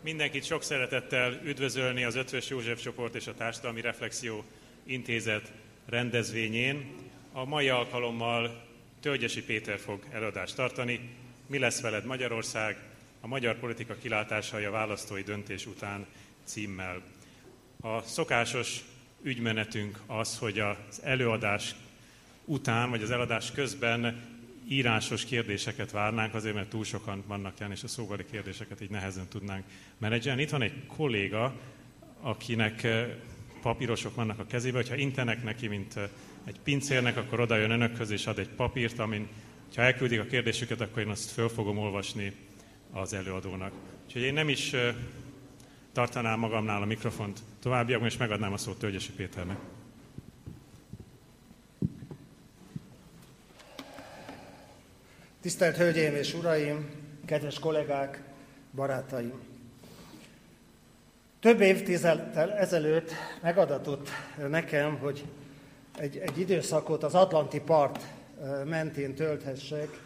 mindenkit sok szeretettel üdvözölni az Eötvös József Csoport és a Társadalmi Reflexió Intézet rendezvényén. A mai alkalommal Tölgyesi Péter fog előadást tartani. Mi lesz veled Magyarország? A magyar politika kilátásai a választói döntés után címmel. A szokásos ügymenetünk az, hogy az előadás után, vagy az előadás közben írásos kérdéseket várnánk, azért mert túl sokan vannak jelen, és a szóbeli kérdéseket így nehezen tudnánk menedzselni. Itt van egy kolléga, akinek papírosok vannak a kezében, hogyha intenek neki, mint egy pincérnek, akkor oda jön önökhöz, és ad egy papírt, amin, ha elküldik a kérdésüket, akkor én azt föl fogom olvasni az előadónak. Úgyhogy én nem is tartanám magamnál a mikrofont továbbiakban, és megadnám a szót Tölgyesi Péternek. Tisztelt Hölgyeim és Uraim, kedves kollégák, barátaim! Több évtizeddel ezelőtt megadatott nekem, hogy egy időszakot az Atlanti part mentén tölthessek,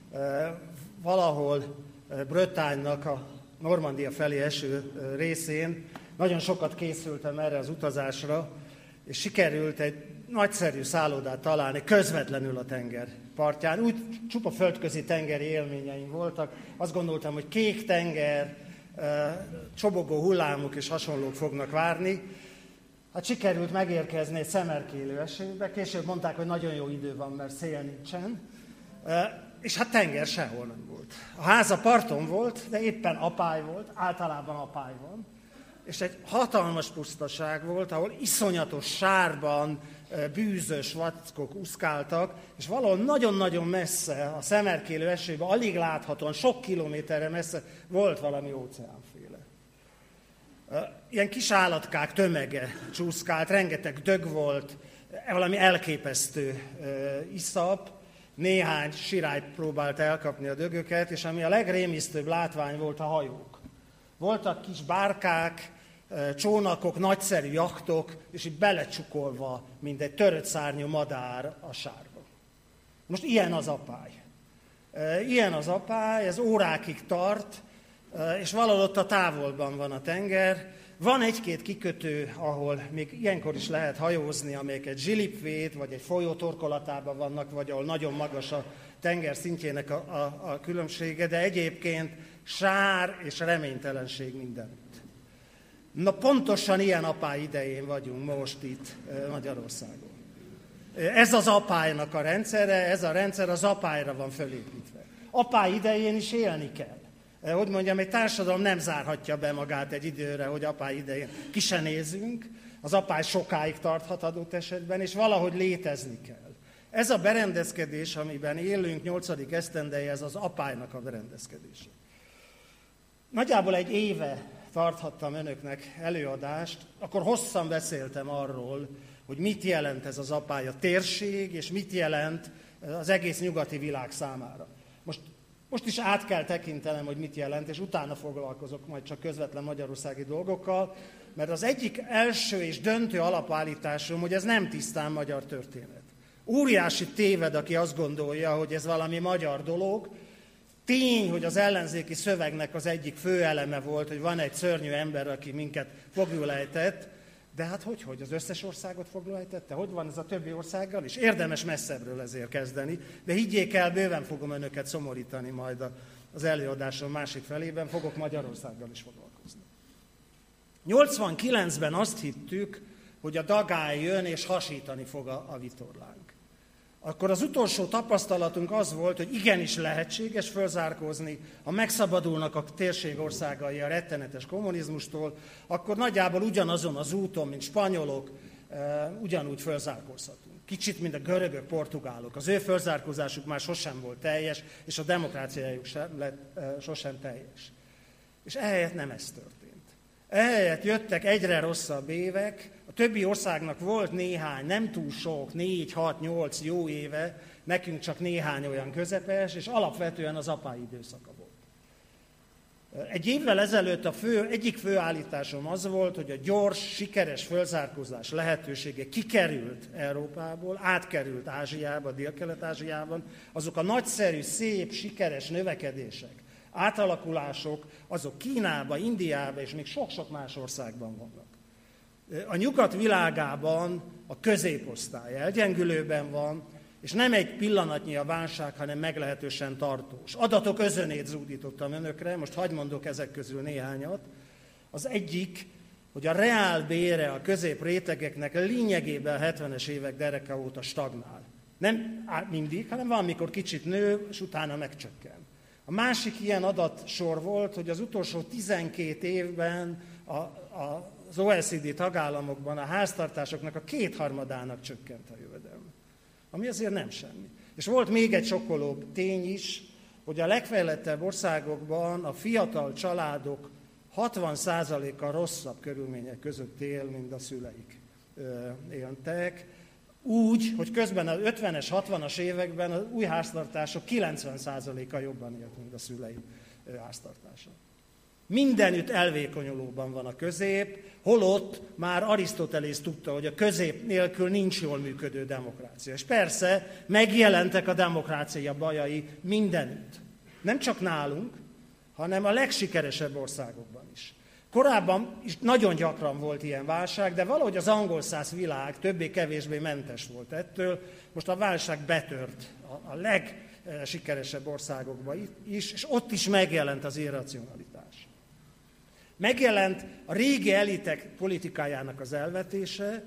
valahol Bretagne-nak a Normandia felé eső részén. Nagyon sokat készültem erre az utazásra, és sikerült egy nagyszerű szállodát találni közvetlenül a tenger partján. Úgy csupa földközi tengeri élményeim voltak. Azt gondoltam, hogy kék tenger, csobogó hullámok és hasonlók fognak várni. Hát sikerült megérkezni egy szemerkélő esőbe. Később mondták, hogy nagyon jó idő van, mert szél nincsen. És hát tenger sehol nem volt. A ház a parton volt, de éppen apály volt, általában apály van. És egy hatalmas pusztaság volt, ahol iszonyatos sárban bűzös vackok úszkáltak, és valahol nagyon-nagyon messze, a szemerkélő esőben, alig láthatóan, sok kilométerre messze volt valami óceánféle. Ilyen kis állatkák tömege csúszkált, rengeteg dög volt, valami elképesztő iszap, néhány sirály próbált elkapni a dögöket, és ami a legrémisztőbb látvány volt, a hajók. Voltak kis bárkák, csónakok, nagyszerű jachtok, és így belecsukolva, mint egy törött szárnyú madár a sárba. Most ilyen az apály. Ilyen az apály, ez órákig tart, és valahol ott a távolban van a tenger. Van egy-két kikötő, ahol még ilyenkor is lehet hajózni, amelyek egy zsilipvét, vagy egy folyó torkolatában vannak, vagy ahol nagyon magas a tenger szintjének a különbsége, de egyébként sár és reménytelenség mindenütt. Na pontosan ilyen apály idején vagyunk most itt Magyarországon. Ez az apálynak a rendszere, ez a rendszer az apályra van fölépítve. Apály idején is élni kell. Hogy mondjam, egy társadalom nem zárhatja be magát egy időre, hogy apály idején ki se nézzünk. Az apály sokáig tarthat adott esetben, és valahogy létezni kell. Ez a berendezkedés, amiben élünk 8. esztendeje, ez az apálynak a berendezkedése. Nagyjából egy éve tarthattam önöknek előadást, akkor hosszan beszéltem arról, hogy mit jelent ez az apály a térség, és mit jelent az egész nyugati világ számára. Most is át kell tekintenem, hogy mit jelent, és utána foglalkozok majd csak közvetlen magyarországi dolgokkal, mert az egyik első és döntő alapállításom, hogy ez nem tisztán magyar történet. Óriási téved, aki azt gondolja, hogy ez valami magyar dolog. Tény, hogy az ellenzéki szövegnek az egyik fő eleme volt, hogy van egy szörnyű ember, aki minket foglyul ejtett, de hát hogy az összes országot foglyul ejtette? Hogy van ez a többi országgal is? Érdemes messzebbről ezért kezdeni, de higgyék el, bőven fogom önöket szomorítani majd az előadásom másik felében, fogok Magyarországgal is foglalkozni. 89-ben azt hittük, hogy a dagály jön és hasítani fog a vitorlánk. Akkor az utolsó tapasztalatunk az volt, hogy igenis lehetséges fölzárkózni, ha megszabadulnak a térség országai a rettenetes kommunizmustól, akkor nagyjából ugyanazon az úton, mint spanyolok, ugyanúgy fölzárkózhatunk. Kicsit, mint a görögök, portugálok. Az ő fölzárkózásuk már sosem volt teljes, és a demokráciájuk sem lett sosem teljes. És ehelyett nem ez történt. Ehelyett jöttek egyre rosszabb évek, a többi országnak volt néhány, nem túl sok, 4, 6, 8 jó éve, nekünk csak néhány olyan közepes, és alapvetően az apály időszaka volt. Egy évvel ezelőtt egyik fő állításom az volt, hogy a gyors, sikeres fölzárkózás lehetősége kikerült Európából, átkerült Ázsiába, Dél-Kelet-Ázsiában, azok a nagyszerű, szép, sikeres növekedések, átalakulások, azok Kínában, Indiában és még sok-sok más országban vannak. A nyugat világában a középosztály elgyengülőben van, és nem egy pillanatnyi a válság, hanem meglehetősen tartós. Adatok özönét zúdítottam önökre, most hadd mondok ezek közül néhányat. Az egyik, hogy a reál bére a középrétegeknek lényegében a 70-es évek dereka óta stagnál. Nem mindig, hanem van, amikor kicsit nő, és utána megcsökken. A másik ilyen adatsor volt, hogy az utolsó 12 évben az OECD tagállamokban a háztartásoknak a 2/3 csökkent a jövedelme. Ami azért nem semmi. És volt még egy sokkolóbb tény is, hogy a legfejlettebb országokban a fiatal családok 60%-a rosszabb körülmények között él, mint a szüleik éltek. Úgy, hogy közben az 50-es, 60-as években az új háztartások 90%-a jobban élt, mint a szülei háztartása. Mindenütt elvékonyulóban van a közép, holott már Arisztotelész tudta, hogy a közép nélkül nincs jól működő demokrácia. És persze megjelentek a demokrácia bajai mindenütt. Nem csak nálunk, hanem a legsikeresebb országokban is. Korábban is nagyon gyakran volt ilyen válság, de valahogy az angolszász világ többé-kevésbé mentes volt ettől. Most a válság betört a legsikeresebb országokban is, és ott is megjelent az irracionalitás. Megjelent a régi elitek politikájának az elvetése,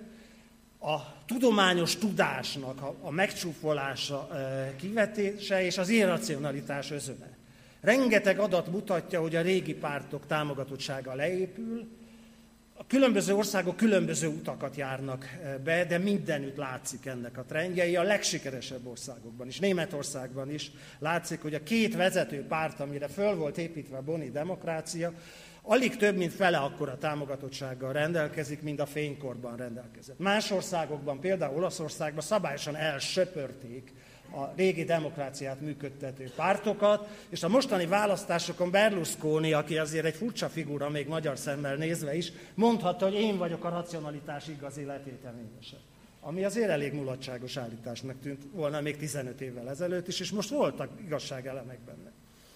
a tudományos tudásnak a megcsúfolása, kivetése és az irracionalitás özöne. Rengeteg adat mutatja, hogy a régi pártok támogatottsága leépül, a különböző országok különböző utakat járnak be, de mindenütt látszik ennek a trendjei, a legsikeresebb országokban is, Németországban is látszik, hogy a két vezető párt, amire föl volt építve a boni demokrácia, alig több, mint fele akkora támogatottsággal rendelkezik, mint a fénykorban rendelkezett. Más országokban, például Olaszországban szabályosan elsöpörték a régi demokráciát működtető pártokat, és a mostani választásokon Berlusconi, aki azért egy furcsa figura, még magyar szemmel nézve is, mondhatta, hogy én vagyok a racionalitás igazi letéteményese. Ami azért elég mulatságos állításnak tűnt volna még 15 évvel ezelőtt is, és most voltak igazságelemek benne.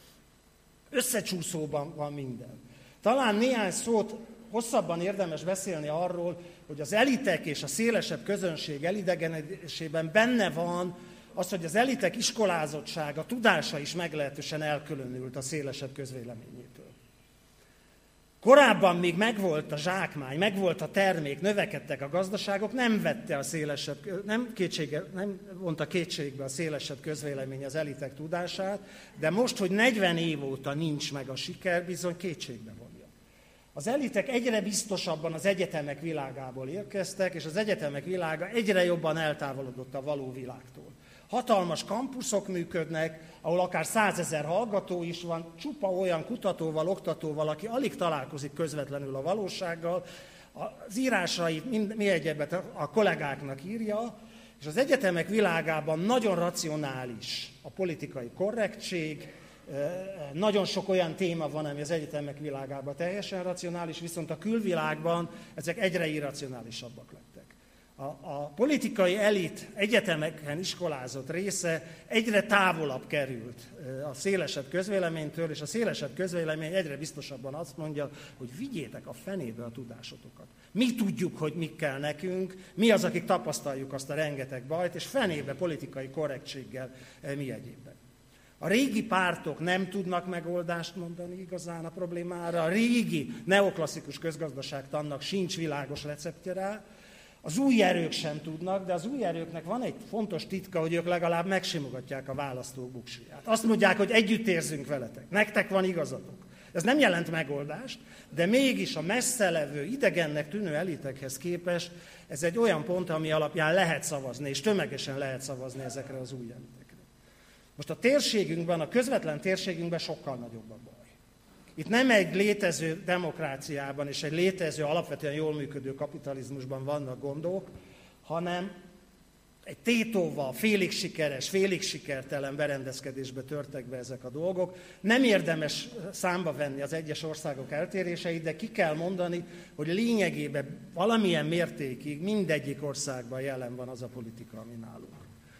Összecsúszóban van minden. Talán néhány szót hosszabban érdemes beszélni arról, hogy az elitek és a szélesebb közönség elidegenedésében benne van az, hogy az elitek iskolázottsága, tudása is meglehetősen elkülönült a szélesebb közvéleményétől. Korábban még megvolt a zsákmány, megvolt a termék, növekedtek a gazdaságok, nem vonta kétségbe a szélesebb közvélemény az elitek tudását, de most, hogy 40 év óta nincs meg a siker, bizony kétségbe vonja. Az elitek egyre biztosabban az egyetemek világából érkeztek, és az egyetemek világa egyre jobban eltávolodott a való világtól. Hatalmas kampuszok működnek, ahol akár 100 000 hallgató is van, csupa olyan kutatóval, oktatóval, aki alig találkozik közvetlenül a valósággal. Az írásait mi egyebet a kollégáknak írja, és az egyetemek világában nagyon racionális a politikai korrektség, nagyon sok olyan téma van, ami az egyetemek világában teljesen racionális, viszont a külvilágban ezek egyre irracionálisabbak lettek. A politikai elit egyetemeken iskolázott része egyre távolabb került a szélesebb közvéleménytől, és a szélesebb közvélemény egyre biztosabban azt mondja, hogy vigyétek a fenébe a tudásotokat. Mi tudjuk, hogy mi kell nekünk, mi az, akik tapasztaljuk azt a rengeteg bajt, és fenébe politikai korrektséggel mi egyébben. A régi pártok nem tudnak megoldást mondani igazán a problémára, a régi neoklasszikus közgazdaságtannak sincs világos receptje rá, az új erők sem tudnak, de az új erőknek van egy fontos titka, hogy ők legalább megsimogatják a választók buksiját. Azt mondják, hogy együtt érzünk veletek, nektek van igazatok. Ez nem jelent megoldást, de mégis a messzelevő, idegennek tűnő elitekhez képest ez egy olyan pont, ami alapján lehet szavazni, és tömegesen lehet szavazni ezekre az új elitekre. Most a térségünkben, a közvetlen térségünkben sokkal nagyobb a baj. Itt nem egy létező demokráciában és egy létező, alapvetően jól működő kapitalizmusban vannak gondok, hanem egy tétóval, félig sikeres, félig sikertelen berendezkedésbe törtek be ezek a dolgok. Nem érdemes számba venni az egyes országok eltéréseit, de ki kell mondani, hogy lényegében valamilyen mértékig mindegyik országban jelen van az a politika, ami nálunk.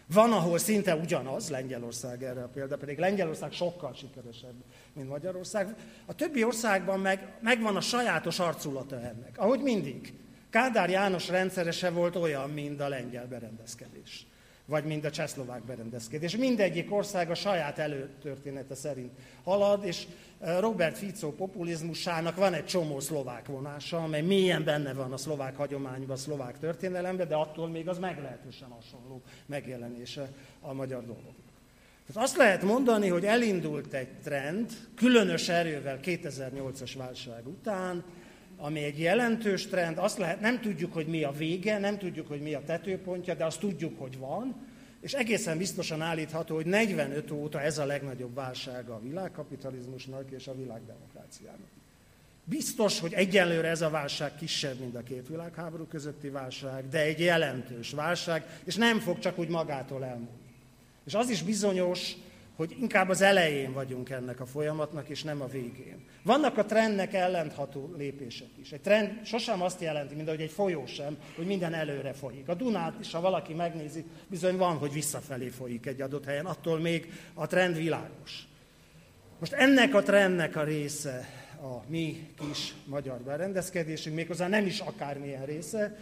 Van, ahol szinte ugyanaz, Lengyelország erre a példa, pedig Lengyelország sokkal sikeresebb, mint Magyarország. A többi országban megvan a sajátos arculata ennek. Ahogy mindig. Kádár János rendszere se volt olyan, mint a lengyel berendezkedés, vagy mint a csehszlovák berendezkedés. Mindegyik ország a saját előtörténete szerint halad, és Robert Fico populizmusának van egy csomó szlovák vonása, amely mélyen benne van a szlovák hagyományban, a szlovák történelemben, de attól még az meglehetősen hasonló megjelenése a magyar dolgoknak. Tehát azt lehet mondani, hogy elindult egy trend, különös erővel 2008-as válság után, ami egy jelentős trend, nem tudjuk, hogy mi a vége, nem tudjuk, hogy mi a tetőpontja, de azt tudjuk, hogy van, és egészen biztosan állítható, hogy 45 óta ez a legnagyobb válsága a világkapitalizmusnak és a világdemokráciának. Biztos, hogy egyenlőre ez a válság kisebb, mint a két világháború közötti válság, de egy jelentős válság, és nem fog csak úgy magától elmúlni. És az is bizonyos, hogy inkább az elején vagyunk ennek a folyamatnak, és nem a végén. Vannak a trendnek ellentható lépések is. Egy trend sosem azt jelenti, mint ahogy egy folyó sem, hogy minden előre folyik. A Dunát is, ha valaki megnézi, bizony van, hogy visszafelé folyik egy adott helyen, attól még a trend világos. Most ennek a trendnek a része a mi kis magyar berendezkedésünk, méghozzá nem is akármilyen része.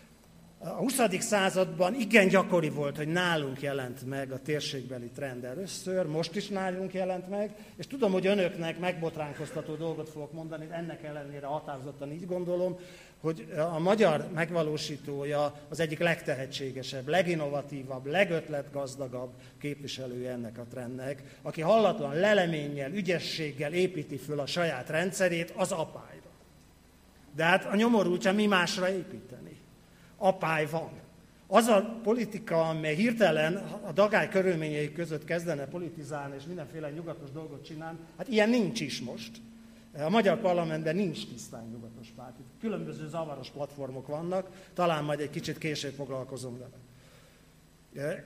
A 20. században igen gyakori volt, hogy nálunk jelent meg a térségbeli trend először, most is nálunk jelent meg, és tudom, hogy önöknek megbotránkoztató dolgot fogok mondani, ennek ellenére határozottan így gondolom, hogy a magyar megvalósítója az egyik legtehetségesebb, leginnovatívabb, legötletgazdagabb képviselője ennek a trendnek, aki hallatlan leleménnyel, ügyességgel építi föl a saját rendszerét az apályra. De hát a nyomorultja mi másra építeni? Apály van. Az a politika, amely hirtelen a dagály körülményei között kezdene politizálni és mindenféle nyugatos dolgot csinálni, hát ilyen nincs is most. A magyar parlamentben nincs tisztán nyugatos párt. Különböző zavaros platformok vannak, talán majd egy kicsit később foglalkozom vele.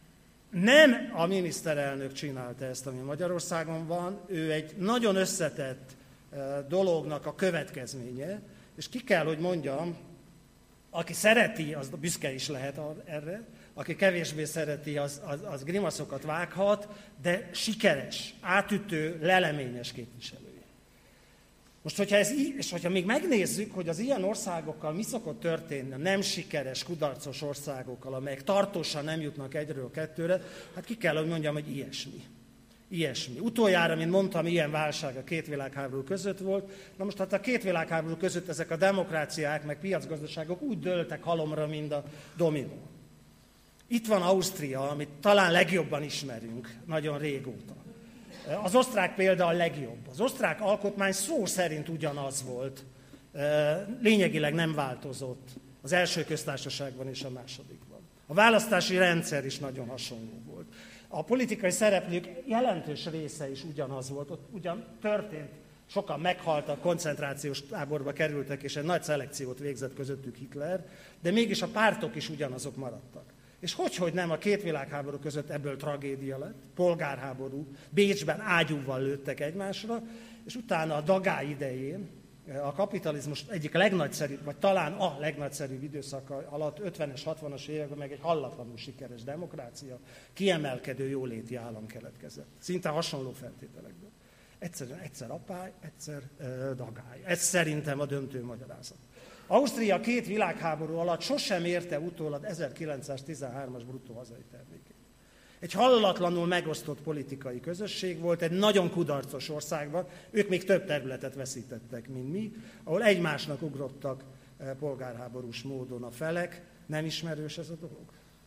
Nem a miniszterelnök csinálta ezt, ami Magyarországon van, ő egy nagyon összetett dolognak a következménye, és ki kell, hogy mondjam, aki szereti, az büszke is lehet erre, aki kevésbé szereti, az grimaszokat vághat, de sikeres, átütő, leleményes képviselője. Most, hogyha még megnézzük, hogy az ilyen országokkal mi szokott történni, nem sikeres, kudarcos országokkal, amelyek tartósan nem jutnak egyről kettőre, hát ki kell, hogy mondjam, hogy ilyesmi. Utoljára, mint mondtam, ilyen válság a két világháború között volt. Na most hát a két világháború között ezek a demokráciák, meg piacgazdaságok úgy dőltek halomra, mint a dominó. Itt van Ausztria, amit talán legjobban ismerünk, nagyon régóta. Az osztrák példa a legjobb. Az osztrák alkotmány szó szerint ugyanaz volt, lényegileg nem változott az első köztársaságban és a másodikban. A választási rendszer is nagyon hasonló volt. A politikai szereplők jelentős része is ugyanaz volt, ott ugyan történt, sokan meghaltak, koncentrációs táborba kerültek, és egy nagy szelekciót végzett közöttük Hitler, de mégis a pártok is ugyanazok maradtak. És hogy nem a két világháború között ebből tragédia lett, polgárháború, Bécsben ágyúval lőttek egymásra, és utána a dagály idején, a kapitalizmus egyik legnagyszerűbb, vagy talán a legnagyszerűbb időszaka alatt, 50-es, 60-as években meg egy hallatlanul sikeres demokrácia, kiemelkedő jóléti állam keletkezett. Szinte hasonló feltételekből. Egyszerűen egyszer apály, egyszer dagály. Ez szerintem a döntő magyarázat. Ausztria két világháború alatt sosem érte utólag 1913-as bruttó hazai termékét. Egy hallatlanul megosztott politikai közösség volt, egy nagyon kudarcos országban, ők még több területet veszítettek, mint mi, ahol egymásnak ugrottak polgárháborús módon a felek. Nem ismerős ez a dolog?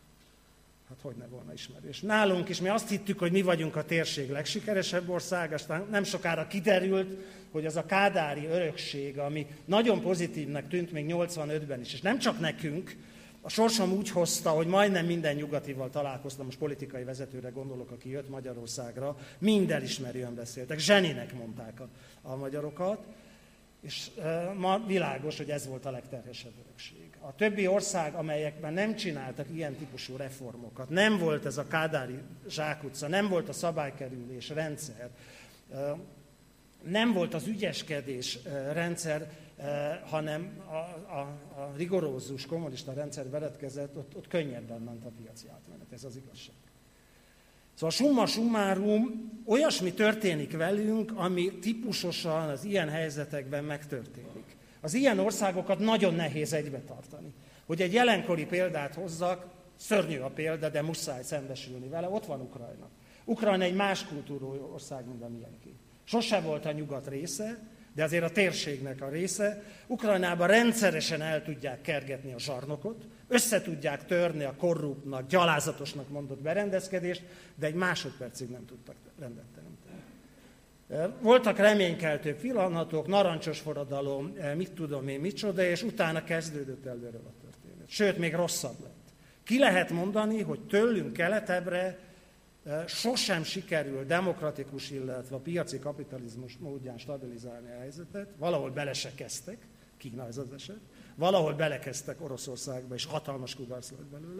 Hát hogy ne volna ismerős. Nálunk is mi azt hittük, hogy mi vagyunk a térség legsikeresebb ország, aztán nem sokára kiderült, hogy az a kádári örökség, ami nagyon pozitívnek tűnt még 85-ben is, és nem csak nekünk, a sorsom úgy hozta, hogy majdnem minden nyugatival találkoztam, most politikai vezetőre gondolok, aki jött Magyarországra, mind elismerően beszéltek, zseninek mondták a magyarokat, és ma világos, hogy ez volt a legterhesebb örökség. A többi ország, amelyekben nem csináltak ilyen típusú reformokat, nem volt ez a kádári zsákutca, nem volt a szabálykerülés rendszer, nem volt az ügyeskedés rendszer, hanem a rigorózus kommunista rendszer beretkezett, ott könnyebben ment a piaci átmenet, ez az igazság. Szóval summa summarum, olyasmi történik velünk, ami típusosan az ilyen helyzetekben megtörténik. Az ilyen országokat nagyon nehéz egybe tartani. Hogy egy jelenkori példát hozzak, szörnyű a példa, de muszáj szembesülni vele, ott van Ukrajna. Ukrajna egy más kultúrú ország, mint amilyenki. Sose volt a nyugat része, de azért a térségnek a része. Ukrajnában rendszeresen el tudják kergetni a zsarnokot, össze tudják törni a korruptnak, gyalázatosnak mondott berendezkedést, de egy másodpercig nem tudtak rendet teremteni. Voltak reménykeltő pillanatok, narancsos forradalom, mit tudom én, micsoda, és utána kezdődött előre a történet. Sőt, még rosszabb lett. Ki lehet mondani, hogy tőlünk keletebbre sosem sikerül demokratikus, illetve a piaci kapitalizmus módján stabilizálni a helyzetet. Valahol bele se kezdtek, Kína ez az eset, valahol belekezdtek Oroszországba, és hatalmas kudarc lett belőle.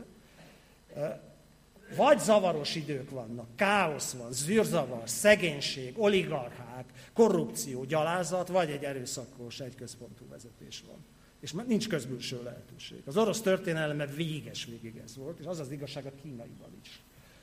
Vagy zavaros idők vannak, káosz van, zűrzavar, szegénység, oligarchák, korrupció, gyalázat, vagy egy erőszakos, egyközpontú vezetés van. És nincs közbülső lehetőség. Az orosz történelemben végig ez volt, és az az igazság a kínaiban is.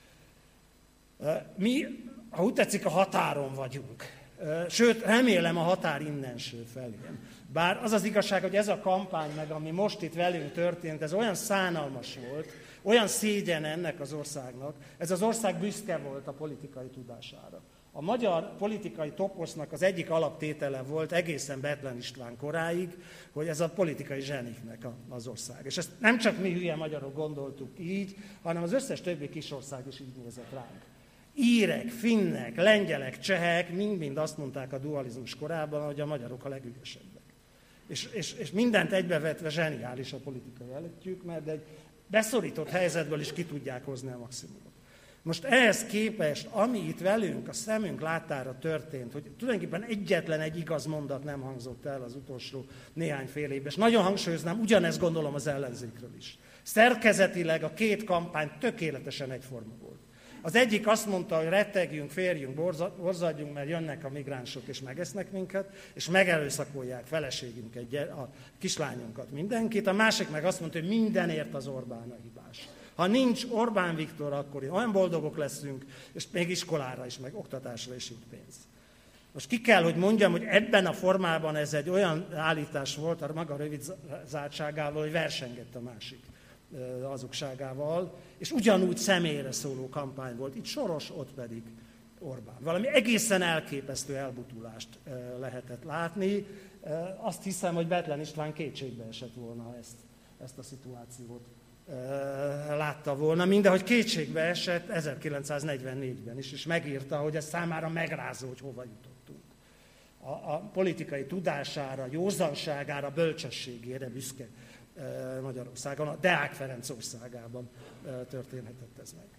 Mi, ha úgy tetszik, a határon vagyunk. Sőt, remélem a határ innenső felé. Bár az az igazság, hogy ez a kampány, meg ami most itt velünk történt, ez olyan szánalmas volt, olyan szégyen ennek az országnak, ez az ország büszke volt a politikai tudására. A magyar politikai toposznak az egyik alaptétele volt egészen Bethlen István koráig, hogy ez a politikai zseniknek az ország. És ezt nem csak mi hülye magyarok gondoltuk így, hanem az összes többi kis ország is így nézett ránk. Írek, finnek, lengyelek, csehek mind azt mondták a dualizmus korában, hogy a magyarok a legügyesebbek. És mindent egybevetve zseniális a politikai életük, mert egy beszorított helyzetből is ki tudják hozni a maximumot. Most ehhez képest, ami itt velünk, a szemünk láttára történt, hogy tulajdonképpen egyetlen egy igaz mondat nem hangzott el az utolsó néhány fél évben, és nagyon hangsúlyoznám, ugyanezt gondolom az ellenzékről is. Szerkezetileg a két kampány tökéletesen egyforma volt. Az egyik azt mondta, hogy rettegjünk, férjünk, borzadjunk, mert jönnek a migránsok és megesznek minket, és megerőszakolják feleségünket, a kislányunkat, mindenkit. A másik meg azt mondta, hogy mindenért az Orbán a hibás. Ha nincs Orbán Viktor, akkor olyan boldogok leszünk, és még iskolára is, meg oktatásra is jut pénz. Most ki kell, hogy mondjam, hogy ebben a formában ez egy olyan állítás volt a maga rövid zártságával, hogy versengett a másik hazugságával, és ugyanúgy személyre szóló kampány volt. Itt Soros, ott pedig Orbán. Valami egészen elképesztő elbutulást lehetett látni. Azt hiszem, hogy Bethlen István kétségbe esett volna, ezt a szituációt látta volna. Mindehogy kétségbe esett 1944-ben is, és megírta, hogy ez számára megrázó, hogy hova jutottunk. A politikai tudására, józanságára, bölcsességére büszke Magyarországon, a Deák Ferenc országában történhetett ez meg.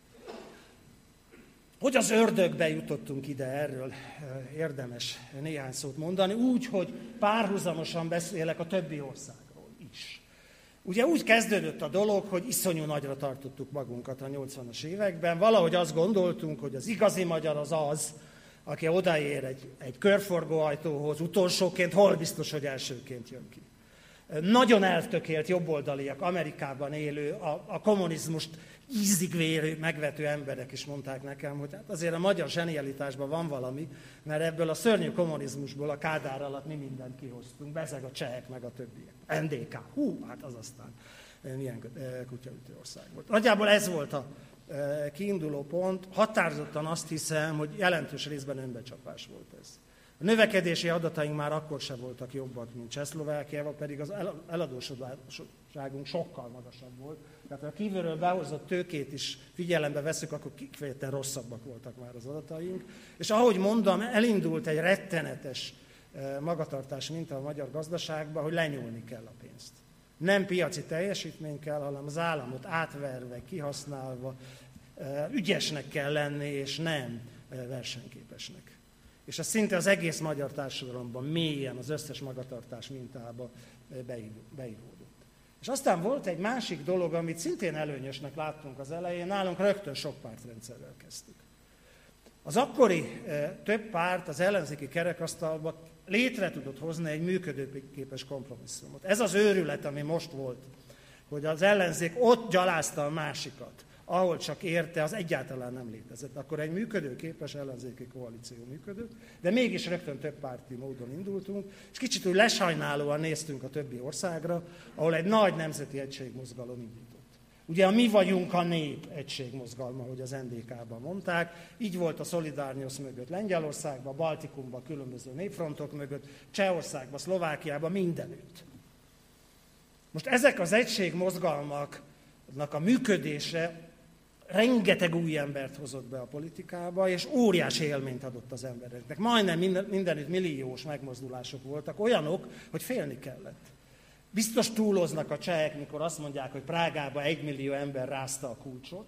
Hogy az ördögbe jutottunk ide, erről érdemes néhány szót mondani, úgy, hogy párhuzamosan beszélek a többi országról is. Ugye úgy kezdődött a dolog, hogy iszonyú nagyra tartottuk magunkat a 80-as években, valahogy azt gondoltunk, hogy az igazi magyar az, aki odaér egy körforgóajtóhoz utolsóként, hol biztos, hogy elsőként jön ki. Nagyon eltökélt jobboldaliak, Amerikában élő, a kommunizmust ízig-vérő, megvető emberek is mondták nekem, hogy hát azért a magyar zsenialitásban van valami, mert ebből a szörnyű kommunizmusból a Kádár alatt mi mindent kihoztunk, bezeg a csehek meg a többiek. NDK, hát az aztán milyen kutyaütő ország volt. Nagyjából ez volt a kiinduló pont, határozottan azt hiszem, hogy jelentős részben önbecsapás volt ez. A növekedési adataink már akkor sem voltak jobbak, mint Csehszlovákiában, pedig az eladósodtságunk sokkal magasabb volt. Tehát ha a kívülről behozott tőkét is figyelembe veszük, akkor kifejezetten rosszabbak voltak már az adataink. És ahogy mondom, elindult egy rettenetes magatartás minta a magyar gazdaságban, hogy lenyúlni kell a pénzt. Nem piaci teljesítmény kell, hanem az államot átverve, kihasználva, ügyesnek kell lenni, és nem versenyképesnek. És ez szinte az egész magyar társadalomban mélyen, az összes magatartás mintába beivódott. És aztán volt egy másik dolog, amit szintén előnyösnek láttunk az elején, nálunk rögtön sokpártrendszerrel kezdtük. Az akkori több párt az ellenzéki kerekasztalba létre tudott hozni egy működőképes kompromisszumot. Ez az őrület, ami most volt, hogy az ellenzék ott gyalázta a másikat, ahol csak érte, az egyáltalán nem létezett. Akkor egy működőképes ellenzéki koalíció működött, de mégis rögtön több párti módon indultunk, és kicsit úgy lesajnálóan néztünk a többi országra, ahol egy nagy nemzeti egységmozgalom indított. Ugye a Mi vagyunk a nép egységmozgalma, ahogy az NDK-ban mondták, így volt a Solidarność mögött Lengyelországban, Baltikumban, különböző népfrontok mögött, Csehországban, Szlovákiában, mindenütt. Most ezek az egységmozgalmaknak a működése rengeteg új embert hozott be a politikába, és óriási élményt adott az embereknek. Majdnem mindenütt milliós megmozdulások voltak, olyanok, hogy félni kellett. Biztos túloznak a csehek, mikor azt mondják, hogy Prágában 1 millió ember rázta a kulcsot.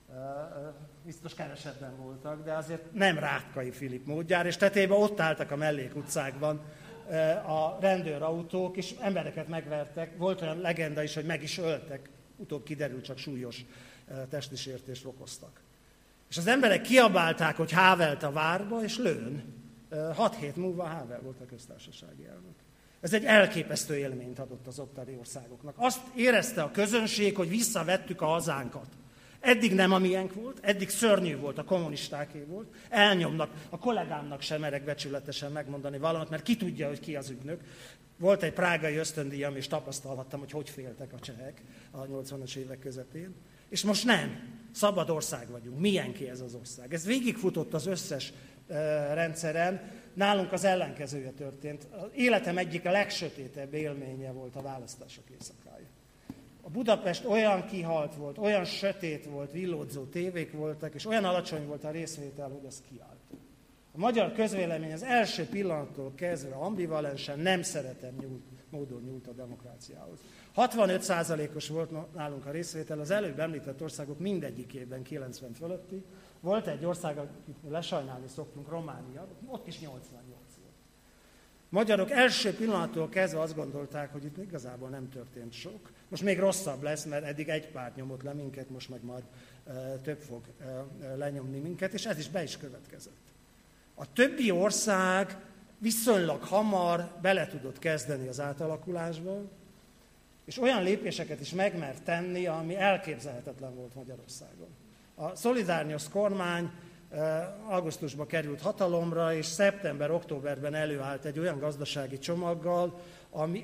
Biztos kevesebben voltak, de azért nem Rákai Filip módjára, és tetejében ott álltak a mellékutcákban a rendőrautók, és embereket megvertek. Volt olyan legenda is, hogy meg is öltek. Utóbb kiderült, csak súlyos testi sértést okoztak. És az emberek kiabálták, hogy Havelt a várba, és lőn. 6 hét múlva Havel volt a köztársasági elnök. Ez egy elképesztő élményt adott az ottani országoknak. Azt érezte a közönség, hogy visszavettük a hazánkat. Eddig nem a miénk volt, eddig szörnyű volt, a kommunistáké volt. Elnyomnak, a kollégámnak sem merek becsületesen megmondani valamit, mert ki tudja, hogy ki az ügynök. Volt egy prágai ösztöndíjam, és tapasztalhattam, hogy féltek a csehek a 80-as évek közepén. És most nem. Szabad ország vagyunk. Miénké ez az ország? Ez végigfutott az összes rendszeren. Nálunk az ellenkezője történt. Az életem egyik a legsötétebb élménye volt a választások éjszakája. A Budapest olyan kihalt volt, olyan sötét volt, villódzó tévék voltak, és olyan alacsony volt a részvétel, hogy az kiállt. A magyar közvélemény az első pillanattól kezdve ambivalensen nem szeretem módon nyúlt a demokráciához. 65%-os volt nálunk a részvétel, az előbb említett országok mindegyikében 90 fölötti. Volt egy ország, akit lesajnálni szoktunk, Románia, ott is 88 volt. Magyarok első pillanattól kezdve azt gondolták, hogy itt igazából nem történt sok. Most még rosszabb lesz, mert eddig egy párt nyomott le minket, most meg majd több fog lenyomni minket, és ez is be is következett. A többi ország viszonylag hamar bele tudott kezdeni az átalakulásba, és olyan lépéseket is megmert tenni, ami elképzelhetetlen volt Magyarországon. A Solidarność kormány augusztusban került hatalomra, és szeptember-októberben előállt egy olyan gazdasági csomaggal, ami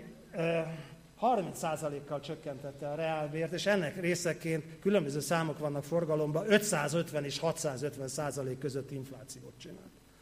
30%-kal csökkentette a reálbért, és ennek részeként különböző számok vannak forgalomban, 550 és 650% között inflációt csinált.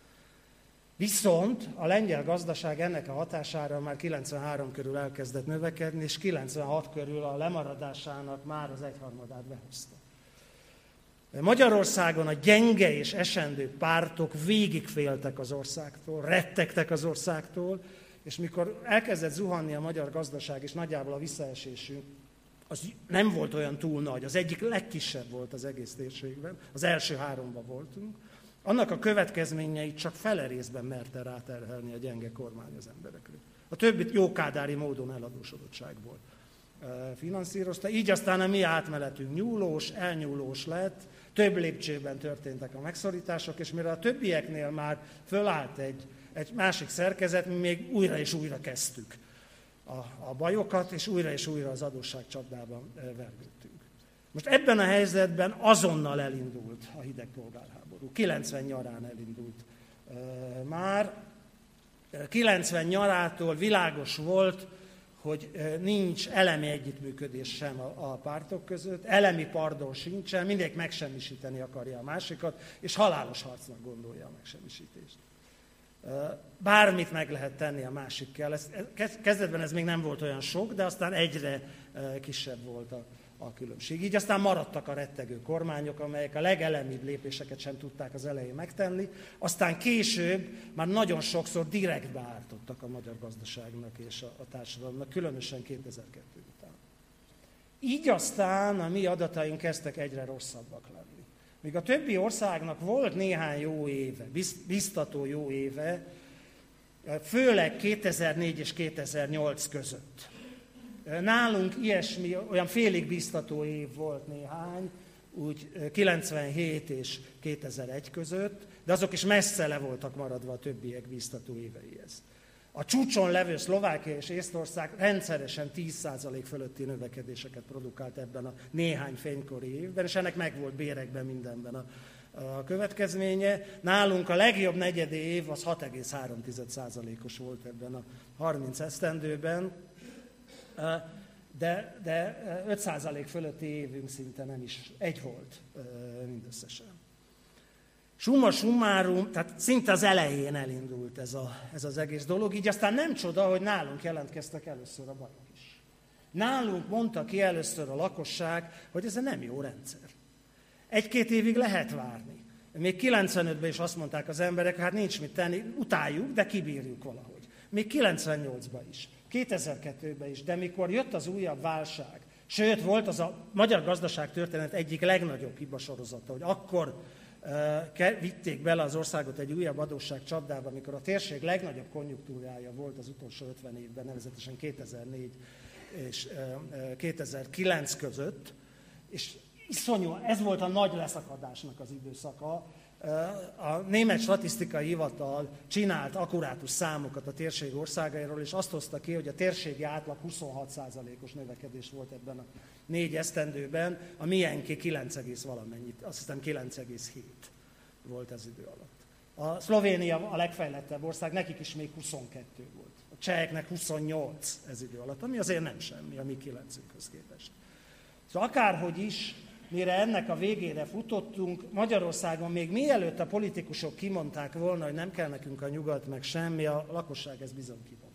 Viszont a lengyel gazdaság ennek a hatására már 93 körül elkezdett növekedni, és 96 körül a lemaradásának már az 1/3 behozta. Magyarországon a gyenge és esendő pártok végigféltek az országtól, rettegtek az országtól, és mikor elkezdett zuhanni a magyar gazdaság, és nagyjából a visszaesésünk, az nem volt olyan túl nagy, az egyik legkisebb volt az egész térségben, az első 3-ban voltunk, annak a következményeit csak fele részben merte ráterhelni a gyenge kormány az emberekre. A többit jókádári módon eladósodottságból finanszírozta, így aztán a mi átmenetünk nyúlós, elnyúlós lett, több lépcsőben történtek a megszorítások, és mire a többieknél már fölállt egy másik szerkezet, mi még újra és újra kezdtük a bajokat, és újra az adósságcsapdában vergődtünk. Most ebben a helyzetben azonnal elindult a hideg polgárháború. 90 nyarán elindult már. 90 nyarától világos volt, hogy nincs elemi együttműködés sem a pártok között, elemi pardon sincsen, mindenki megsemmisíteni akarja a másikat, és halálos harcnak gondolja a megsemmisítést. Bármit meg lehet tenni a másikkel. Kezdetben ez még nem volt olyan sok, de aztán egyre kisebb volt a különbség. Így aztán maradtak a rettegő kormányok, amelyek a legelemibb lépéseket sem tudták az elején megtenni, aztán később már nagyon sokszor direktbe ártottak a magyar gazdaságnak és a társadalomnak, különösen 2002 után. Így aztán a mi adataink kezdtek egyre rosszabbak lenni. Míg a többi országnak volt néhány jó éve, biztató jó éve, főleg 2004 és 2008 között. Nálunk ilyesmi, olyan félig biztató év volt néhány, úgy 97 és 2001 között, de azok is messze le voltak maradva a többiek bíztató éveihez. A csúcson levő Szlovákia és Észtország rendszeresen 10% fölötti növekedéseket produkált ebben a néhány fénykori évben, és ennek megvolt bérekben mindenben a következménye. Nálunk a legjobb negyedi év az 6,3%-os volt ebben a 30 esztendőben, de 5% fölötti évünk szinte nem is, egy volt mindösszesen. Summa summarum, tehát szinte az elején elindult ez az egész dolog, így aztán nem csoda, hogy nálunk jelentkeztek először a bajok is. Nálunk mondta ki először a lakosság, hogy ez nem jó rendszer. 1-2 évig lehet várni. Még 95-ben is azt mondták az emberek, hát nincs mit tenni, utáljuk, de kibírjuk valahogy. Még 98-ban is, 2002-ben is, de mikor jött az újabb válság, sőt volt az a magyar gazdaság történet egyik legnagyobb hibasorozata, hogy akkor vitték bele az országot egy újabb adósság csapdába, amikor a térség legnagyobb konjunktúrája volt az utolsó 50 évben, nevezetesen 2004 és 2009 között, és iszonyú, ez volt a nagy leszakadásnak az időszaka. A Német Statisztikai Hivatal csinált akkurátus számokat a térség országairól, és azt hozta ki, hogy a térségi átlag 26%-os növekedés volt ebben a 4 esztendőben, a miénké 9, valamennyit, azt hiszem 9,7 volt ez idő alatt. A Szlovénia a legfejlettebb ország, nekik is még 22 volt. A cseheknek 28 ez idő alatt, ami azért nem semmi a mi 9-ünkhöz képest. Szóval akárhogy is, mire ennek a végére futottunk, Magyarországon még mielőtt a politikusok kimondták volna, hogy nem kell nekünk a nyugat, meg semmi, a lakosság ezt bizony kimondta.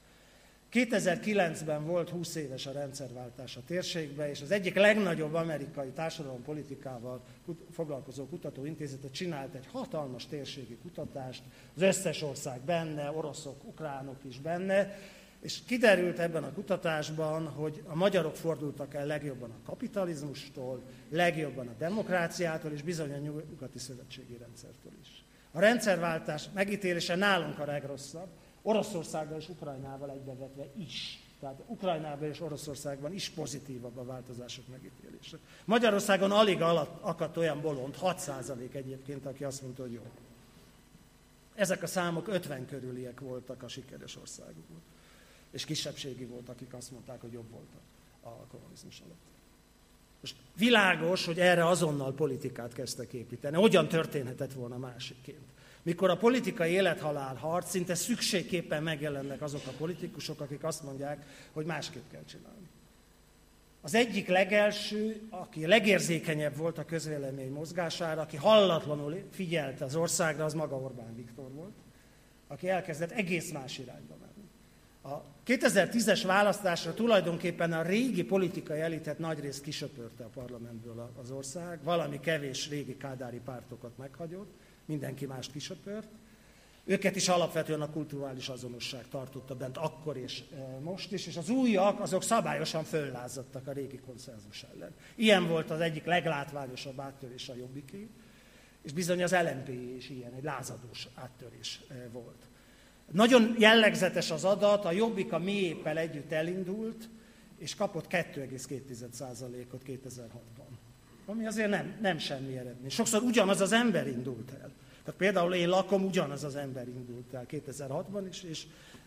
2009-ben volt 20 éves a rendszerváltás a térségben, és az egyik legnagyobb amerikai társadalompolitikával foglalkozó kutatóintézetet csinált egy hatalmas térségi kutatást, az összes ország benne, oroszok, ukránok is benne, és kiderült ebben a kutatásban, hogy a magyarok fordultak el legjobban a kapitalizmustól, legjobban a demokráciától, és bizony a nyugati szövetségi rendszertől is. A rendszerváltás megítélése nálunk a legrosszabb, Oroszországgal és Ukrajnával egybevetve is. Tehát Ukrajnában és Oroszországban is pozitívabb a változások megítélése. Magyarországon alig akadt olyan bolond, 6% egyébként, aki azt mondta, hogy jó. Ezek a számok 50 körüliek voltak a sikeres országokban. És kisebbségi volt, akik azt mondták, hogy jobb voltak a kommunizmus alatt. Most világos, hogy erre azonnal politikát kezdtek építeni. Hogyan történhetett volna másikként? Mikor a politikai élethalál harc, szinte szükségképpen megjelennek azok a politikusok, akik azt mondják, hogy másképp kell csinálni. Az egyik legelső, aki legérzékenyebb volt a közvélemény mozgására, aki hallatlanul figyelte az országra, az maga Orbán Viktor volt, aki elkezdett egész más irányba menni. A 2010-es választásra tulajdonképpen a régi politikai elitet nagyrészt kisöpörte a parlamentből az ország, valami kevés régi kádári pártokat meghagyott, mindenki mást kisöpört. Őket is alapvetően a kulturális azonosság tartotta bent akkor és most is, és az újak azok szabályosan föllázadtak a régi konszenzus ellen. Ilyen volt az egyik leglátványosabb áttörés a Jobbiké, és bizony az LMP is ilyen, egy lázadós áttörés volt. Nagyon jellegzetes az adat, a Jobbik a Miéppel együtt elindult, és kapott 2,2%-ot 2006-ban. Ami azért nem semmi eredmény. Sokszor ugyanaz az ember indult el. Tehát például én lakom, ugyanaz az ember indult el 2006-ban is, és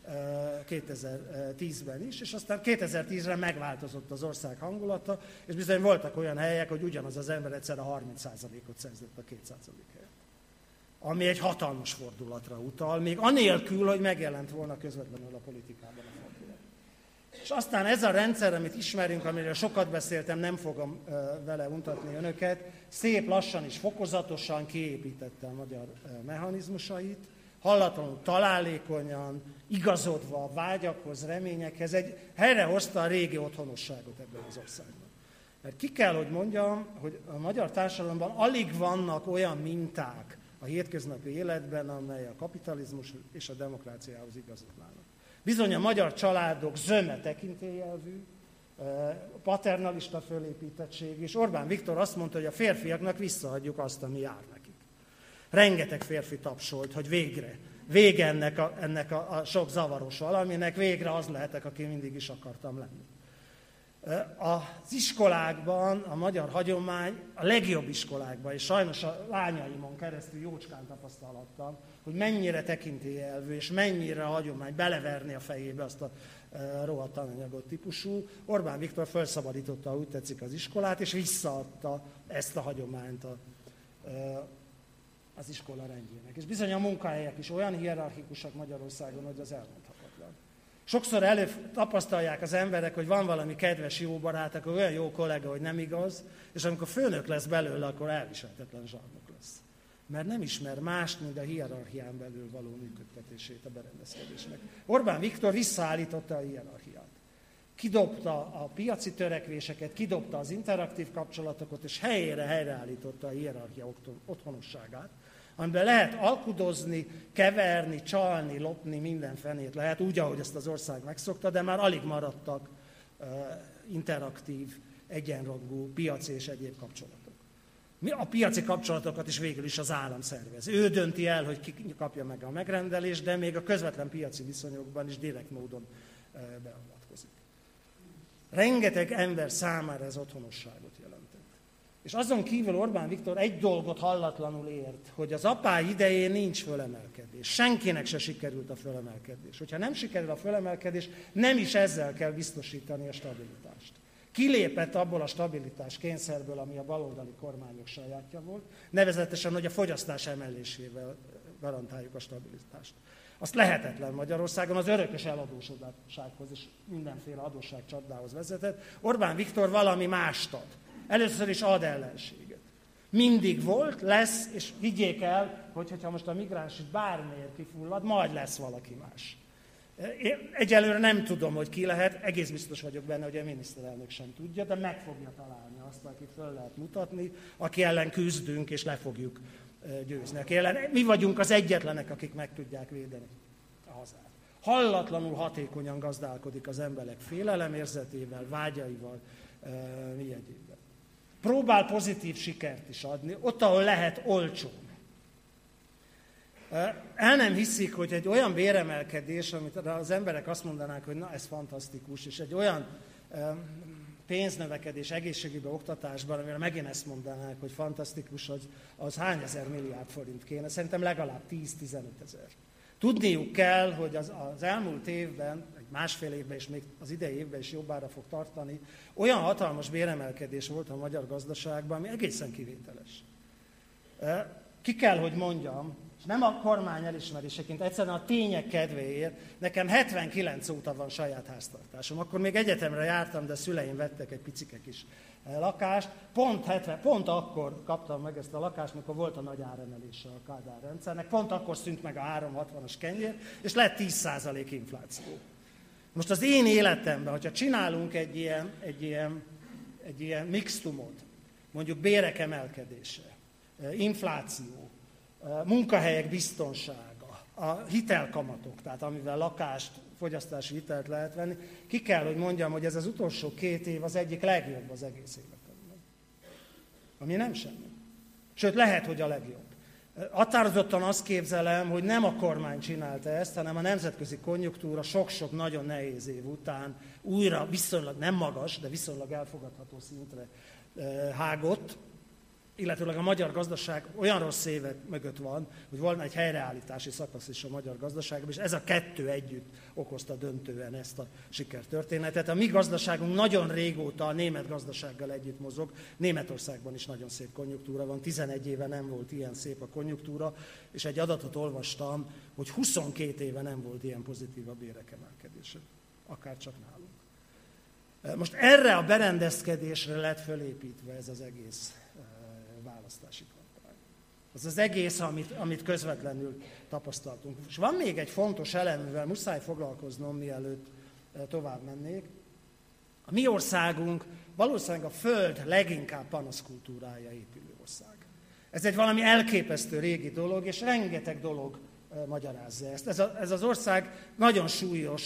2010-ben is, és aztán 2010-re megváltozott az ország hangulata, és bizony voltak olyan helyek, hogy ugyanaz az ember egyszerre 30%-ot szerzett a 2% helyett. Ami egy hatalmas fordulatra utal, még anélkül, hogy megjelent volna közvetlenül a politikában a fordulat. És aztán ez a rendszer, amit ismerünk, amiről sokat beszéltem, nem fogom vele untatni önöket, szép lassan és fokozatosan kiépítette a magyar mechanizmusait, hallatlanul találékonyan, igazodva a vágyakhoz, reményekhez, helyrehozta a régi otthonosságot ebben az országban. Mert ki kell, hogy mondjam, hogy a magyar társadalomban alig vannak olyan minták a hétköznapi életben, amely a kapitalizmus és a demokráciához igazodnának. Bizony a magyar családok zöme tekintélyelvű, paternalista fölépítettség, és Orbán Viktor azt mondta, hogy a férfiaknak visszaadjuk azt, ami jár nekik. Rengeteg férfi tapsolt, hogy vége ennek a sok zavaros valaminek, végre az lehetek, aki mindig is akartam lenni. Az iskolákban a magyar hagyomány, a legjobb iskolákban, és sajnos a lányaimon keresztül jócskán tapasztalattam, hogy mennyire tekintélyelvű, és mennyire a hagyomány beleverni a fejébe azt a rohadt tananyagot típusú. Orbán Viktor felszabadította, ha úgy tetszik, az iskolát, és visszaadta ezt a hagyományt az iskola rendjének. És bizony a munkahelyek is olyan hierarchikusak Magyarországon, hogy az elmondhatatlan. Sokszor tapasztalják az emberek, hogy van valami kedves, jó barát, akkor olyan jó kollega, hogy nem igaz, és amikor főnök lesz belőle, akkor elviselhetetlen zsarnok lesz. Mert nem ismer mást, mint a hierarchián belül való működtetését a berendezkedésnek. Orbán Viktor visszaállította a hierarchiát. Kidobta a piaci törekvéseket, kidobta az interaktív kapcsolatokat, és helyreállította a hierarchia otthonosságát, amiben lehet alkudozni, keverni, csalni, lopni, minden fenét lehet, úgy, ahogy ezt az ország megszokta, de már alig maradtak interaktív, egyenrangú piaci és egyéb kapcsolatok. A piaci kapcsolatokat is végül is az állam szervez. Ő dönti el, hogy ki kapja meg a megrendelést, de még a közvetlen piaci viszonyokban is direkt módon beavatkozik. Rengeteg ember számára ez otthonosságot jelentett. És azon kívül Orbán Viktor egy dolgot hallatlanul ért, hogy az apály idején nincs fölemelkedés. Senkinek se sikerült a fölemelkedés. Hogyha nem sikerül a fölemelkedés, nem is ezzel kell biztosítani a stabilitást. Kilépett abból a stabilitás kényszerből, ami a baloldali kormányok sajátja volt, nevezetesen, hogy a fogyasztás emelésével garantáljuk a stabilitást. Azt lehetetlen Magyarországon, az örökös eladósodássághoz és mindenféle adósságcsapdához vezetett. Orbán Viktor valami mást ad. Először is ad ellenséget. Mindig volt, lesz, és higgyék el, hogy ha most a migráns itt bármiért kifullad, majd lesz valaki más. Én egyelőre nem tudom, hogy ki lehet, egész biztos vagyok benne, hogy a miniszterelnök sem tudja, de meg fogja találni azt, akit föl lehet mutatni, aki ellen küzdünk, és le fogjuk győzni. Mi vagyunk az egyetlenek, akik meg tudják védeni a hazát. Hallatlanul hatékonyan gazdálkodik az emberek félelemérzetével, vágyaival, mi egyébben. Próbál pozitív sikert is adni, ott, ahol lehet, olcsón. El nem hiszik, hogy egy olyan béremelkedés, amit az emberek azt mondanák, hogy na, ez fantasztikus, és egy olyan pénznövekedés egészségügyben, oktatásban, amire megint ezt mondanák, hogy fantasztikus, az hány ezer milliárd forint kéne? Szerintem legalább 10-15 ezer. Tudniuk kell, hogy az elmúlt évben, egy másfél évben és még az idei évben is jobbára fog tartani, olyan hatalmas béremelkedés volt a magyar gazdaságban, ami egészen kivételes. Ki kell, hogy mondjam, és nem a kormány elismeréseként, egyszerűen a tények kedvéért, nekem 79 óta van saját háztartásom. Akkor még egyetemre jártam, de a szüleim vettek egy picike kis lakást. Pont akkor kaptam meg ezt a lakást, mikor volt a nagy áremelése a Kádár rendszernek. Pont akkor szűnt meg a 3,60-as kenyér, és lett 10% infláció. Most az én életemben, hogyha csinálunk egy ilyen mixtumot, mondjuk bérek emelkedése, infláció, munkahelyek biztonsága, a hitelkamatok, tehát amivel lakást, fogyasztási hitelt lehet venni, ki kell, hogy mondjam, hogy ez az utolsó 2 év az egyik legjobb az egész életemben. Ami nem semmi. Sőt, lehet, hogy a legjobb. Határozottan azt képzelem, hogy nem a kormány csinálta ezt, hanem a nemzetközi konjunktúra sok-sok nagyon nehéz év után újra viszonylag nem magas, de viszonylag elfogadható szintre hágott, illetőleg a magyar gazdaság olyan rossz évek mögött van, hogy volna egy helyreállítási szakasz is a magyar gazdaságban, és ez a kettő együtt okozta döntően ezt a sikertörténetet. A mi gazdaságunk nagyon régóta a német gazdasággal együtt mozog. Németországban is nagyon szép konjunktúra van, 11 éve nem volt ilyen szép a konjunktúra, és egy adatot olvastam, hogy 22 éve nem volt ilyen pozitív a bérek emelkedése, akár csak nálunk. Most erre a berendezkedésre lett fölépítve ez az egész választási kampány. Az az egész, amit közvetlenül tapasztaltunk. És van még egy fontos elem, mivel muszáj foglalkoznom, mielőtt tovább mennék. A mi országunk valószínűleg a Föld leginkább panaszkultúrája épülő ország. Ez egy valami elképesztő régi dolog, és rengeteg dolog magyarázza ezt. Ez az ország nagyon súlyos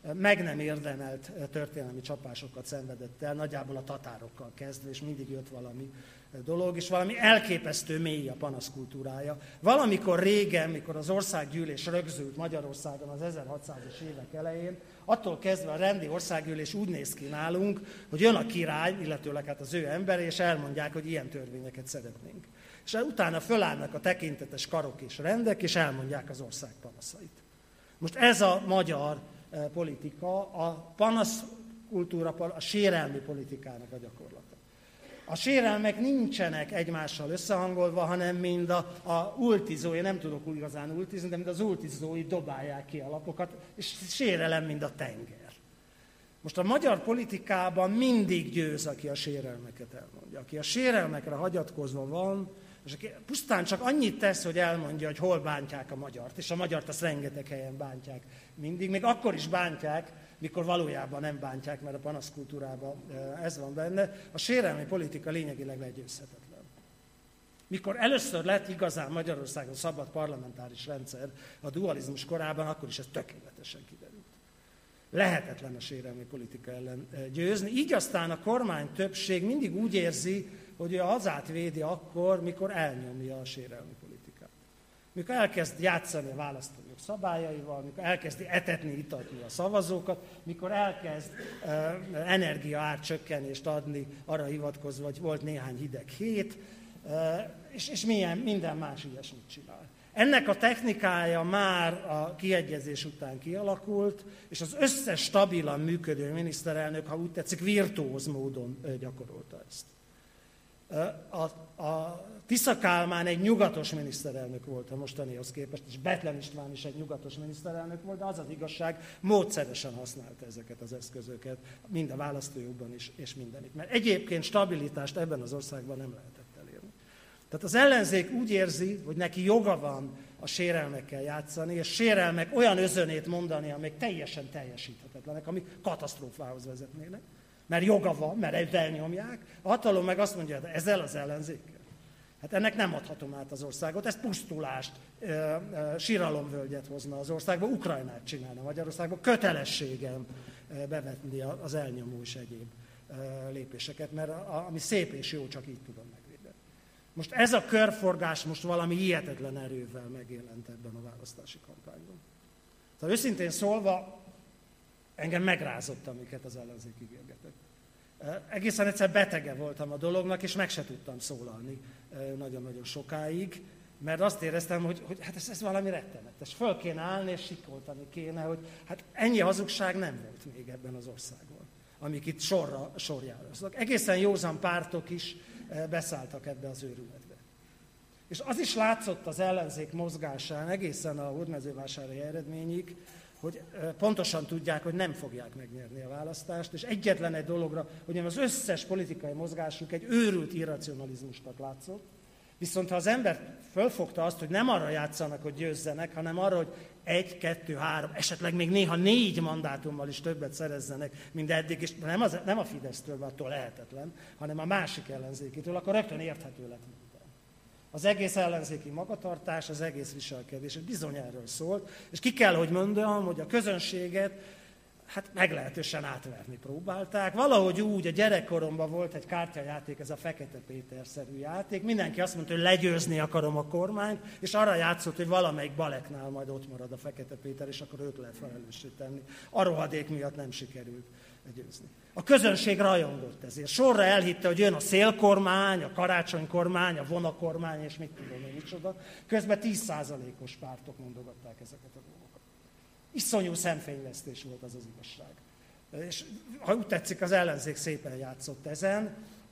meg nem érdemelt történelmi csapásokat szenvedett el, nagyjából a tatárokkal kezdve, és mindig jött valami dolog, és valami elképesztő mély a panaszkultúrája. Valamikor régen, mikor az országgyűlés rögzült Magyarországon az 1600-as évek elején, attól kezdve a rendi országgyűlés úgy néz ki nálunk, hogy jön a király, illetőleg hát az ő embere, és elmondják, hogy ilyen törvényeket szeretnénk. És utána fölállnak a tekintetes karok és rendek, és elmondják az ország panaszait. Most ez a magyar politika, a panaszkultúra, a sérelmi politikának a gyakorlata. A sérelmek nincsenek egymással összehangolva, hanem mind a ultizói, nem tudok igazán ultizni, de mind az ultizói dobálják ki a lapokat, és sérelem, mind a tenger. Most a magyar politikában mindig győz, aki a sérelmeket elmondja. Aki a sérelmekre hagyatkozva van, és aki pusztán csak annyit tesz, hogy elmondja, hogy hol bántják a magyart, és a magyart azt rengeteg helyen bántják mindig, még akkor is bántják, mikor valójában nem bántják, mert a panaszkultúrában ez van benne. A sérelmi politika lényegileg legyőzhetetlen. Mikor először lett igazán Magyarországon szabad parlamentáris rendszer a dualizmus korában, akkor is ez tökéletesen kiderült. Lehetetlen a sérelmi politika ellen győzni. Így aztán a kormány többség mindig úgy érzi, hogy ő a hazát védi akkor, mikor elnyomja a sérelmi politikát. Mikor elkezd játszani a választójog szabályaival, mikor elkezdi etetni, itatni a szavazókat, mikor elkezd energiaárcsökkenést adni, arra hivatkozva, hogy volt néhány hideg hét, és minden más ilyesmit csinál. Ennek a technikája már a kiegyezés után kialakult, és az összes stabilan működő miniszterelnök, ha úgy tetszik, virtuóz módon gyakorolta ezt. A Tisza Kálmán egy nyugatos miniszterelnök volt a mostanihoz képest, és Bethlen István is egy nyugatos miniszterelnök volt, de az az igazság, módszeresen használta ezeket az eszközöket, mind a választójogban is, és mindenütt. Mert egyébként stabilitást ebben az országban nem lehetett elérni. Tehát az ellenzék úgy érzi, hogy neki joga van a sérelmekkel játszani, és sérelmek olyan özönét mondani, amik teljesen teljesíthetetlenek, amik katasztrófához vezetnének. Mert joga van, mert elnyomják. A hatalom meg azt mondja, hogy ezzel az ellenzékkel. Hát ennek nem adhatom át az országot, ez pusztulást, síralomvölgyet hozna az országba, Ukrajnát csinálna Magyarországba, kötelességem bevetni az elnyomó és egyéb lépéseket, mert ami szép és jó, csak így tudom megvédeni. Most ez a körforgás most valami hihetetlen erővel megjelent ebben a választási kampányban. Tehát őszintén szólva, engem megrázott, amiket az ellenzék ígérgetett. Egészen egyszer betege voltam a dolognak, és meg se tudtam szólalni nagyon-nagyon sokáig, mert azt éreztem, hogy hát ez valami rettenetes. Föl kéne állni, és sikoltani kéne, hogy hát ennyi hazugság nem volt még ebben az országban, amik itt sorjára. Egészen józan pártok is beszálltak ebbe az őrületbe. És az is látszott az ellenzék mozgásán egészen a hódmezővásárhelyi eredményig, hogy pontosan tudják, hogy nem fogják megnyerni a választást, és egyetlen egy dologra, hogy az összes politikai mozgásuk egy őrült irracionalizmusnak látszott, viszont ha az ember fölfogta azt, hogy nem arra játszanak, hogy győzzenek, hanem arra, hogy 1, 2, 3, esetleg még néha 4 mandátummal is többet szerezzenek, mint eddig, és nem a Fidesztől, mert attól lehetetlen, hanem a másik ellenzékitől, akkor rögtön érthető lett minden. Az egész ellenzéki magatartás, az egész viselkedés bizony erről szólt, és ki kell, hogy mondjam, hogy a közönséget hát meglehetősen átverni próbálták. Valahogy úgy, a gyerekkoromban volt egy kártyajáték, ez a Fekete Péter-szerű játék, mindenki azt mondta, hogy legyőzni akarom a kormányt, és arra játszott, hogy valamelyik baleknál majd ott marad a Fekete Péter, és akkor őt lehet felelőssé tenni. A rohadék miatt nem sikerült győzni. A közönség rajongott ezért. Sorra elhitte, hogy jön a szélkormány, a karácsonykormány, a vonakormány, és mit tudom én micsoda. Közben 10%-os pártok mondogatták ezeket a dolgokat. Iszonyú szemfényvesztés volt az az igazság. És ha úgy tetszik, az ellenzék szépen játszott ezen.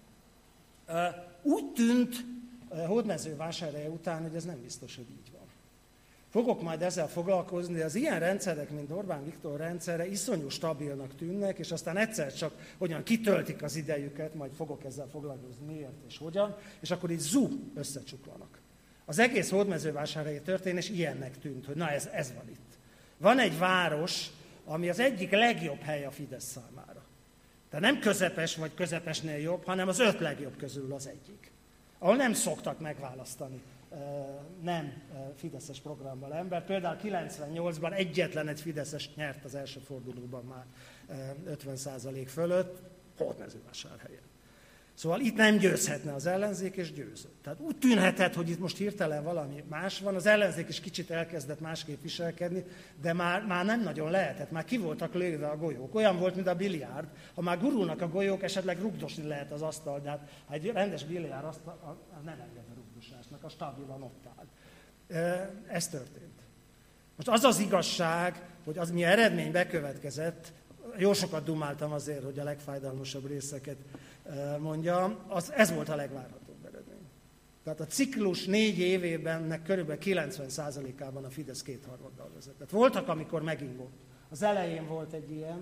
Úgy tűnt Hódmezővásárhelye után, hogy ez nem biztos, hogy így van. Fogok majd ezzel foglalkozni, de az ilyen rendszerek, mint Orbán Viktor rendszere, iszonyú stabilnak tűnnek, és aztán egyszer csak hogyan kitöltik az idejüket, majd fogok ezzel foglalkozni, miért és hogyan, és akkor így összecsuklanak. Az egész hódmezővásárhelyi történés ilyennek tűnt, hogy na ez van itt. Van egy város, ami az egyik legjobb hely a Fidesz számára. Tehát nem közepes vagy közepesnél jobb, hanem az 5 legjobb közül az egyik. Ahol nem szoktak megválasztani nem fideszes programmal ember. Például 98-ban egyetlen egy fideszes nyert az első fordulóban már 50% fölött, Hódmezővásárhelyen. Szóval itt nem győzhetne az ellenzék, és győzött. Tehát úgy tűnhetett, hogy itt most hirtelen valami más van, az ellenzék is kicsit elkezdett másképp viselkedni, de már nem nagyon lehetett, már ki voltak lőve a golyók. Olyan volt, mint a biliárd. Ha már gurulnak a golyók, esetleg rugdosni lehet az asztal, de hát egy rendes biliárd asztal nem enged a rugdosásnak, a stabilan ott áll. Ez történt. Most az az igazság, hogy az mi eredmény bekövetkezett, jó sokat dumáltam azért, hogy a legfájdalmasabb részeket mondjam, ez volt a legvárhatóbb eredmény. Tehát a ciklus 4 évében körülbelül 90%-ában a Fidesz 2/3-dal vezetett. Voltak, amikor megingott. Az elején volt egy ilyen,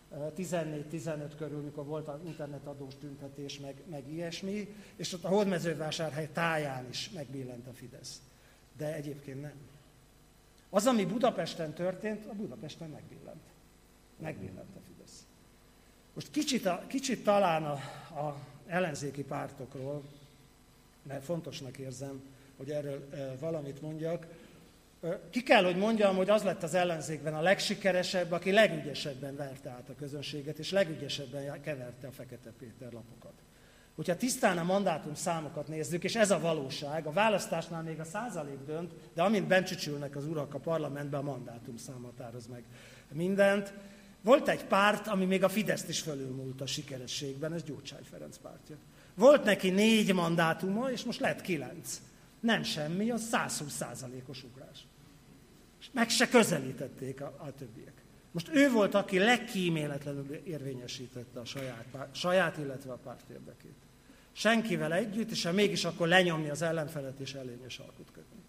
14-15 körül, mikor volt az internetadós tüntetés, meg ilyesmi, és ott a Hódmezővásárhely táján is megbillent a Fidesz. De egyébként nem. Az, ami Budapesten történt, a Budapesten megbillent. Megbillent a Fidesz. Most kicsit talán a ellenzéki pártokról, mert fontosnak érzem, hogy erről valamit mondjak. Ki kell, hogy mondjam, hogy az lett az ellenzékben a legsikeresebb, aki legügyesebben verte át a közönséget, és legügyesebben keverte a Fekete Péter lapokat. Hogyha tisztán a mandátum számokat nézzük, és ez a valóság, a választásnál még a százalék dönt, de amint bencsücsülnek az urak a parlamentbe, a mandátum szám határoz meg mindent. Volt egy párt, ami még a Fideszt is fölülmúlt a sikerességben, ez Gyurcsány Ferenc pártja. Volt neki 4 mandátuma, és most lett 9. Nem semmi, az 120%-os ugrás. És meg se közelítették a többiek. Most ő volt, aki legkíméletlenül érvényesítette a saját, illetve a párt érdekét. Senkivel együtt, és ha mégis akkor lenyomni az ellenfelet és előnyös alkut kötni.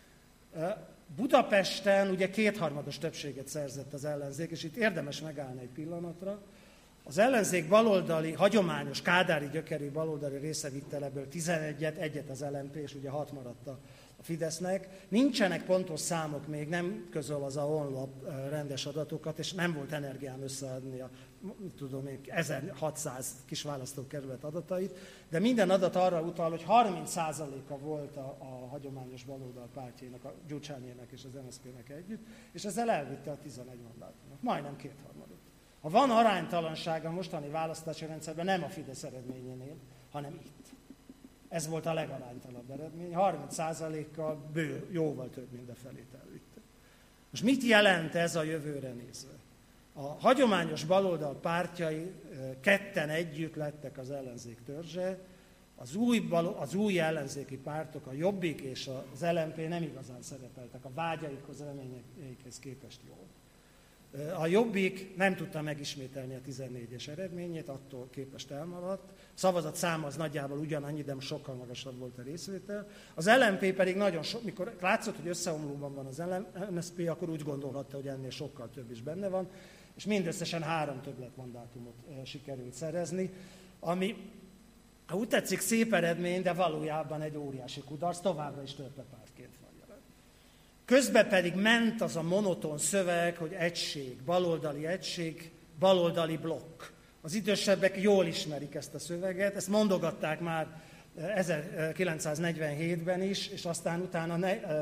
Budapesten ugye 2/3-os többséget szerzett az ellenzék, és itt érdemes megállni egy pillanatra. Az ellenzék baloldali, hagyományos, kádári gyökerű baloldali része vitt el ebből 11-et, egyet az LMP, és ugye 6 maradt a Fidesznek. Nincsenek pontos számok még, nem közöl az a honlap rendes adatokat, és nem volt energiám összeadni a 1600 kis választókerület adatait, de minden adat arra utal, hogy 30%-a volt a hagyományos baloldal pártjainak, a Gyurcsányének és az MSZP-nek együtt, és ezzel elvitte a 11 mandátumot. Majdnem 2/3. Ha van aránytalanság a mostani választási rendszerben, nem a Fidesz eredményénél, hanem itt. Ez volt a legaránytalanabb eredmény, 30%-kal jóval több mindenfelét elvitte. Most mit jelent ez a jövőre nézve? A hagyományos baloldal pártjai ketten együtt lettek az ellenzék törzse, az új ellenzéki pártok, a Jobbik és az LMP nem igazán szerepeltek a vágyaikhoz, reményeikhez képest jól. A Jobbik nem tudta megismételni a 14-es eredményét, attól képest elmaradt. Szavazat száma az nagyjából ugyanannyi, de sokkal magasabb volt a részvétel. Az LMP pedig nagyon sok, mikor látszott, hogy összeomlóban van az MSZP, akkor úgy gondolhatta, hogy ennél sokkal több is benne van, és mindösszesen 3 többletmandátumot sikerült szerezni, ami, ha úgy tetszik, szép eredmény, de valójában egy óriási kudarc, továbbra is törpepártként van jelen. Közben pedig ment az a monoton szöveg, hogy egység, baloldali blokk. Az idősebbek jól ismerik ezt a szöveget, ezt mondogatták már 1947-ben is, és aztán utána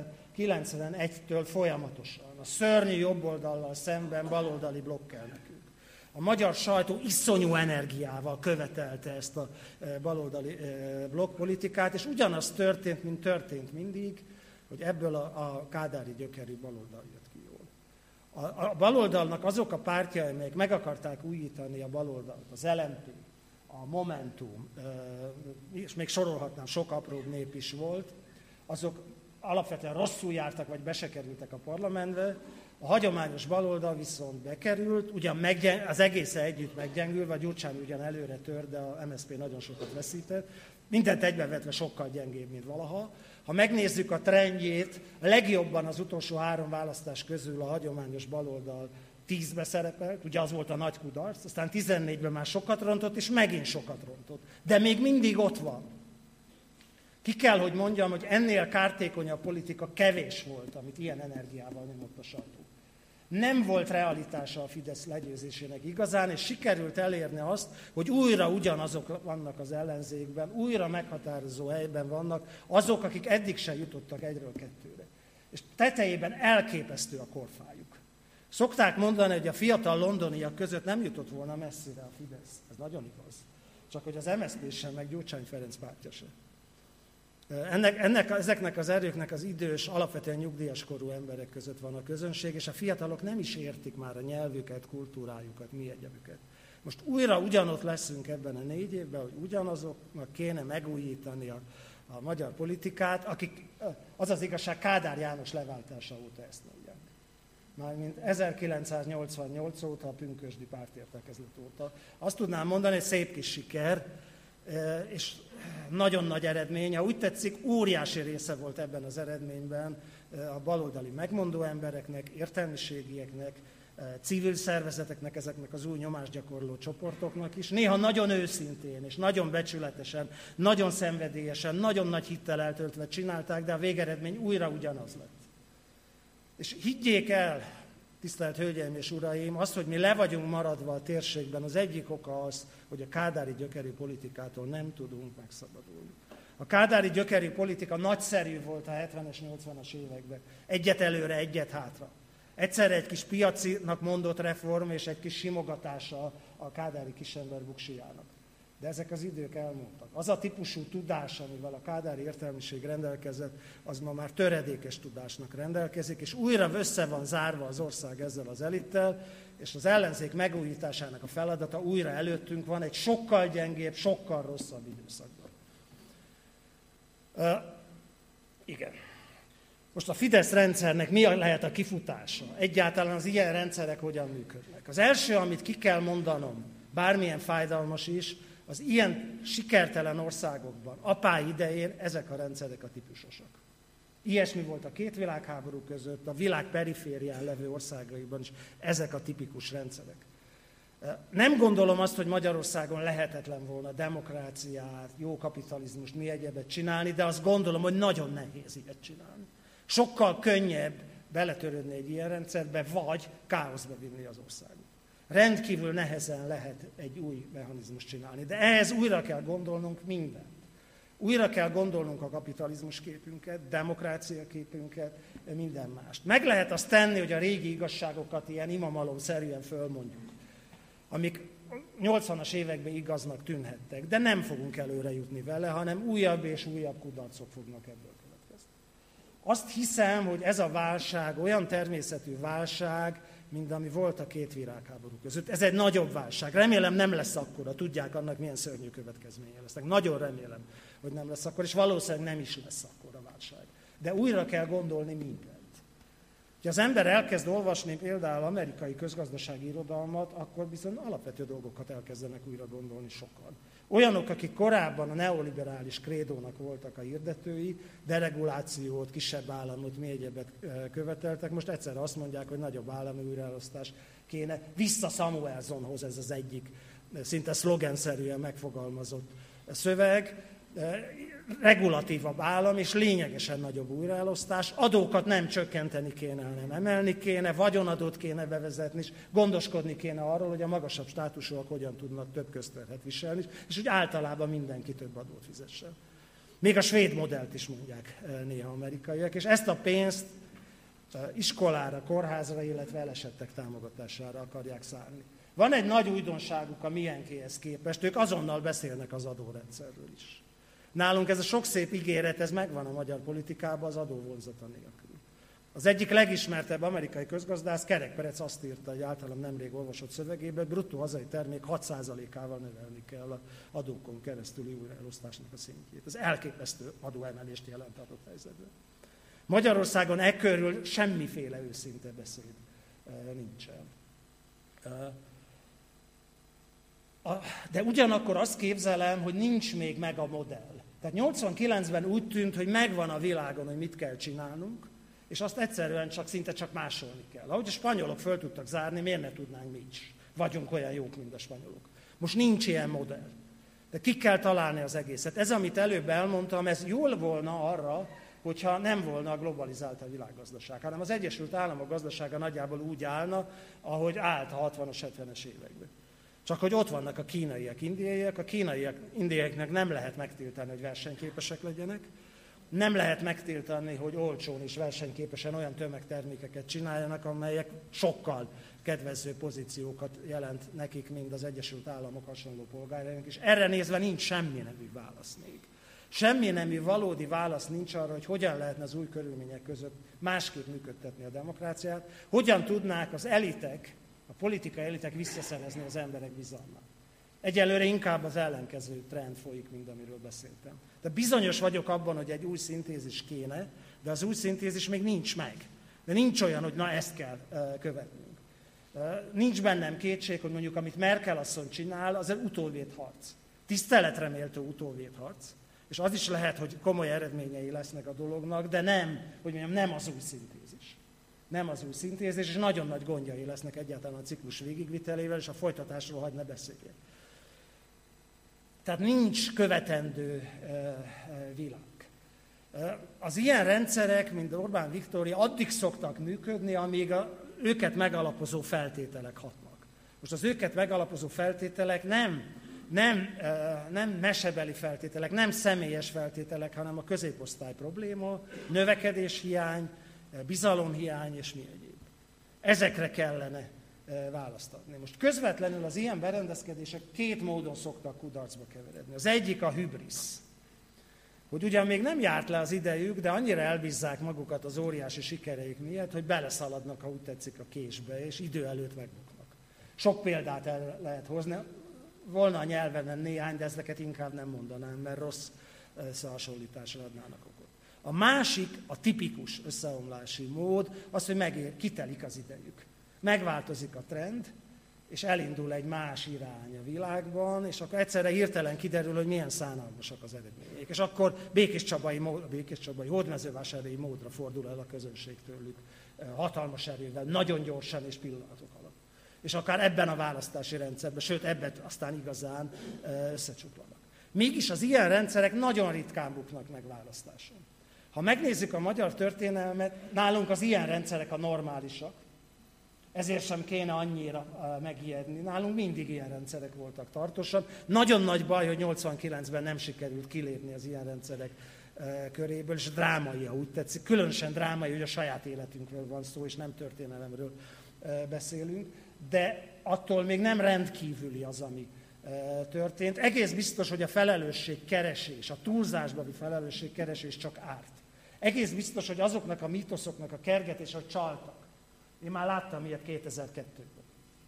91-től folyamatosan. A szörnyű jobboldallal szemben baloldali blokk kell nekünk. A magyar sajtó iszonyú energiával követelte ezt a baloldali blokkpolitikát, és ugyanaz történt, mint történt mindig, hogy ebből a kádári gyökerű baloldal jött ki jól. A baloldalnak azok a pártjai, amelyek meg akarták újítani a baloldalt, az LMP, a Momentum, és még sorolhatnám, sok apróbb nép is volt, azok alapvetően rosszul jártak, vagy be se kerültek a parlamentbe. A hagyományos baloldal viszont bekerült, ugyan az egészen együtt meggyengülve, a Gyurcsány ugyan előre tört, de a MSZP nagyon sokat veszített. Mindent egybevetve sokkal gyengébb, mint valaha. Ha megnézzük a trendjét, a legjobban az utolsó 3 választás közül a hagyományos baloldal 10-be szerepelt, ugye az volt a nagy kudarc, aztán 14-ben már sokat rontott, és megint sokat rontott. De még mindig ott van. Ki kell, hogy mondjam, hogy ennél kártékonyabb politika kevés volt, amit ilyen energiával nyomott a sajtó. Nem volt realitása a Fidesz legyőzésének igazán, és sikerült elérni azt, hogy újra ugyanazok vannak az ellenzékben, újra meghatározó helyben vannak azok, akik eddig se jutottak 1-2-re. És tetejében elképesztő a korfájuk. Szokták mondani, hogy a fiatal londoniak között nem jutott volna messzire a Fidesz. Ez nagyon igaz. Csak hogy az MSZP sem, meg Gyurcsány Ferenc pártja sem. Ezeknek az erőknek az idős, alapvetően nyugdíjas korú emberek között van a közönség, és a fiatalok nem is értik már a nyelvüket, kultúrájukat, mi egyebüket. Most újra ugyanott leszünk ebben a 4 évben, hogy ugyanazoknak kéne megújítani a magyar politikát, akik, az az igazság, Kádár János leváltása óta ezt mondják. Mármint 1988 óta, a pünkösdi pártértekezlet óta. Azt tudnám mondani, hogy szép kis siker, és nagyon nagy eredmény. Ha úgy tetszik, óriási része volt ebben az eredményben a baloldali megmondó embereknek, értelmiségieknek, civil szervezeteknek, ezeknek az új nyomásgyakorló csoportoknak is. Néha nagyon őszintén és nagyon becsületesen, nagyon szenvedélyesen, nagyon nagy hittel eltöltve csinálták, de a végeredmény újra ugyanaz lett. És higgyék el, tisztelt Hölgyeim és Uraim, azt, hogy mi le vagyunk maradva a térségben, az egyik oka az, hogy a kádári gyökerű politikától nem tudunk megszabadulni. A kádári gyökerű politika nagyszerű volt a 70-es, 80-as években. Egyet előre, egyet hátra. Egyszerre egy kis piacinak mondott reform és egy kis simogatása a kádári kisember buksijának. De ezek az idők elmúltak. Az a típusú tudás, amivel a kádári értelmiség rendelkezett, az ma már töredékes tudásnak rendelkezik, és újra össze van zárva az ország ezzel az elittel, és az ellenzék megújításának a feladata újra előttünk van egy sokkal gyengébb, sokkal rosszabb időszakban. Igen. Most a Fidesz rendszernek mi lehet a kifutása? Egyáltalán az ilyen rendszerek hogyan működnek? Az első, amit ki kell mondanom, bármilyen fájdalmas is, az ilyen sikertelen országokban, apály idején ezek a rendszerek a típusosak. Ilyesmi volt a 2 világháború között, a világ periférián levő országaiban is ezek a tipikus rendszerek. Nem gondolom azt, hogy Magyarországon lehetetlen volna demokráciát, jó kapitalizmust, mi egyebet csinálni, de azt gondolom, hogy nagyon nehéz ilyet csinálni. Sokkal könnyebb beletörődni egy ilyen rendszerbe, vagy káoszba vinni az országot. Rendkívül nehezen lehet egy új mechanizmust csinálni, de ehhez újra kell gondolnunk mindent. Újra kell gondolnunk a kapitalizmus képünket, demokrácia képünket, minden mást. Meg lehet azt tenni, hogy a régi igazságokat ilyen imamalomszerűen fölmondjuk, amik 80-as években igaznak tűnhettek, de nem fogunk előre jutni vele, hanem újabb és újabb kudarcok fognak ebből következni. Azt hiszem, hogy ez a válság olyan természetű válság, mint ami volt a 2 világháború között. Ez egy nagyobb válság. Remélem nem lesz akkora, tudják annak milyen szörnyű következménye lesznek. Nagyon remélem, hogy nem lesz akkor, és valószínűleg nem is lesz akkora válság. De újra kell gondolni mindent. Ha az ember elkezd olvasni például amerikai közgazdasági irodalmat, akkor bizony alapvető dolgokat elkezdenek újra gondolni sokan. Olyanok, akik korábban a neoliberális krédónak voltak a hirdetői, deregulációt, kisebb államot, mi egyebet követeltek, most egyszerre azt mondják, hogy nagyobb állami újraelosztás kéne. Vissza Samuelsonhoz, ez az egyik szinte szlogenszerűen megfogalmazott szöveg. Regulatívabb állam és lényegesen nagyobb újraelosztás, adókat nem csökkenteni kéne, hanem emelni kéne, vagyonadót kéne bevezetni, és gondoskodni kéne arról, hogy a magasabb státusúak hogyan tudnak több közterhet viselni, és úgy általában mindenki több adót fizessen. Még a svéd modellt is mondják néha amerikaiak, és ezt a pénzt iskolára, kórházra, illetve elesettek támogatására akarják szánni. Van egy nagy újdonságuk a miénkéhez képest, ők azonnal beszélnek az adórendszerről is. Nálunk ez a sok szép ígéret, ez megvan a magyar politikában az adóvonzata nélkül. Az egyik legismertebb amerikai közgazdász, Kerek Perec azt írta, hogy általam nemrég olvasott szövegében, hogy bruttó hazai termék 6%-ával növelni kell az adókon keresztüli újraelosztásnak a szintjét. Ez elképesztő adóemelést jelent adott helyzetben. Magyarországon ekkörül semmiféle őszinte beszéd nincsen. De ugyanakkor azt képzelem, hogy nincs még meg a modell. Tehát 89-ben úgy tűnt, hogy megvan a világon, hogy mit kell csinálnunk, és azt egyszerűen szinte csak másolni kell. Ahogy a spanyolok föl tudtak zárni, miért ne tudnánk mi is? Vagyunk olyan jók, mint a spanyolok. Most nincs ilyen modell. De ki kell találni az egészet. Ez, amit előbb elmondtam, ez jól volna arra, hogyha nem volna globalizált a világgazdaság, hanem az Egyesült Államok gazdasága nagyjából úgy állna, ahogy állt a 60-as, 70-es években. Csak hogy ott vannak a kínaiak, indiaiak, a kínaiak, indiaiaknak nem lehet megtiltani, hogy versenyképesek legyenek, nem lehet megtiltani, hogy olcsón és versenyképesen olyan tömegtermékeket csináljanak, amelyek sokkal kedvező pozíciókat jelent nekik, mint az Egyesült Államok hasonló polgárainak, és erre nézve nincs semmi nemű válasz még. Semmi nemű valódi válasz nincs arra, hogy hogyan lehetne az új körülmények között másképp működtetni a demokráciát, hogyan tudnák az elitek, a politikai elitek visszaszerezni az emberek bizalmát. Egyelőre inkább az ellenkező trend folyik, mint amiről beszéltem. De bizonyos vagyok abban, hogy egy új szintézis kéne, de az új szintézis még nincs meg. De nincs olyan, hogy na ezt kell követnünk. Nincs bennem kétség, hogy mondjuk amit Merkel asszony csinál, az egy utóvédharc. Tiszteletre méltó utóvédharc. És az is lehet, hogy komoly eredményei lesznek a dolognak, de nem, hogy mondjam, nem az új szintézis. Nem az új szintézis, és nagyon nagy gondjai lesznek egyáltalán a ciklus végigvitelével, és a folytatásról hadd ne beszéljek. Tehát nincs követendő világ. Az ilyen rendszerek, mint Orbán Viktória, addig szoktak működni, amíg őket megalapozó feltételek hatnak. Most az őket megalapozó feltételek nem mesebeli feltételek, nem személyes feltételek, hanem a középosztály probléma, növekedéshiány, bizalomhiány és mi egyéb. Ezekre kellene választ adni. Most közvetlenül az ilyen berendezkedések két módon szoktak kudarcba keveredni. Az egyik a hübrisz. Hogy ugyan még nem járt le az idejük, de annyira elbízzák magukat az óriási sikereik miatt, hogy beleszaladnak, ha úgy tetszik, a késbe, és idő előtt megbuknak. Sok példát el lehet hozni. Volna a nyelven néhány, de ezeket inkább nem mondanám, mert rossz összehasonlításra adnának okot. A másik, a tipikus összeomlási mód, az, hogy kitelik az idejük. Megváltozik a trend, és elindul egy más irány a világban, és akkor egyszerre hirtelen kiderül, hogy milyen szánalmasak az eredmények. És akkor Békés Csabai hódmezővásárhelyi módra fordul el a közönség tőlük hatalmas erővel, nagyon gyorsan és pillanatok alatt. És akár ebben a választási rendszerben, sőt ebben aztán igazán összecsuklanak. Mégis az ilyen rendszerek nagyon ritkán buknak meg választáson. Ha megnézzük a magyar történelmet, nálunk az ilyen rendszerek a normálisak, ezért sem kéne annyira megijedni. Nálunk mindig ilyen rendszerek voltak tartósan. Nagyon nagy baj, hogy 89-ben nem sikerült kilépni az ilyen rendszerek köréből, és drámai, ha úgy tetszik. Különösen drámai, hogy a saját életünkről van szó, és nem történelemről beszélünk, de attól még nem rendkívüli az, ami történt. Egész biztos, hogy a felelősségkeresés, a túlzásbeli felelősségkeresés csak árt. Egész biztos, hogy azoknak a mítoszoknak a kergetés, hogy csaltak. Én már láttam ilyet 2002-ben.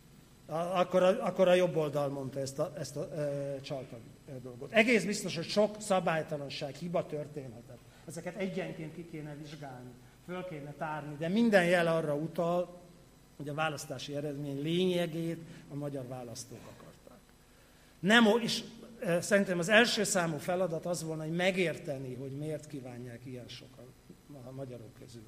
Akkor a jobb oldal mondta ezt a csaltak dolgot. Egész biztos, hogy sok szabálytalanság, hiba történhetett. Ezeket egyenként ki kéne vizsgálni, föl kéne tárni, de minden jel arra utal, hogy a választási eredmény lényegét a magyar választók akarták. És szerintem az első számú feladat az volna, hogy megérteni, hogy miért kívánják ilyen sokan a magyarok közül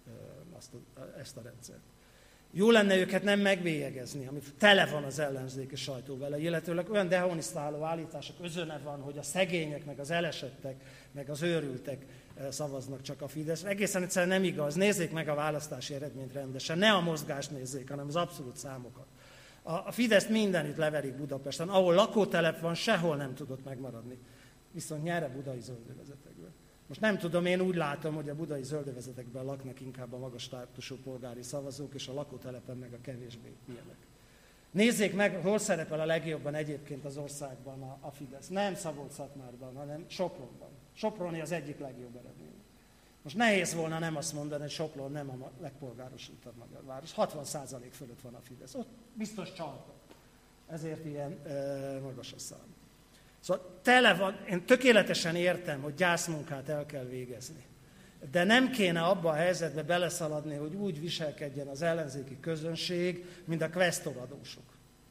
ezt a rendszert. Jó lenne őket nem megbélyegezni, ami tele van az ellenzéki sajtó vele, illetőleg olyan dehonisztáló állítások özöne van, hogy a szegények, meg az elesettek, meg az őrültek szavaznak csak a Fideszre. Egészen egyszerűen nem igaz. Nézzék meg a választási eredményt rendesen. Ne a mozgást nézzék, hanem az abszolút számokat. A Fideszt mindenütt leverik Budapesten. Ahol lakótelep van, sehol nem tudott megmaradni. Viszont nyer a budai zöldövezetekből. Most nem tudom, én úgy látom, hogy a budai zöldövezetekben laknak inkább a magas státusú polgári szavazók, és a lakótelepen meg a kevésbé ilyenek. Nézzék meg, hol szerepel a legjobban egyébként az országban a Fidesz. Nem Szabolcs-Szatmárban, hanem Sopronban. Soproni az egyik legjobb eredmény. Most nehéz volna nem azt mondani, hogy Sopron nem a legpolgárosultabb magyar város. 60% fölött van a Fidesz. Ott biztos csaltak. Ezért ilyen magas a szám. Szóval tele van, én tökéletesen értem, hogy gyászmunkát el kell végezni. De nem kéne abba a helyzetbe beleszaladni, hogy úgy viselkedjen az ellenzéki közönség, mint a kvesztoradósok.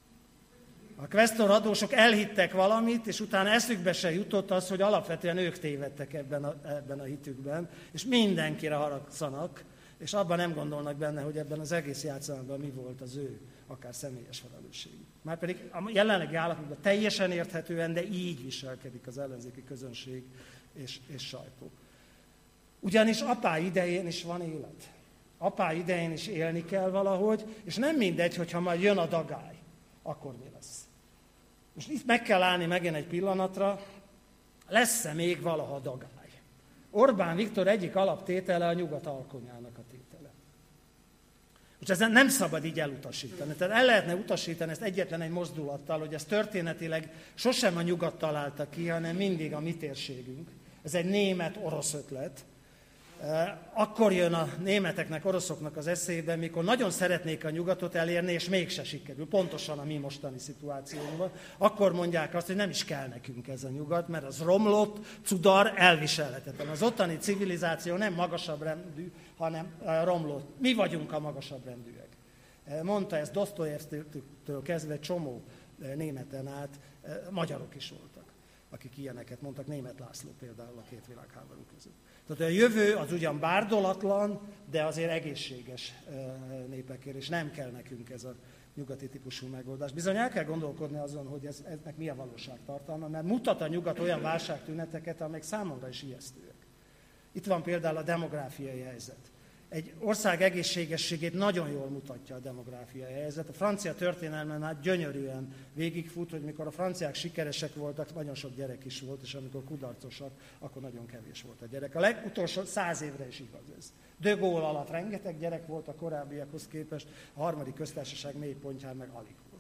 A kvesztoradósok elhittek valamit, és utána eszükbe se jutott az, hogy alapvetően ők tévedtek ebben a hitükben, és mindenkire haragszanak, és abban nem gondolnak benne, hogy ebben az egész játszmában mi volt az ő akár személyes felelősségük. Márpedig a jelenlegi állapotban teljesen érthetően, de így viselkedik az ellenzéki közönség és sajtó. Ugyanis apá idején is van élet. Apá idején is élni kell valahogy, és nem mindegy, hogyha majd jön a dagály, akkor mi lesz. Most itt meg kell állni megint egy pillanatra, lesz-e még valaha dagály? Orbán Viktor egyik alaptétele a nyugat alkonyának a tétele. Most ezen nem szabad így elutasítani. Tehát el lehetne utasítani ezt egyetlen egy mozdulattal, hogy ez történetileg sosem a nyugat találta ki, hanem mindig a mi térségünk. Ez egy német-orosz ötlet. Akkor jön a németeknek, oroszoknak az eszébe, mikor nagyon szeretnék a nyugatot elérni, és mégse sikerül. Pontosan a mi mostani szituációnkban. Akkor mondják azt, hogy nem is kell nekünk ez a nyugat, mert az romlott, cudar, elviselhetetlen. Az ottani civilizáció nem magasabb rendű, hanem romlott. Mi vagyunk a magasabb rendűek. Mondta ezt Dosztojevszkijtől kezdve csomó németen át, magyarok is voltak, akik ilyeneket mondtak, Németh László például a két világháború között. Tehát a jövő az ugyan bárdolatlan, de azért egészséges népekért, és nem kell nekünk ez a nyugati típusú megoldás. Bizony el kell gondolkodni azon, hogy ennek mi a valóságtartalma, mert mutat a nyugat olyan válságtüneteket, amelyek számomra is ijesztőek. Itt van például a demográfiai helyzet. Egy ország egészségességét nagyon jól mutatja a demográfiai helyzet. A francia történelmen át gyönyörűen végigfut, hogy mikor a franciák sikeresek voltak, nagyon sok gyerek is volt, és amikor kudarcosak, akkor nagyon kevés volt a gyerek. A legutolsó 100 évre is igaz ez. De Gaulle alatt rengeteg gyerek volt a korábbiakhoz képest, a harmadik köztársaság mélypontján meg alig volt.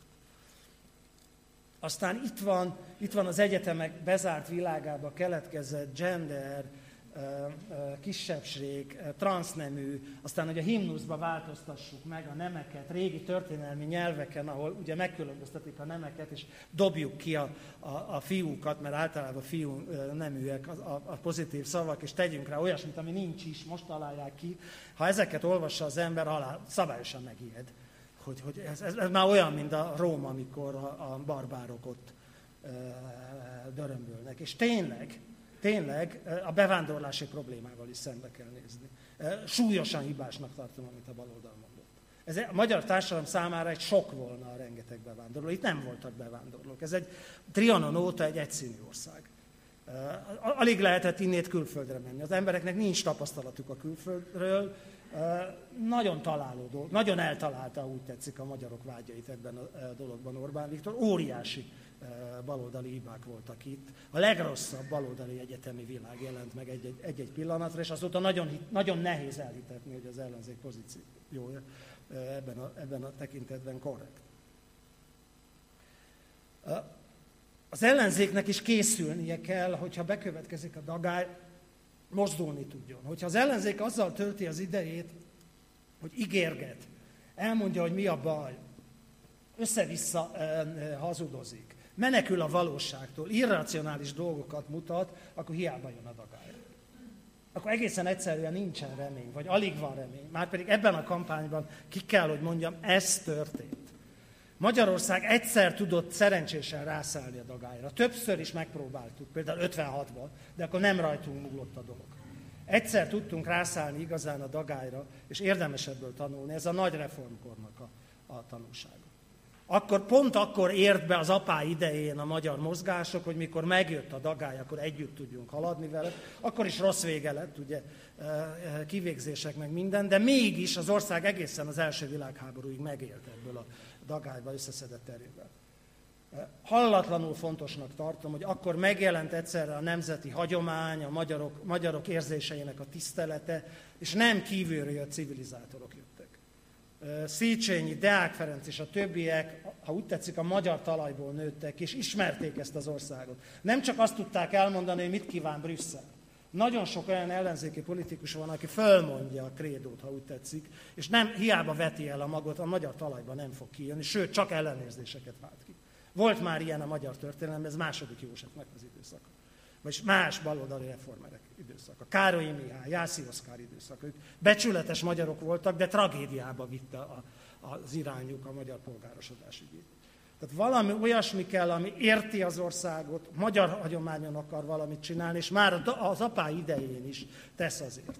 Aztán itt van az egyetemek bezárt világába keletkezett gender, kisebbség, transznemű, aztán, hogy a himnuszba változtassuk meg a nemeket, régi történelmi nyelveken, ahol ugye megkülönböztetik a nemeket, és dobjuk ki a fiúkat, mert általában fiú neműek a pozitív szavak, és tegyünk rá olyasmit, ami nincs is, most találják ki. Ha ezeket olvassa az ember, szabályosan megijed, hogy ez már olyan, mint a Róma, amikor a barbárok ott dörömbölnek. És tényleg a bevándorlási problémával is szembe kell nézni. Súlyosan hibásnak tartom, amit a baloldal mondott. Ez a magyar társadalom számára egy sok volna a rengeteg bevándorló. Itt nem voltak bevándorlók. Ez egy Trianon óta egy egyszínű ország. Alig lehetett innét külföldre menni. Az embereknek nincs tapasztalatuk a külföldről. Nagyon találódó, nagyon eltalálta, úgy tetszik, a magyarok vágyait ebben a dologban Orbán Viktor. Óriási baloldali hibák voltak itt. A legrosszabb baloldali egyetemi világ jelent meg egy-egy pillanatra, és azóta nagyon nehéz elhitetni, hogy az ellenzék pozíciója ebben a tekintetben korrekt. Az ellenzéknek is készülnie kell, hogyha bekövetkezik a dagály, mozdulni tudjon. Hogyha az ellenzék azzal tölti az idejét, hogy ígérget, elmondja, hogy mi a baj, össze-vissza hazudozik, menekül a valóságtól, irracionális dolgokat mutat, akkor hiába jön a dagály. Akkor egészen egyszerűen nincsen remény, vagy alig van remény. Márpedig ebben a kampányban ki kell, hogy mondjam, ez történt. Magyarország egyszer tudott szerencsésen rászállni a dagályra. Többször is megpróbáltuk, például 56-ban, de akkor nem rajtunk múlott a dolog. Egyszer tudtunk rászállni igazán a dagályra, és érdemes ebből tanulni. Ez a nagy reformkornak a tanulsága. Pont akkor ért be az apá idején a magyar mozgások, hogy mikor megjött a dagály, akkor együtt tudjunk haladni vele. Akkor is rossz vége lett, ugye, kivégzések meg minden, de mégis az ország egészen az első világháborúig megélt ebből a dagályba összeszedett erővel. Hallatlanul fontosnak tartom, hogy akkor megjelent egyszerre a nemzeti hagyomány, a magyarok érzéseinek a tisztelete, és nem kívülről jött civilizátorok jöttek. Széchenyi, Deák Ferenc és a többiek, ha úgy tetszik, a magyar talajból nőttek, és ismerték ezt az országot. Nem csak azt tudták elmondani, hogy mit kíván Brüsszel. Nagyon sok olyan ellenzéki politikus van, aki fölmondja a krédót, ha úgy tetszik, és nem hiába veti el a magot, a magyar talajban nem fog kijönni, sőt, csak ellenérzéseket vált ki. Volt már ilyen a magyar történelemben, ez második Józsefnek az időszaka. Vagy más baloldali reformerek időszaka. Károlyi Mihály, Jászi Oszkár időszaka. Ők becsületes magyarok voltak, de tragédiába vitte az irányuk a magyar polgárosodás ügyét. Tehát valami olyasmi kell, ami érti az országot, magyar hagyományon akar valamit csinálni, és már az apá idején is tesz azért.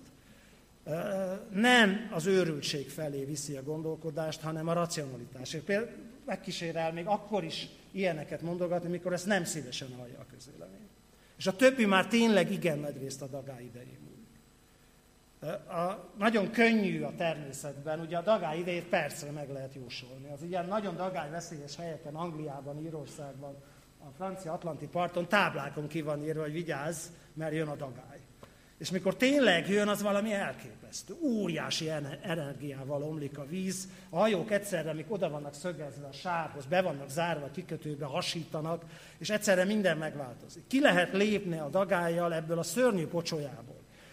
Nem az őrültség felé viszi a gondolkodást, hanem a racionalitásért. Például megkísérel még akkor is ilyeneket mondogatni, mikor ezt nem szívesen hallja a közvélemény. És a többi már tényleg igen nagy részt a dagály idején múlik. Nagyon könnyű a természetben, ugye a dagály idejét percre meg lehet jósolni. Az ilyen nagyon dagályveszélyes helyeken, Angliában, Írországban, a francia atlanti parton táblákon ki van írva, hogy vigyázz, mert jön a dagály. És mikor tényleg jön, az valami elképesztő. Óriási energiával omlik a víz, a hajók egyszerre, amik oda vannak szögezve a sávhoz, be vannak zárva a kikötőbe, hasítanak, és egyszerre minden megváltozik. Ki lehet lépni a dagállyal ebből a szörnyű pocsolyából?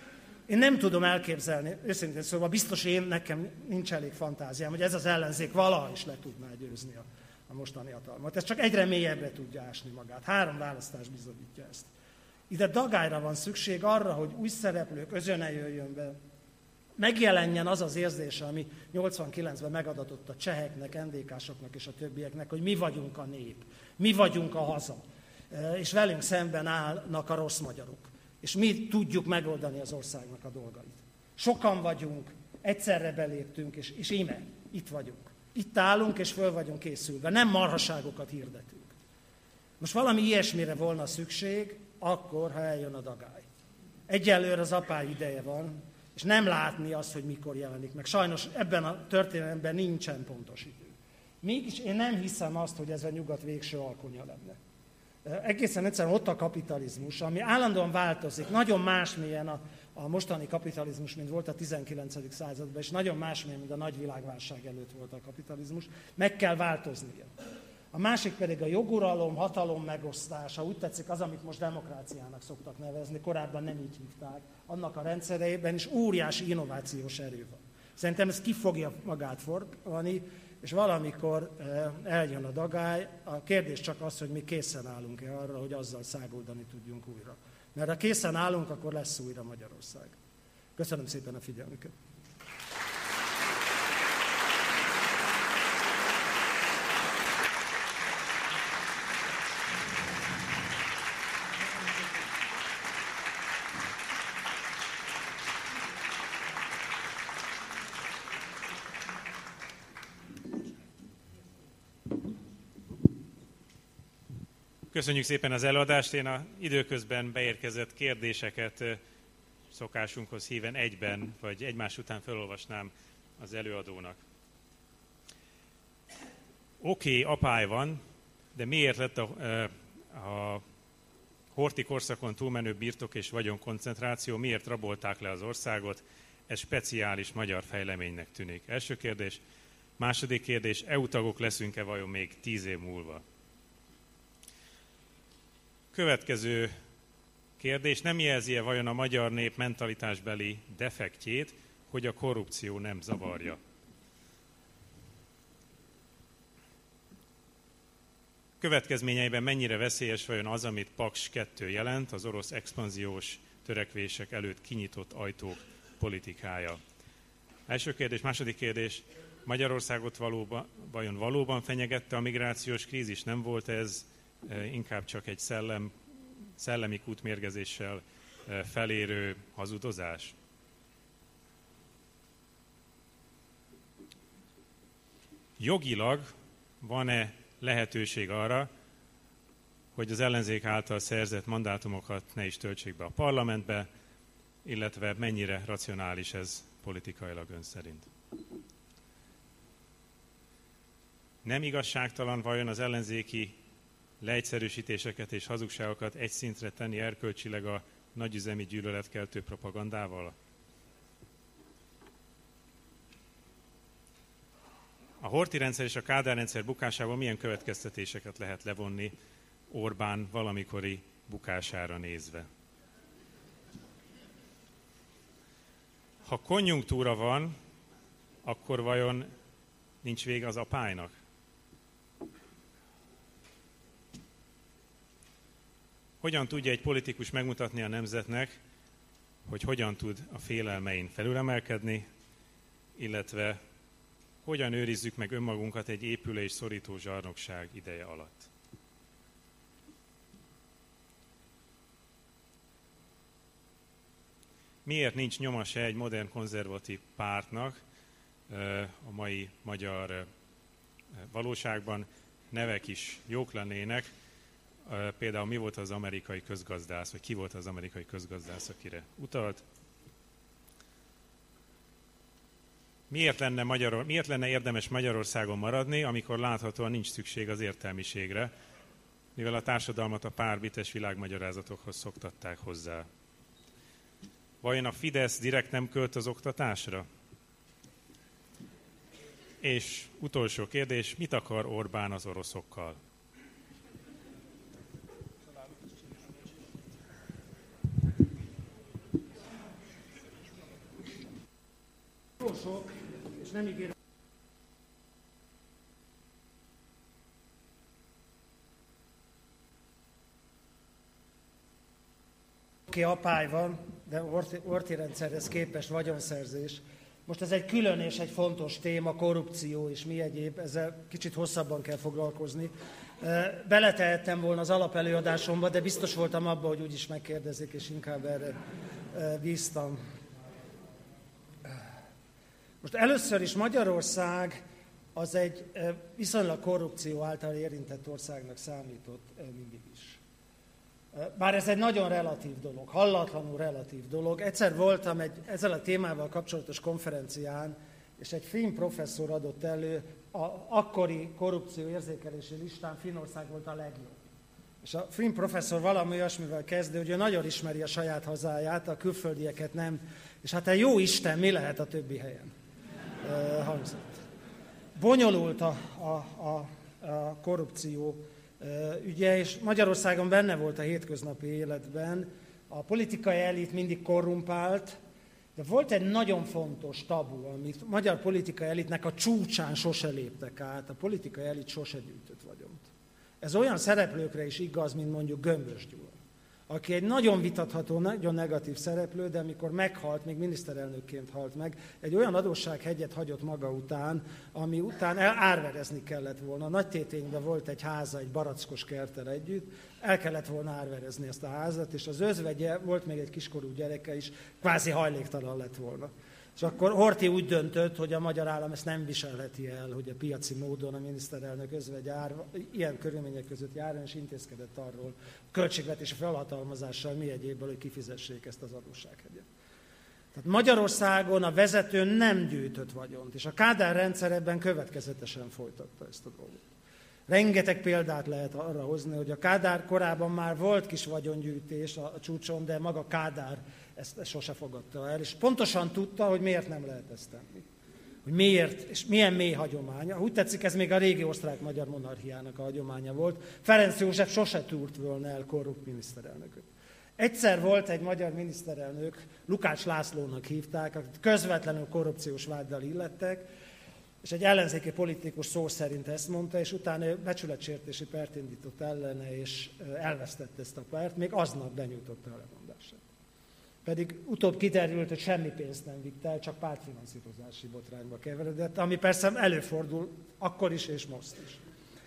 Én nem tudom elképzelni, őszintén szóval biztos nekem nincs elég fantáziám, hogy ez az ellenzék valaha is le tudná győzni a mostani hatalmat. Ez csak egyre mélyebbre tudja ásni magát. 3 választás bizonyítja ezt. Ide dagályra van szükség arra, hogy új szereplők özöne jöjjön be, megjelenjen az az érzése, ami 89-ben megadatott a cseheknek, NDK-soknak és a többieknek, hogy mi vagyunk a nép, mi vagyunk a haza, és velünk szemben állnak a rossz magyarok. És mi tudjuk megoldani az országnak a dolgait. Sokan vagyunk, egyszerre beléptünk, és íme, itt vagyunk. Itt állunk, és föl vagyunk készülve. Nem marhaságokat hirdetünk. Most valami ilyesmire volna szükség, akkor, ha eljön a dagály. Egyelőre az apály ideje van, és nem látni azt, hogy mikor jelenik meg. Sajnos ebben a történelemben nincsen pontos idő. Mégis én nem hiszem azt, hogy ez a nyugat végső alkonya lenne. Egészen egyszerűen ott a kapitalizmus, ami állandóan változik, nagyon másmilyen a mostani kapitalizmus, mint volt a 19. században, és nagyon másmilyen, mint a nagy világválság előtt volt a kapitalizmus, meg kell változnia. A másik pedig a joguralom, hatalom megosztása, úgy tetszik az, amit most demokráciának szoktak nevezni, korábban nem így hívták, annak a rendszereiben is óriási innovációs erő van. Szerintem ez ki fogja magát forgani, és valamikor eljön a dagály, a kérdés csak az, hogy mi készen állunk-e arra, hogy azzal száguldani tudjunk újra. Mert ha készen állunk, akkor lesz újra Magyarország. Köszönöm szépen a figyelmüket! Köszönjük szépen az előadást. Én a időközben beérkezett kérdéseket szokásunkhoz híven egyben, vagy egymás után felolvasnám az előadónak. Oké, apály van, de miért lett a horthy korszakon túlmenő birtok és vagyonkoncentráció, miért rabolták le az országot? Ez speciális magyar fejleménynek tűnik. Első kérdés. Második kérdés, EU tagok leszünk-e vajon még 10 év múlva? Következő kérdés, nem jelzi-e vajon a magyar nép mentalitásbeli defektjét, hogy a korrupció nem zavarja? Következményeiben mennyire veszélyes vajon az, amit Paks 2 jelent, az orosz expanziós törekvések előtt kinyitott ajtók politikája? Első kérdés, második kérdés, Magyarországot vajon valóban fenyegette a migrációs krízis? Nem volt ez inkább csak egy szellemi kútmérgezéssel felérő hazudozás? Jogilag van-e lehetőség arra, hogy az ellenzék által szerzett mandátumokat ne is töltsék be a parlamentbe, illetve mennyire racionális ez politikailag ön szerint? Nem igazságtalan vajon az ellenzéki leegyszerűsítéseket és hazugságokat egy szintre tenni erkölcsileg a nagyüzemi gyűlöletkeltő propagandával? A Horthy rendszer és a Kádár rendszer bukásából milyen következtetéseket lehet levonni Orbán valamikori bukására nézve? Ha konjunktúra van, akkor vajon nincs vége az apálynak? Hogyan tudja egy politikus megmutatni a nemzetnek, hogy hogyan tud a félelmein felülemelkedni, illetve hogyan őrizzük meg önmagunkat egy épülő és szorító zsarnokság ideje alatt? Miért nincs nyoma se egy modern konzervatív pártnak a mai magyar valóságban? Nevek is jók lennének. Például mi volt az amerikai közgazdász, vagy ki volt az amerikai közgazdász, akire utalt? Miért lenne érdemes Magyarországon maradni, amikor láthatóan nincs szükség az értelmiségre, mivel a társadalmat a párbites világmagyarázatokhoz szoktatták hozzá? Vajon a Fidesz direkt nem költ az oktatásra? És utolsó kérdés, mit akar Orbán az oroszokkal? Sok, és nem ígérem. Oké, apály van, de orti rendszerhez képest vagyonszerzés. Most ez egy külön és egy fontos téma, korrupció és mi egyéb, ezzel kicsit hosszabban kell foglalkozni. Beletehettem volna az alapelőadásomba, de biztos voltam abban, hogy úgyis megkérdezik, és inkább erre bíztam. Most először is Magyarország az egy viszonylag korrupció által érintett országnak számított mindig is. Bár ez egy nagyon relatív dolog, hallatlanul relatív dolog. Egyszer voltam egy ezzel a témával kapcsolatos konferencián, és egy finn professzor adott elő, az akkori korrupció érzékelési listán Finnország volt a legjobb. És a finn professzor valami olyasmivel kezdő, hogy ő nagyon ismeri a saját hazáját, a külföldieket nem, és hát a jó Isten, mi lehet a többi helyen? Hangzott. Bonyolult a korrupció ügye, és Magyarországon benne volt a hétköznapi életben. A politikai elit mindig korrumpált, de volt egy nagyon fontos tabu, amit a magyar politikai elitnek a csúcsán sose léptek át. A politikai elit sose gyűjtött vagyont. Ez olyan szereplőkre is igaz, mint mondjuk Gömbös Gyula, aki egy nagyon vitatható, nagyon negatív szereplő, de amikor meghalt, még miniszterelnökként halt meg, egy olyan adóssághegyet hagyott maga után, ami után árverezni kellett volna. Nagytétényben volt egy háza, egy barackos kerttel együtt, el kellett volna árverezni ezt a házat, és az özvegye, volt még egy kiskorú gyereke is, kvázi hajléktalan lett volna. És akkor Horthy úgy döntött, hogy a magyar állam ezt nem viselheti el, hogy a piaci módon a miniszterelnök özvegye ilyen körülmények között járjon, és intézkedett arról költségvetési felhatalmazással, mi egyéből, hogy kifizessék ezt az adóssághegyet. Tehát Magyarországon a vezető nem gyűjtött vagyont, és a Kádár rendszer ebben következetesen folytatta ezt a dolgot. Rengeteg példát lehet arra hozni, hogy a Kádár korában már volt kis vagyongyűjtés a csúcson, de maga Kádár ezt sose fogadta el, és pontosan tudta, hogy miért nem lehet ezt tenni. Hogy miért, és milyen mély hagyománya. Úgy tetszik, ez még a régi osztrák-magyar monarchiának a hagyománya volt. Ferenc József sose túrt volna el korrupt miniszterelnököt. Egyszer volt egy magyar miniszterelnök, Lukács Lászlónak hívták, akit közvetlenül korrupciós váddal illettek, és egy ellenzéki politikus szó szerint ezt mondta, és utána ő becsületsértési pert indított ellene, és elvesztette ezt a pert, még aznap benyújtotta a lemondását. Pedig utóbb kiderült, hogy semmi pénzt nem vitt el, csak pártfinanszírozási botrányba keveredett, ami persze előfordul akkor is és most is.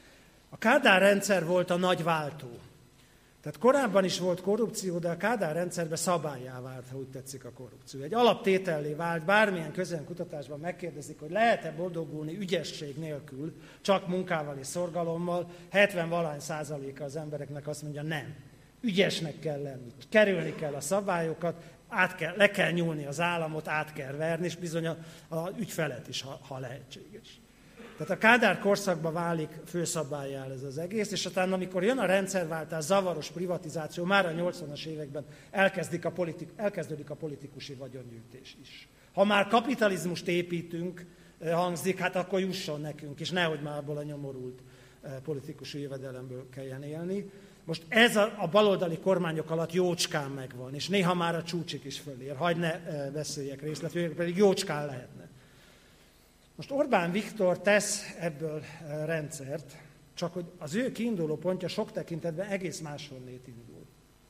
A Kádár rendszer volt a nagy váltó. Tehát korábban is volt korrupció, de a Kádár rendszerben szabállyá vált, ha úgy tetszik, a korrupció. Egy alaptétellé vált, bármilyen közönkutatásban megkérdezik, hogy lehet-e boldogulni ügyesség nélkül, csak munkával és szorgalommal, 70-valahány% az embereknek azt mondja, nem. Ügyesnek kell lenni, kerülni kell a szabályokat, le kell nyúlni az államot, át kell verni, és bizony a ügyfelet is, ha lehetséges. Tehát a Kádár korszakban válik főszabállyá ez az egész, és aztán amikor jön a rendszerváltás, zavaros privatizáció, már a 80-as években elkezdődik a politikusi vagyongyűjtés is. Ha már kapitalizmust építünk, hangzik, hát akkor jusson nekünk, és nehogy már abból a nyomorult politikusi jövedelemből kelljen élni. Most ez a baloldali kormányok alatt jócskán megvan, és néha már a csúcsig is fölér, hagy ne beszéljek részletül, pedig jócskán lehetne. Most Orbán Viktor tesz ebből rendszert, csak hogy az ő kiinduló pontja sok tekintetben egész máshonnét indul.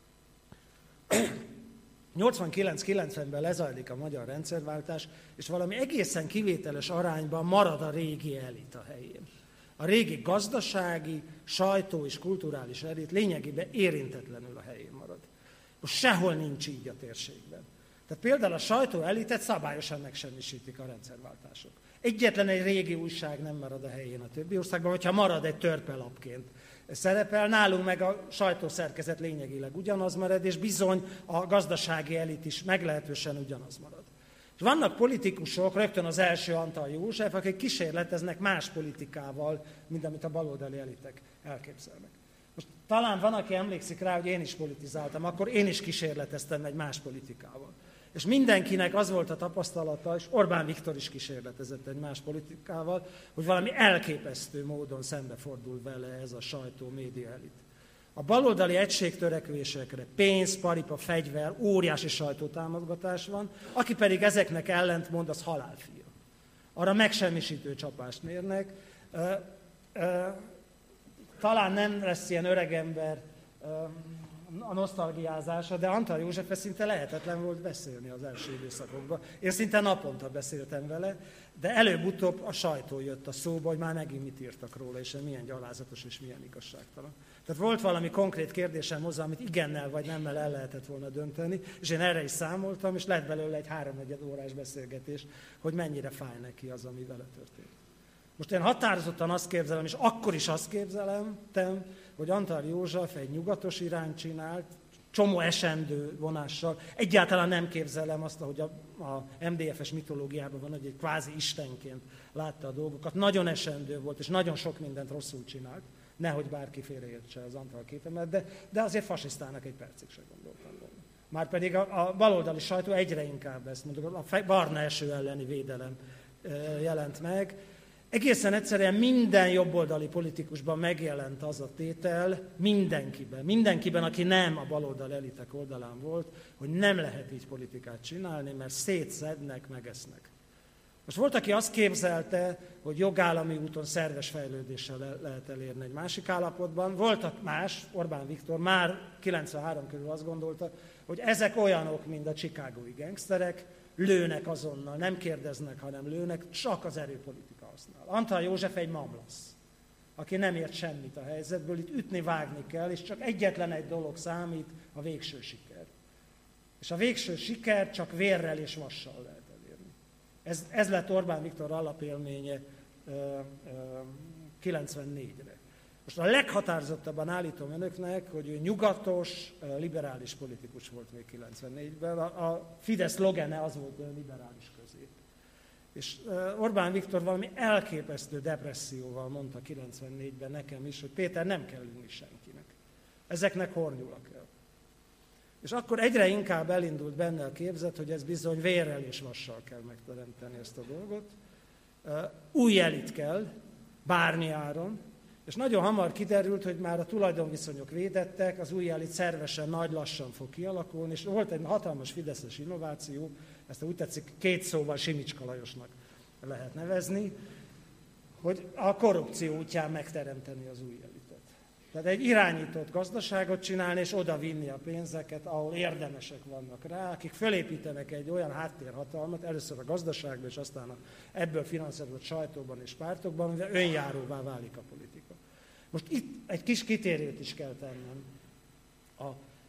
89-90-ben lezajlik a magyar rendszerváltás, és valami egészen kivételes arányban marad a régi elit a helyén. A régi gazdasági, sajtó és kulturális elit lényegében érintetlenül a helyén marad. Most sehol nincs így a térségben. Tehát például a sajtó elitet szabályosan megsemmisítik a rendszerváltások. Egyetlen egy régi újság nem marad a helyén a többi országban, hogyha marad egy törpelapként szerepel, nálunk meg a sajtószerkezet lényegileg ugyanaz marad, és bizony a gazdasági elit is meglehetősen ugyanaz marad. És vannak politikusok, rögtön az első Antal József, akik kísérleteznek más politikával, mint amit a baloldali elitek elképzelnek. Most talán van, aki emlékszik rá, hogy én is politizáltam, akkor én is kísérleteztem egy más politikával. És mindenkinek az volt a tapasztalata, és Orbán Viktor is kísérletezett egy más politikával, hogy valami elképesztő módon szembefordul vele ez a sajtó, média elit. A baloldali egységtörekvésekre pénz, paripa, fegyver, óriási sajtótámogatás van, aki pedig ezeknek ellentmond, az halálfia. Arra megsemmisítő csapást mérnek. Talán nem lesz ilyen öregember a nosztalgiázása, de Antal Józsefre szinte lehetetlen volt beszélni az első időszakokban. Én szinte naponta beszéltem vele, de előbb-utóbb a sajtó jött a szóba, hogy már megint mit írtak róla, és milyen gyalázatos és milyen igazságtalan. Tehát volt valami konkrét kérdésem hozzá, amit igennel vagy nemmel el lehetett volna dönteni, és én erre is számoltam, és lett belőle egy 3-4 órás beszélgetés, hogy mennyire fáj neki az, ami vele történt. Most én határozottan azt képzelem, és akkor is azt képzelem, hogy Antal József egy nyugatos irányt csinált, csomó esendő vonással. Egyáltalán nem képzelem azt, ahogy a MDF-es mitológiában van, hogy egy kvázi istenként látta a dolgokat. Nagyon esendő volt, és nagyon sok mindent rosszul csinált. Nehogy bárki félreértse az Antal képemet, de azért fasisztának egy percig sem gondoltam volna. Márpedig a baloldali sajtó egyre inkább ezt mondjuk, a barna eső elleni védelem jelent meg. Egészen egyszerűen minden jobboldali politikusban megjelent az a tétel, mindenkiben, aki nem a baloldal elitek oldalán volt, hogy nem lehet így politikát csinálni, mert szétszednek, megesznek. Most volt, aki azt képzelte, hogy jogállami úton szerves fejlődéssel lehet elérni egy másik állapotban. Volt más, Orbán Viktor már 93 körül azt gondolta, hogy ezek olyanok, mint a chicagói gengszterek, lőnek azonnal, nem kérdeznek, hanem lőnek, csak az erőpolitika használ. Antal József egy mamlasz, aki nem ért semmit a helyzetből, itt ütni-vágni kell, és csak egyetlen egy dolog számít, a végső siker. És a végső siker csak vérrel és vassal lehet elérni. Ez lett Orbán Viktor alapélménye 94-re. Most a leghatározottabban állítom önöknek, hogy ő nyugatos, liberális politikus volt még 94-ben. A Fidesz szlogene az volt, hogy liberális közép. És Orbán Viktor valami elképesztő depresszióval mondta 94-ben nekem is, hogy Péter, nem kell ülni senkinek. Ezeknek hornyula kell. És akkor egyre inkább elindult benne a képzet, hogy ez bizony vérrel és vassal kell megteremteni ezt a dolgot. Új elit kell, bármi áron, és nagyon hamar kiderült, hogy már a tulajdonviszonyok védettek, az új elit szervesen, nagy lassan fog kialakulni, és volt egy hatalmas fideszes innováció, ezt úgy tetszik 2 szóval Simicska Lajosnak lehet nevezni, hogy a korrupció útján megteremteni az új elitet. Tehát egy irányított gazdaságot csinálni, és oda vinni a pénzeket, ahol érdemesek vannak rá, akik fölépítenek egy olyan háttérhatalmat, először a gazdaságban, és aztán ebből finanszírozott sajtóban és pártokban, mivel önjáróvá válik a politika. Most itt egy kis kitérőt is kell tennem. A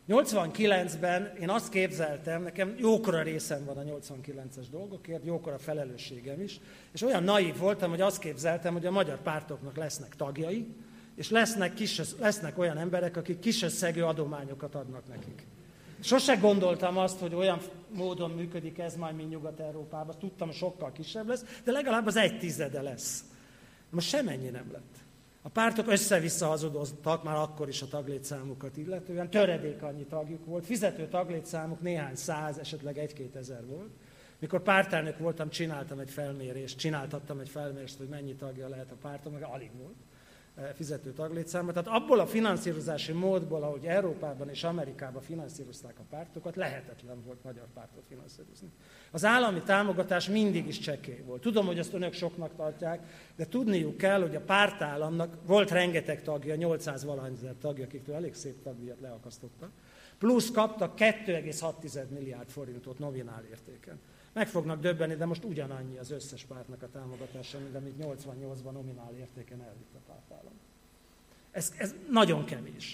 89-ben én azt képzeltem, nekem jókora részem van a 89-es dolgokért, jókora felelősségem is, és olyan naív voltam, hogy azt képzeltem, hogy a magyar pártoknak lesznek tagjai, és lesznek olyan emberek, akik kis összegű adományokat adnak nekik. Sose gondoltam azt, hogy olyan módon működik ez majd, mint Nyugat-Európában. Tudtam, sokkal kisebb lesz, de legalább az 1/10 lesz. Most semennyi nem lett. A pártok össze-vissza hazudoztak, már akkor is a taglétszámukat illetően, töredék annyi tagjuk volt, fizető taglétszámuk néhány száz, esetleg 1-2 ezer volt. Mikor pártelnök voltam, csináltattam egy felmérést, hogy mennyi tagja lehet a párton, meg alig volt fizető taglétszámot. Tehát abból a finanszírozási módból, ahogy Európában és Amerikában finanszírozták a pártokat, lehetetlen volt magyar pártot finanszírozni. Az állami támogatás mindig is csekély volt. Tudom, hogy ezt önök soknak tartják, de tudniuk kell, hogy a pártállamnak volt rengeteg tagja, 800-valahány ezer tagja, akiktől elég szép tagdíjat leakasztottak, plusz kaptak 2,6 milliárd forintot nominál értéken. Meg fognak döbbenni, de most ugyanannyi az összes pártnak a támogatása, mint amit 88-ban nominál értéken elvitt a pártállam. Ez nagyon kevés. És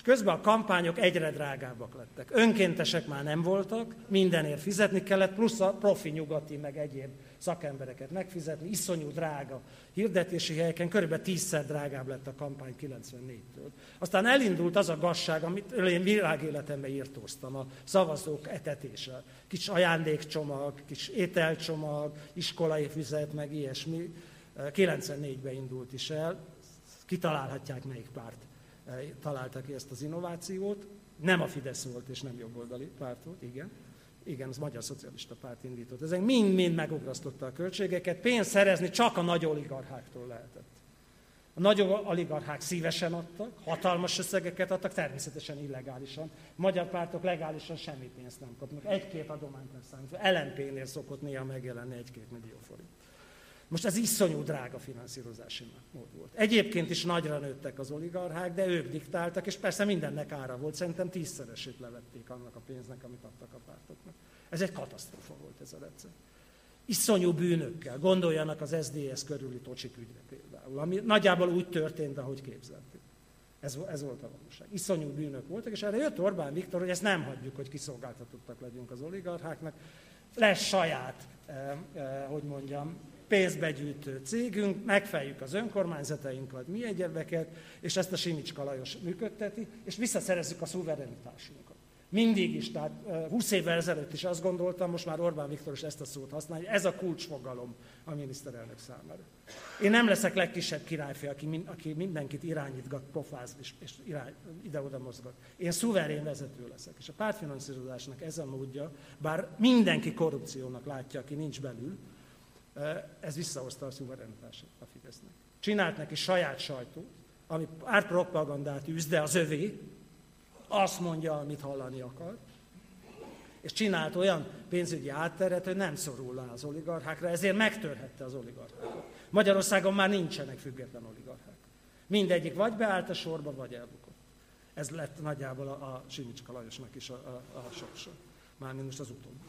Közben a kampányok egyre drágábbak lettek. Önkéntesek már nem voltak, mindenért fizetni kellett, plusz a profi nyugati, meg egyéb szakembereket megfizetni, iszonyú drága hirdetési helyeken, körülbelül 10-szer drágább lett a kampány 94-től. Aztán elindult az a gazság, amit én világéletemben írtóztam, a szavazók etetése. Kis ajándékcsomag, kis ételcsomag, iskolai füzet, meg ilyesmi. 94-ben indult is el. Kitalálhatják, melyik párt találta ki ezt az innovációt. Nem a Fidesz volt, és nem jobboldali párt volt, igen. Igen, az Magyar Szocialista Párt indított. Ezek mind-mind megugrasztotta a költségeket. Pénzt szerezni csak a nagy oligarcháktól lehetett. A nagy oligarchák szívesen adtak, hatalmas összegeket adtak, természetesen illegálisan. A magyar pártok legálisan semmi pénzt nem kapnak. Egy-két adományt nem számít. LMP-nél szokott néha megjelenni 1-2 millió forint. Most ez iszonyú drága finanszírozási mód volt. Egyébként is nagyra nőttek az oligarchák, de ők diktáltak, és persze mindennek ára volt. Szerintem 10-szeresét levették annak a pénznek, amit adtak a pártoknak. Ez egy katasztrófa volt ez a rendszer. Iszonyú bűnökkel. Gondoljanak az SZDSZ körüli tocsik ügyre például, ami nagyjából úgy történt, ahogy képzeltük. Ez volt a valóság. Iszonyú bűnök voltak, és erre jött Orbán Viktor, hogy ezt nem hagyjuk, hogy kiszolgáltatottak legyünk az oligarcháknak. Lesz saját, pénzbegyűjtő cégünk, megfejjük az önkormányzatainkat, mi egyebeket, és ezt a Simicska Lajos működteti, és visszaszerezzük a szuverenitásunkat. Mindig is, tehát 20 évvel ezelőtt is azt gondoltam, most már Orbán Viktor is ezt a szót használja, hogy ez a kulcsfogalom a miniszterelnök számára. Én nem leszek legkisebb királyfi, aki mindenkit irányítgat, pofáz és ide-oda mozgat. Én szuverén vezető leszek. És a pártfinanszírozásnak ez a módja, bár mindenki korrupciónak látja, aki nincs belül, ez visszahozta a szuverenitását a Fidesznek. Csinált neki saját sajtót, ami pártpropagandát űz, de az övé, azt mondja, amit hallani akar, és csinált olyan pénzügyi átteret, hogy nem szorul le az oligarchákra, ezért megtörhette az oligarchákat. Magyarországon már nincsenek független oligarchák. Mindegyik vagy beállt a sorba, vagy elbukott. Ez lett nagyjából a Simicska Lajosnak is a sorsa. Mármint most az utóbbi.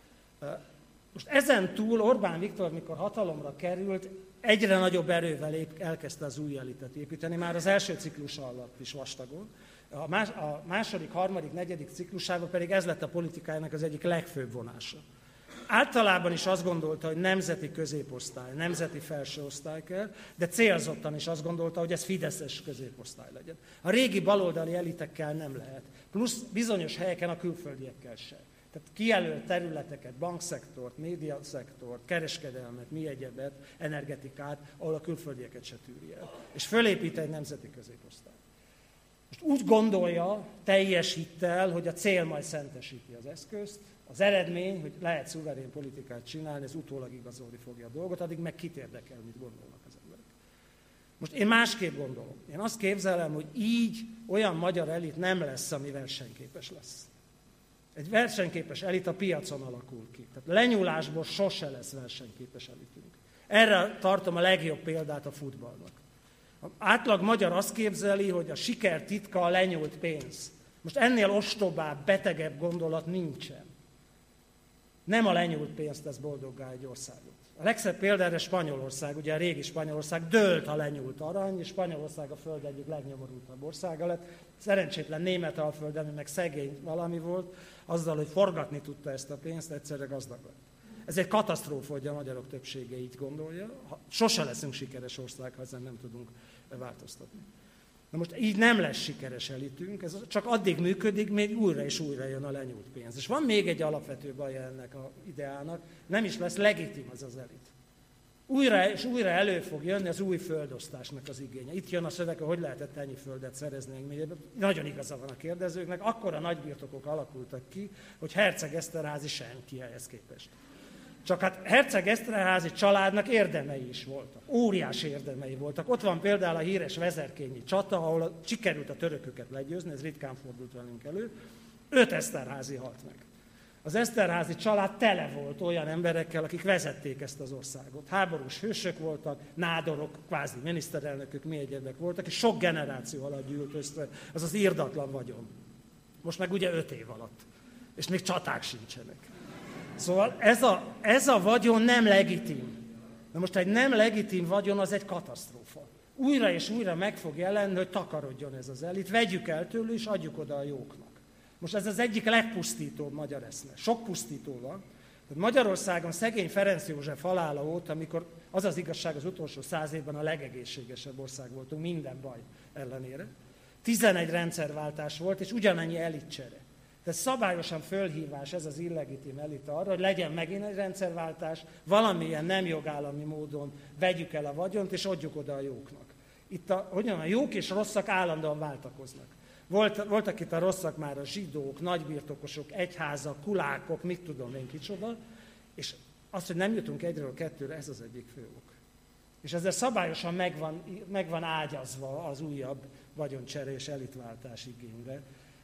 Most ezen túl Orbán Viktor, mikor hatalomra került, egyre nagyobb erővel elkezdte az új elitet építeni, már az első ciklusa alatt is vastagon. A második, harmadik, negyedik ciklusában pedig ez lett a politikájának az egyik legfőbb vonása. Általában is azt gondolta, hogy nemzeti középosztály, nemzeti felsőosztály kell, de célzottan is azt gondolta, hogy ez fideszes középosztály legyen. A régi baloldali elitekkel nem lehet, plusz bizonyos helyeken a külföldiekkel sem. Tehát kijelölt területeket, bankszektort, médiaszektort, kereskedelmet, mi egyebet, energetikát, ahol a külföldieket se tűri el. És fölépít egy nemzeti középosztály. Most úgy gondolja, teljes hittel, hogy a cél majd szentesíti az eszközt, az eredmény, hogy lehet szuverén politikát csinálni, ez utólag igazolni fogja a dolgot, addig meg kit érdekel, mit gondolnak az emberek. Most én másképp gondolom. Én azt képzelem, hogy így olyan magyar elit nem lesz, ami versenyképes lesz. Egy versenyképes elit a piacon alakul ki. Tehát lenyúlásból sose lesz versenyképes elitünk. Erre tartom a legjobb példát a futballnak. Az átlag magyar azt képzeli, hogy a siker titka a lenyúlt pénz. Most ennél ostobább, betegebb gondolat nincsen. Nem a lenyúlt pénzt tesz boldoggá egy országot. A legszebb példa erre Spanyolország, ugye a régi Spanyolország dőlt a lenyúlt arany, és Spanyolország a föld egyik legnyomorultabb országa lett. Szerencsétlen Németalföld, ami meg szegény valami volt, azzal, hogy forgatni tudta ezt a pénzt, egyszerre gazdag lett. Ez egy katasztrófa, hogy a magyarok többsége így gondolja. Sose leszünk sikeres ország, ha ezen nem tudunk változtatni. Na most így nem lesz sikeres elitünk, ez csak addig működik, még újra és újra jön a lenyúlt pénz. És van még egy alapvető baja ennek az ideának, nem is lesz legitim az elit. Újra és újra elő fog jönni az új földosztásnak az igénye. Itt jön a szöveg, hogy lehetett ennyi földet szerezni. Nagyon igaza van a kérdezőknek, akkora nagybirtokok alakultak ki, hogy Herceg Eszterházy senki ehhez képest. Csak hát Herceg Eszterházy családnak érdemei is voltak. Óriási érdemei voltak. Ott van például a híres vezerkényi csata, ahol sikerült a törököket legyőzni, ez ritkán fordult velünk elő. 5 Eszterházy halt meg. Az Eszterházy család tele volt olyan emberekkel, akik vezették ezt az országot. Háborús hősök voltak, nádorok, kvázi miniszterelnökök, mi egyebek voltak, és sok generáció alatt gyűlt össze, az az irdatlan vagyon. Most meg ugye 5 év alatt, és még csaták sincsenek. Szóval ez a vagyon nem legitim. Na most egy nem legitim vagyon az egy katasztrófa. újra és újra meg fog jelenni, hogy takarodjon ez az elit, vegyük el tőle és adjuk oda a jóknak. Most ez az egyik legpusztítóbb magyar eszme. Sok pusztító van. Magyarországon szegény Ferenc József halála óta, amikor az az igazság, az utolsó 100 évben a legegészségesebb ország voltunk minden baj ellenére. 11 rendszerváltás volt, és ugyanannyi elitcsere. Tehát szabályosan fölhívás ez az illegitim elit arra, hogy legyen megint egy rendszerváltás, valamilyen nem jogállami módon vegyük el a vagyont, és adjuk oda a jóknak. Itt a jók és rosszak állandóan váltakoznak. Voltak itt a rosszak már a zsidók, nagybirtokosok, egyházak, kulákok, mit tudom én kicsoda, és az, hogy nem jutunk egyről kettőre, ez az egyik fő ok. És ezzel szabályosan meg van ágyazva az újabb vagyoncsere és elitváltás igényre.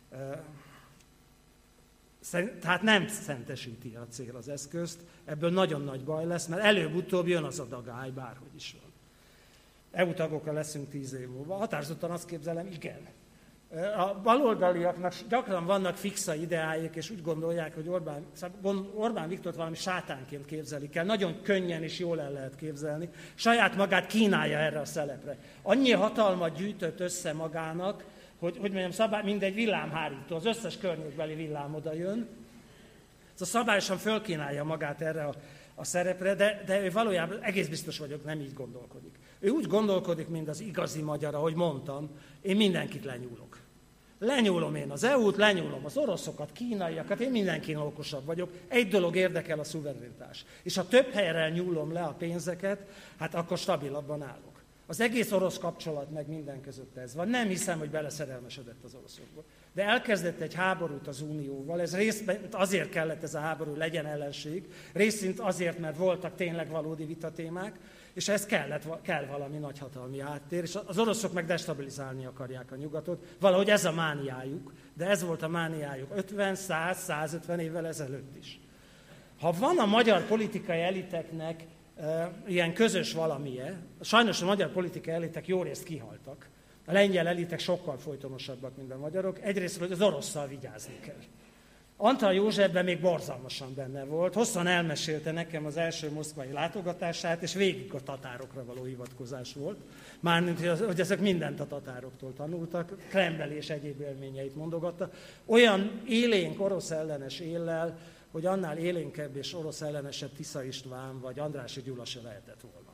Tehát nem szentesíti a cél az eszközt, ebből nagyon nagy baj lesz, mert előbb-utóbb jön az a dagály, bárhogy is van. EU tagokra leszünk 10 év múlva. Határozottan azt képzelem, igen. A baloldaliaknak gyakran vannak fixa ideáik, és úgy gondolják, hogy Orbán Viktort valami sátánként képzelik el. Nagyon könnyen és jól el lehet képzelni. Saját magát kínálja erre a szelepre. Annyi hatalmat gyűjtött össze magának, hogy mondjam, mint egy villámhárító, az összes környékbeli villám oda jön. Szóval szabályosan fölkínálja magát erre a szerepre, de ő valójában egész biztos vagyok, nem így gondolkodik. Ő úgy gondolkodik, mint az igazi magyar, ahogy mondtam, én mindenkit lenyúlok. Lenyúlom én az EU-t, lenyúlom az oroszokat, kínaiakat, én mindenkinél okosabb vagyok. Egy dolog érdekel, a szuverenitás. És ha több helyre nyúlom le a pénzeket, hát akkor stabilabban állok. Az egész orosz kapcsolat meg minden között ez van. Nem hiszem, hogy beleszerelmesedett az oroszokba. De elkezdett egy háborút az Unióval, ez részben azért kellett ez a háború, legyen ellenség, részint azért, mert voltak tényleg valódi vitatémák, és ez kell valami nagyhatalmi áttér, és az oroszok meg destabilizálni akarják a nyugatot. Valahogy ez a mániájuk, de ez volt a mániájuk 50, 100, 150 évvel ezelőtt is. Ha van a magyar politikai eliteknek ilyen közös valamije, sajnos a magyar politikai elitek jó részt kihaltak, a lengyel elitek sokkal folytonosabbak, mint a magyarok, egyrészt, hogy az orosszal vigyázni kell. Antal Józsefben még borzalmasan benne volt, hosszan elmesélte nekem az első moszkvai látogatását, és végig a tatárokra való hivatkozás volt. Mármint, hogy ezek mindent a tatároktól tanultak, Kreml és egyéb élményeit mondogatta. Olyan élénk orosz ellenes éllel, hogy annál élénkebb és orosz ellenesebb Tisza István vagy Andrássy Gyula se lehetett volna.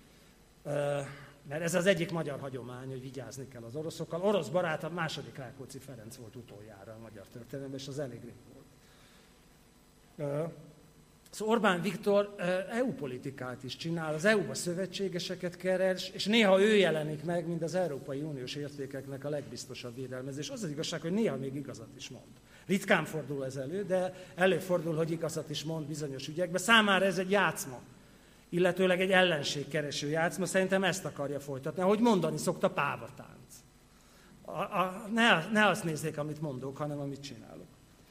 Mert ez az egyik magyar hagyomány, hogy vigyázni kell az oroszokkal. Orosz barát a második Rákóczi Ferenc volt utoljára a magyar történelemben, és az elég rég volt. Szóval Orbán Viktor EU politikát is csinál, az EU-ba szövetségeseket keres, és néha ő jelenik meg, mint az Európai Uniós értékeknek a legbiztosabb védelmezés. Az az igazság, hogy néha még igazat is mond. Ritkán fordul ez elő, de előfordul, hogy igazat is mond bizonyos ügyekben. Számára ez egy játszma, illetőleg egy ellenségkereső játszma. Szerintem ezt akarja folytatni. Ahogy mondani szokta, pávatánc. Ne azt nézzék, amit mondok, hanem amit csinálok.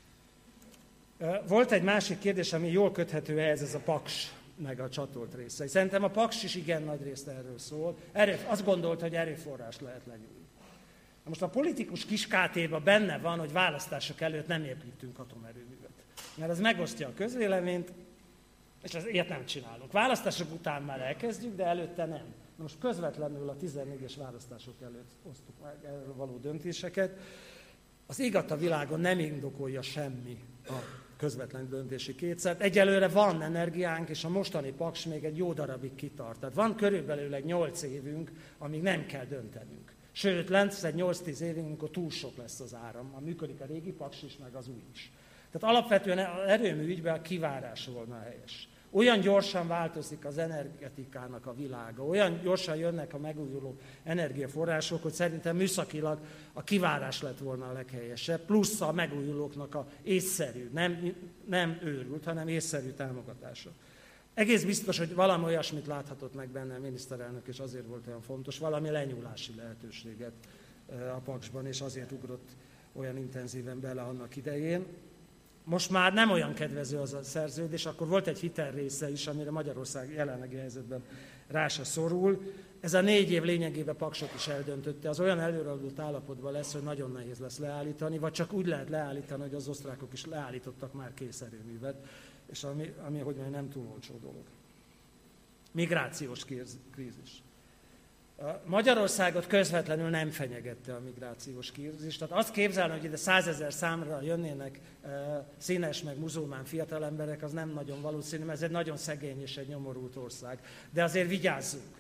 Volt egy másik kérdés, ami jól köthető ehhez, ez a Paks, meg a csatolt része. Szerintem a Paks is igen nagy részt erről szól. Azt gondolta, hogy erőforrást lehet lenyúlni. Most a politikus kiskátéban benne van, hogy választások előtt nem építünk atomerőművet. Mert ez megosztja a közvéleményt, és ilyet nem csinálunk. Választások után már elkezdjük, de előtte nem. Most közvetlenül a 14-es választások előtt osztuk meg erről való döntéseket. Az ég a világon nem indokolja semmi a közvetlen döntési kétszert. Egyelőre van energiánk, és a mostani Paks még egy jó darabig kitart. Tehát van körülbelül egy 8 évünk, amíg nem kell döntenünk. Sőt, lesz egy 8-10 évünk, amikor túl sok lesz az áram. Működik a régi Paks is, meg az új is. Tehát alapvetően az erőmű ügyben a kivárás volna helyes. Olyan gyorsan változik az energetikának a világa, olyan gyorsan jönnek a megújuló energiaforrások, hogy szerintem műszakilag a kivárás lett volna a leghelyesebb, plusz a megújulóknak a észszerű, nem őrült, hanem észszerű támogatása. Egész biztos, hogy valami olyasmit láthatott meg benne a miniszterelnök, és azért volt olyan fontos, valami lenyúlási lehetőséget a Paksban, és azért ugrott olyan intenzíven bele annak idején. Most már nem olyan kedvező az a szerződés, akkor volt egy hitel része is, amire Magyarország jelenlegi helyzetben rá se szorul. Ez a 4 év lényegében Paksot is eldöntötte, az olyan előreadott állapotban lesz, hogy nagyon nehéz lesz leállítani, vagy csak úgy lehet leállítani, hogy az osztrákok is leállítottak már készerőművet, és ami hogy mondjam, nem túl olcsó dolog. Migrációs krízis. Magyarországot közvetlenül nem fenyegette a migrációs krízis. Tehát azt képzelni, hogy ide 100 000 számra jönnének színes meg muzulmán fiatalemberek, az nem nagyon valószínű, mert ez egy nagyon szegény és egy nyomorult ország. De azért vigyázzunk.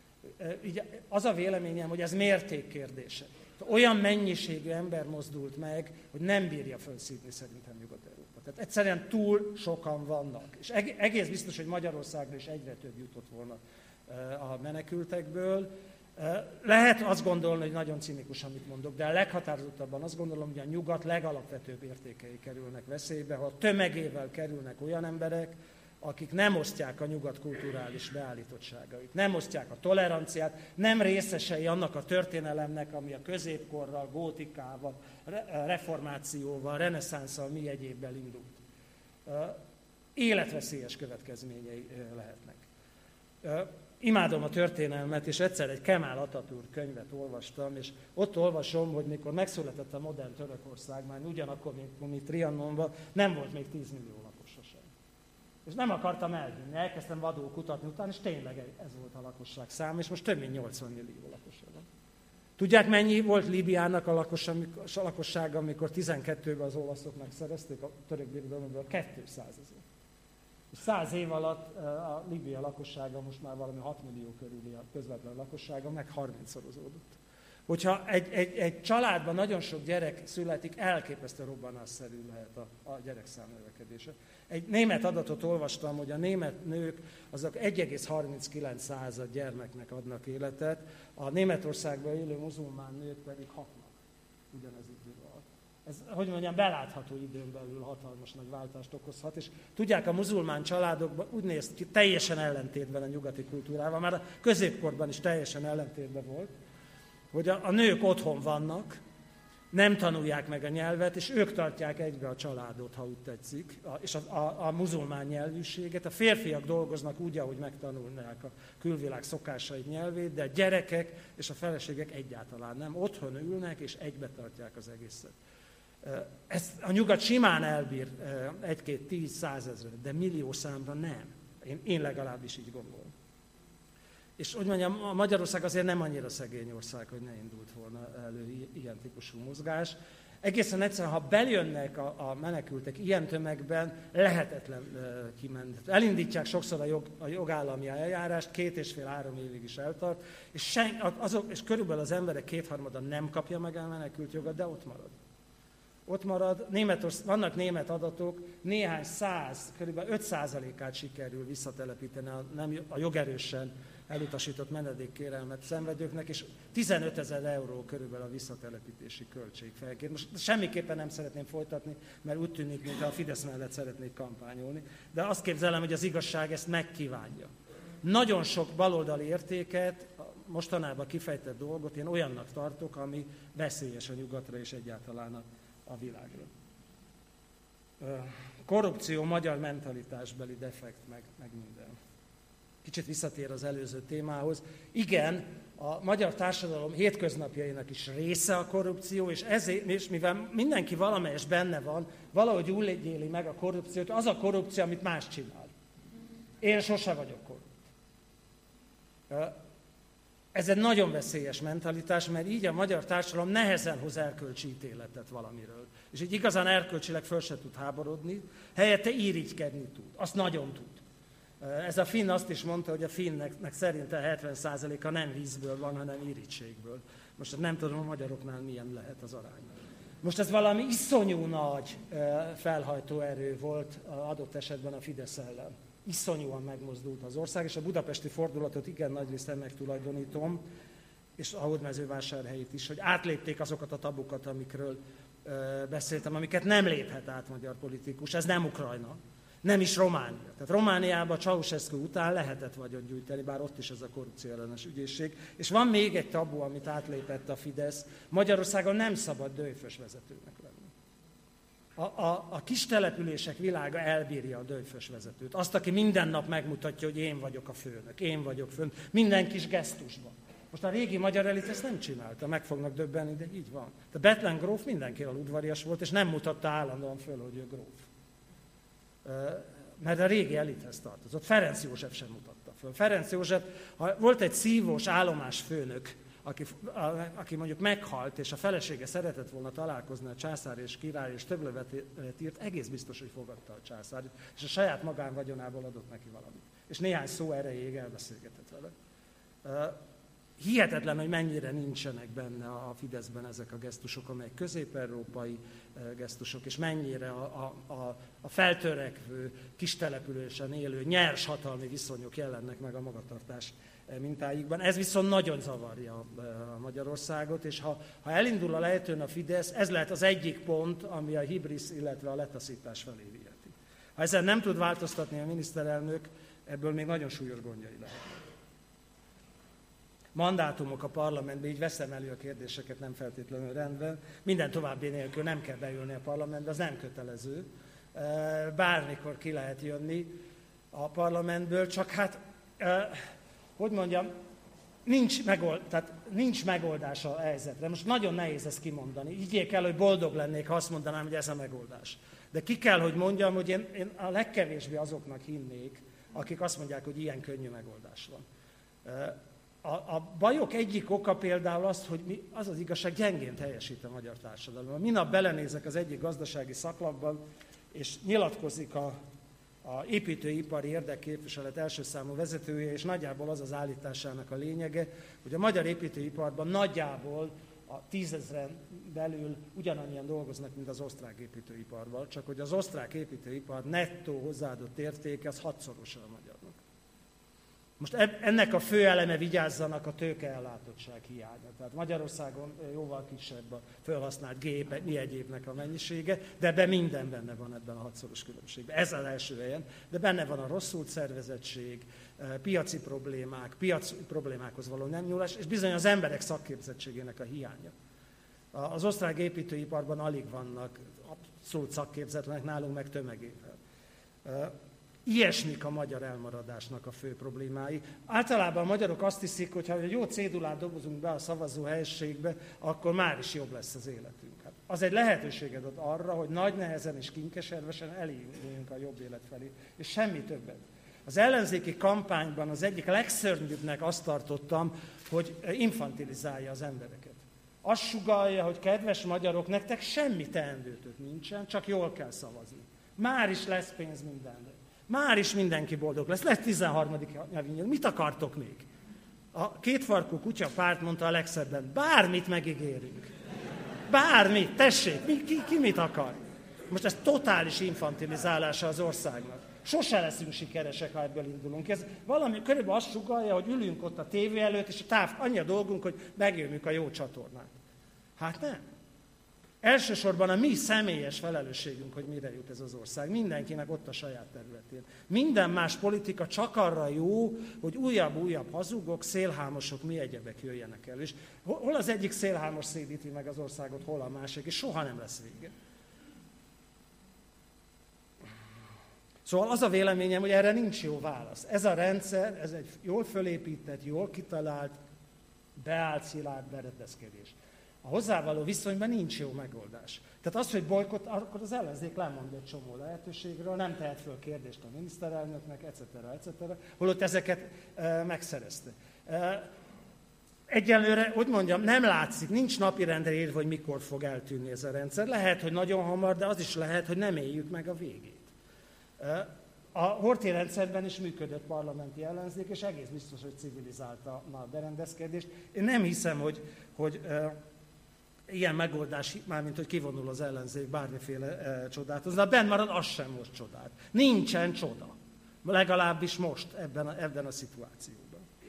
Az a véleményem, hogy ez mérték kérdése. Olyan mennyiségű ember mozdult meg, hogy nem bírja felszívni szerintem Nyugat-Európa. Tehát egyszerűen túl sokan vannak. És egész biztos, hogy Magyarországra is egyre több jutott volna a menekültekből. Lehet azt gondolni, hogy nagyon cinikus, amit mondok, de a leghatározottabban azt gondolom, hogy a nyugat legalapvetőbb értékei kerülnek veszélybe, ha tömegével kerülnek olyan emberek, akik nem osztják a nyugat kulturális beállítottságait, nem osztják a toleranciát, nem részesei annak a történelemnek, ami a középkorral, gótikával, reformációval, reneszánsszal, mi egyébben indult. Életveszélyes következményei lehetnek. Imádom a történelmet, és egyszer egy Kemal Atatürk könyvet olvastam, és ott olvasom, hogy mikor megszületett a modern Törökország, már ugyanakkor, mint Trianonban, nem volt még 10 millió lakosa sem. És nem akartam elhinni, elkezdtem vadul kutatni utána, és tényleg ez volt a lakosság szám, és most több mint 80 millió lakosa van. Tudják, mennyi volt Líbiának a lakossága, amikor 12-ben az olaszok megszerezték a török birodalomból? 200 000. 100 év alatt a Líbia lakossága most már valami 6 millió körüli a közvetlen lakossága, meg 30-szorozódott. Hogyha egy családban nagyon sok gyerek születik, elképesztő robbanásszerű lehet a gyerekszám növekedése. Egy német adatot olvastam, hogy a német nők azok 1,39 gyermeknek adnak életet, a Németországban élő muzulmán nők pedig 6-nak ugyanez idő alatt. Ez, hogy mondjam, belátható időn belül hatalmas nagy váltást okozhat, és tudják, a muzulmán családokban úgy néz ki, teljesen ellentétben a nyugati kultúrával, már a középkorban is teljesen ellentétben volt, hogy a nők otthon vannak, nem tanulják meg a nyelvet, és ők tartják egybe a családot, ha úgy tetszik, és a muzulmán nyelvűséget. A férfiak dolgoznak úgy, ahogy megtanulnák a külvilág szokásait, nyelvét, de a gyerekek és a feleségek egyáltalán nem. Otthon ülnek, és egybe tartják az egészet. Ezt a nyugat simán elbír 1-2-10-100 ezret, de millió számra nem. Én legalábbis így gondolom. És hogy mondjam, a Magyarország azért nem annyira szegény ország, hogy ne indult volna elő ilyen típusú mozgás. Egészen egyszerűen, ha bejönnek a menekültek ilyen tömegben, lehetetlen kimenni. Elindítják sokszor a jogállami eljárást, 2,5-3 évig is eltart, és körülbelül az emberek 2/3 nem kapja meg a menekült jogot, de ott marad. Ott marad, vannak német adatok, néhány száz, kb. 5%-át sikerül visszatelepíteni a jogerősen elutasított menedékkérelmet szenvedőknek, és 15 000 euró körülbelül a visszatelepítési költség felként. Most semmiképpen nem szeretném folytatni, mert úgy tűnik, mintha a Fidesz mellett szeretnék kampányolni, de azt képzelem, hogy az igazság ezt megkívánja. Nagyon sok baloldali értéket, mostanában kifejtett dolgot én olyannak tartok, ami veszélyes a nyugatra és egyáltalán a világra. Korrupció, magyar mentalitásbeli defekt, meg minden. Kicsit visszatér az előző témához. Igen, a magyar társadalom hétköznapjainak is része a korrupció, és mivel mindenki valamelyes benne van, valahogy úgy éli meg a korrupciót, az a korrupció, amit más csinál. Én sose vagyok korrupt. Ez egy nagyon veszélyes mentalitás, mert így a magyar társadalom nehezen hoz erkölcsi ítéletet valamiről. És így igazán erkölcsileg föl se tud háborodni, helyette irigykedni tud. Azt nagyon tud. Ez a finn azt is mondta, hogy a finnek szerinte 70%-a nem vízből van, hanem irigységből. Most nem tudom, a magyaroknál milyen lehet az arány. Most ez valami iszonyú nagy felhajtó erő volt adott esetben a Fidesz ellen. Iszonyúan megmozdult az ország, és a budapesti fordulatot igen nagy részt megtulajdonítom, és a Hódmezővásárhelyét is, hogy átlépték azokat a tabukat, amikről beszéltem, amiket nem léphet át magyar politikus. Ez nem Ukrajna, nem is Románia. Tehát Romániában Ceausescu után lehetett vagyont gyűjteni, bár ott is ez a korrupció ellenes ügyészség. És van még egy tabu, amit átlépett a Fidesz. Magyarországon nem szabad döjfös vezetőnek lenni. A kis települések világa elbírja a döjfös vezetőt. Azt, aki minden nap megmutatja, hogy én vagyok a főnök, én vagyok főnök, minden kis gesztusban. Most a régi magyar elit ezt nem csinálta, meg fognak döbbenni, de így van. De Bethlen gróf mindenkivel udvarias volt, és nem mutatta állandóan föl, hogy ő gróf. Mert a régi elithez tartozott. Ferenc József sem mutatta föl. föl. Ferenc József, volt egy szívós állomásfőnök, aki mondjuk meghalt, és a felesége szeretett volna találkozni a császár és király, és több levelet írt, egész biztos, hogy fogadta a császár, és a saját magánvagyonából adott neki valamit. És néhány szó erejéig elbeszélgetett vele. Hihetetlen, hogy mennyire nincsenek benne a Fideszben ezek a gesztusok, amelyek közép-európai gesztusok, és mennyire a feltörekvő, kistelepülésen élő, nyers hatalmi viszonyok jelennek meg a magatartás mintáikban. Ez viszont nagyon zavarja Magyarországot, és ha elindul a lejtőn a Fidesz, ez lehet az egyik pont, ami a hibrisz, illetve a letaszítás felé viheti. Ha ezen nem tud változtatni a miniszterelnök, ebből még nagyon súlyos gondjai lehetnek. Mandátumok a parlamentben, így veszem elő a kérdéseket nem feltétlenül rendben. Minden további nélkül nem kell beülni a parlamentbe, az nem kötelező. Bármikor ki lehet jönni a parlamentből, csak hát, hogy mondjam, nincs megoldás a helyzetre. Most nagyon nehéz ezt kimondani. Higgyék el, hogy boldog lennék, ha azt mondanám, hogy ez a megoldás. De ki kell, hogy mondjam, hogy én a legkevésbé azoknak hinnék, akik azt mondják, hogy ilyen könnyű megoldás van. A bajok egyik oka például az, hogy az az igazság, gyengén teljesít a magyar társadalom. Minap belenézek az egyik gazdasági szaklapban, és nyilatkozik a építőipari érdekképviselet első számú vezetője, és nagyjából az állításának a lényege, hogy a magyar építőiparban nagyjából a 10 000-en belül ugyanannyian dolgoznak, mint az osztrák építőiparban, csak hogy az osztrák építőipar nettó hozzáadott értéke az 6-szorosa a magyarnak. Most ennek a fő eleme, vigyázzanak, a tőkeellátottság hiánya. Tehát Magyarországon jóval kisebb a felhasznált gép, mi egyébnek a mennyisége, de ebben minden benne van ebben a 6-szoros különbségben. Ez az első helyen, de benne van a rosszult szervezettség, piaci problémákhoz való nem nyúlás, és bizony az emberek szakképzettségének a hiánya. Az osztrák építőiparban alig vannak abszolút szakképzetlenek, nálunk meg tömegével. Ilyesmik a magyar elmaradásnak a fő problémái. Általában a magyarok azt hiszik, hogy ha egy jó cédulát dobozunk be a szavazó helyiségbe, akkor már is jobb lesz az életünk. Hát az egy lehetőséget ad arra, hogy nagy nehezen és kinkeservesen elinduljunk a jobb élet felé, és semmi többet. Az ellenzéki kampányban az egyik legszörnyűbbnek azt tartottam, hogy infantilizálja az embereket. Azt sugallja, hogy kedves magyarok, nektek semmi teendőtök nincsen, csak jól kell szavazni. Már is lesz pénz mindenre. Már is mindenki boldog lesz. Lesz 13. nyelvnyilván. Mit akartok még? A kétfarkú kutya párt mondta a legszebben, bármit megígérünk. Bármit, tessék, ki mit akar? Most ez totális infantilizálása az országnak. Sose leszünk sikeresek, ha ebből indulunk. Ez valami körülbelül azt sugallja, hogy ülünk ott a tévé előtt, és annyi a dolgunk, hogy megjövünk a jó csatornát. Hát nem. Elsősorban a mi személyes felelősségünk, hogy mire jut ez az ország. Mindenkinek ott a saját területén. Minden más politika csak arra jó, hogy újabb hazugok, szélhámosok, mi egyebek jöjjenek el. És hol az egyik szélhámos szédíti meg az országot, hol a másik, és soha nem lesz vége. Szóval az a véleményem, hogy erre nincs jó válasz. Ez a rendszer, ez egy jól fölépített, jól kitalált, beállt szilárd berendezkedés. A hozzávaló viszonyban nincs jó megoldás. Tehát az, hogy bolykott, akkor az ellenzék lemond egy csomó lehetőségről, nem tehet föl kérdést a miniszterelnöknek, etc. Holott ezeket megszerezte. Egyelőre, hogy mondjam, nem látszik, nincs napirendre írva, hogy mikor fog eltűnni ez a rendszer. Lehet, hogy nagyon hamar, de az is lehet, hogy nem éljük meg a végét. A Horthy rendszerben is működött parlamenti ellenzék, és egész biztos, hogy civilizálta a berendezkedést. Én nem hiszem, hogy ilyen megoldás, mármint hogy kivonul az ellenzék, bármiféle csodát. De benn marad, az sem most csodát. Nincsen csoda. Legalábbis most, ebben a szituációban.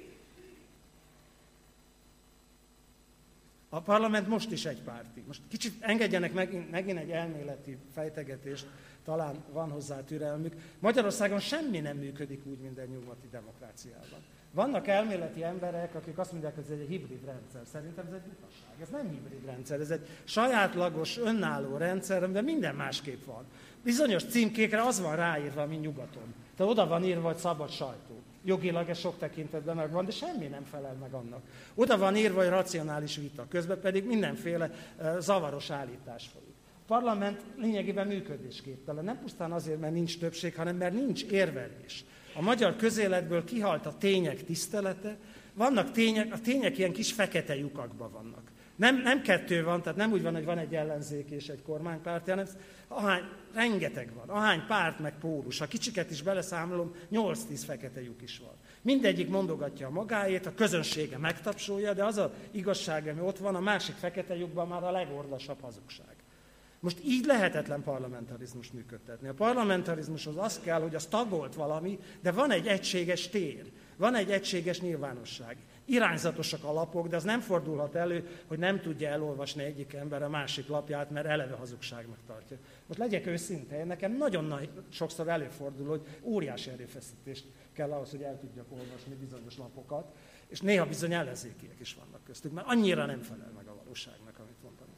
A parlament most is egypárti. Most kicsit engedjenek megint egy elméleti fejtegetést, talán van hozzá türelmük. Magyarországon semmi nem működik úgy, mint egy nyugati demokráciában. Vannak elméleti emberek, akik azt mondják, hogy ez egy hibrid rendszer. Szerintem ez egy butaság. Ez nem hibrid rendszer, ez egy sajátlagos, önálló rendszer, amiben minden másképp van. Bizonyos címkékre az van ráírva, mint nyugaton. Tehát oda van írva, hogy szabad sajtó. Jogilag ez sok tekintetben megvan, de semmi nem felel meg annak. Oda van írva, hogy racionális vita, közben pedig mindenféle zavaros állítás folyik. A parlament lényegében működésképtelen. Nem pusztán azért, mert nincs többség, hanem mert nincs érvelés. A magyar közéletből kihalt a tények tisztelete. Vannak tények, a tények ilyen kis fekete lyukakban vannak. Nem kettő van, tehát nem úgy van, hogy van egy ellenzék és egy kormánypárt, hanem rengeteg van. Ahány párt meg pólus. Ha kicsiket is beleszámolom, 8-10 fekete lyuk is van. Mindegyik mondogatja a magáét, a közönsége megtapsolja, de az az igazság, ami ott van, a másik fekete lyukban már a legordasabb hazugság. Most így lehetetlen parlamentarizmust működtetni. A parlamentarizmushoz az kell, hogy az tagolt valami, de van egy egységes tér, van egy egységes nyilvánosság. Irányzatosak a lapok, de az nem fordulhat elő, hogy nem tudja elolvasni egyik ember a másik lapját, mert eleve hazugságnak tartja. Most legyek őszinte, nekem nagyon sokszor előfordul, hogy óriási erőfeszítést kell ahhoz, hogy el tudjak olvasni bizonyos lapokat, és néha bizony ellenzékiek is vannak köztük, mert annyira nem felel meg a valóságnak, amit mondanak.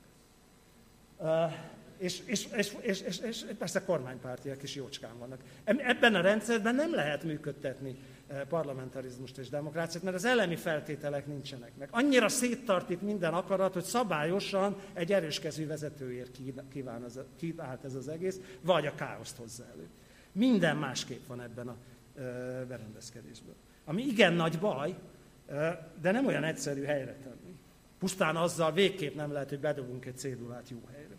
És persze kormánypártiak is jócskán vannak. Ebben a rendszerben nem lehet működtetni parlamentarizmust és demokráciát, mert az elemi feltételek nincsenek meg. Annyira széttart itt minden akarat, hogy szabályosan egy erőskezű vezetőért kívánt ez az egész, vagy a káoszt hozza elő. Minden másképp van ebben a berendezkedésben. Ami igen nagy baj, de nem olyan egyszerű helyre tenni. Pusztán azzal végképp nem lehet, hogy bedobunk egy cédulát jó helyre.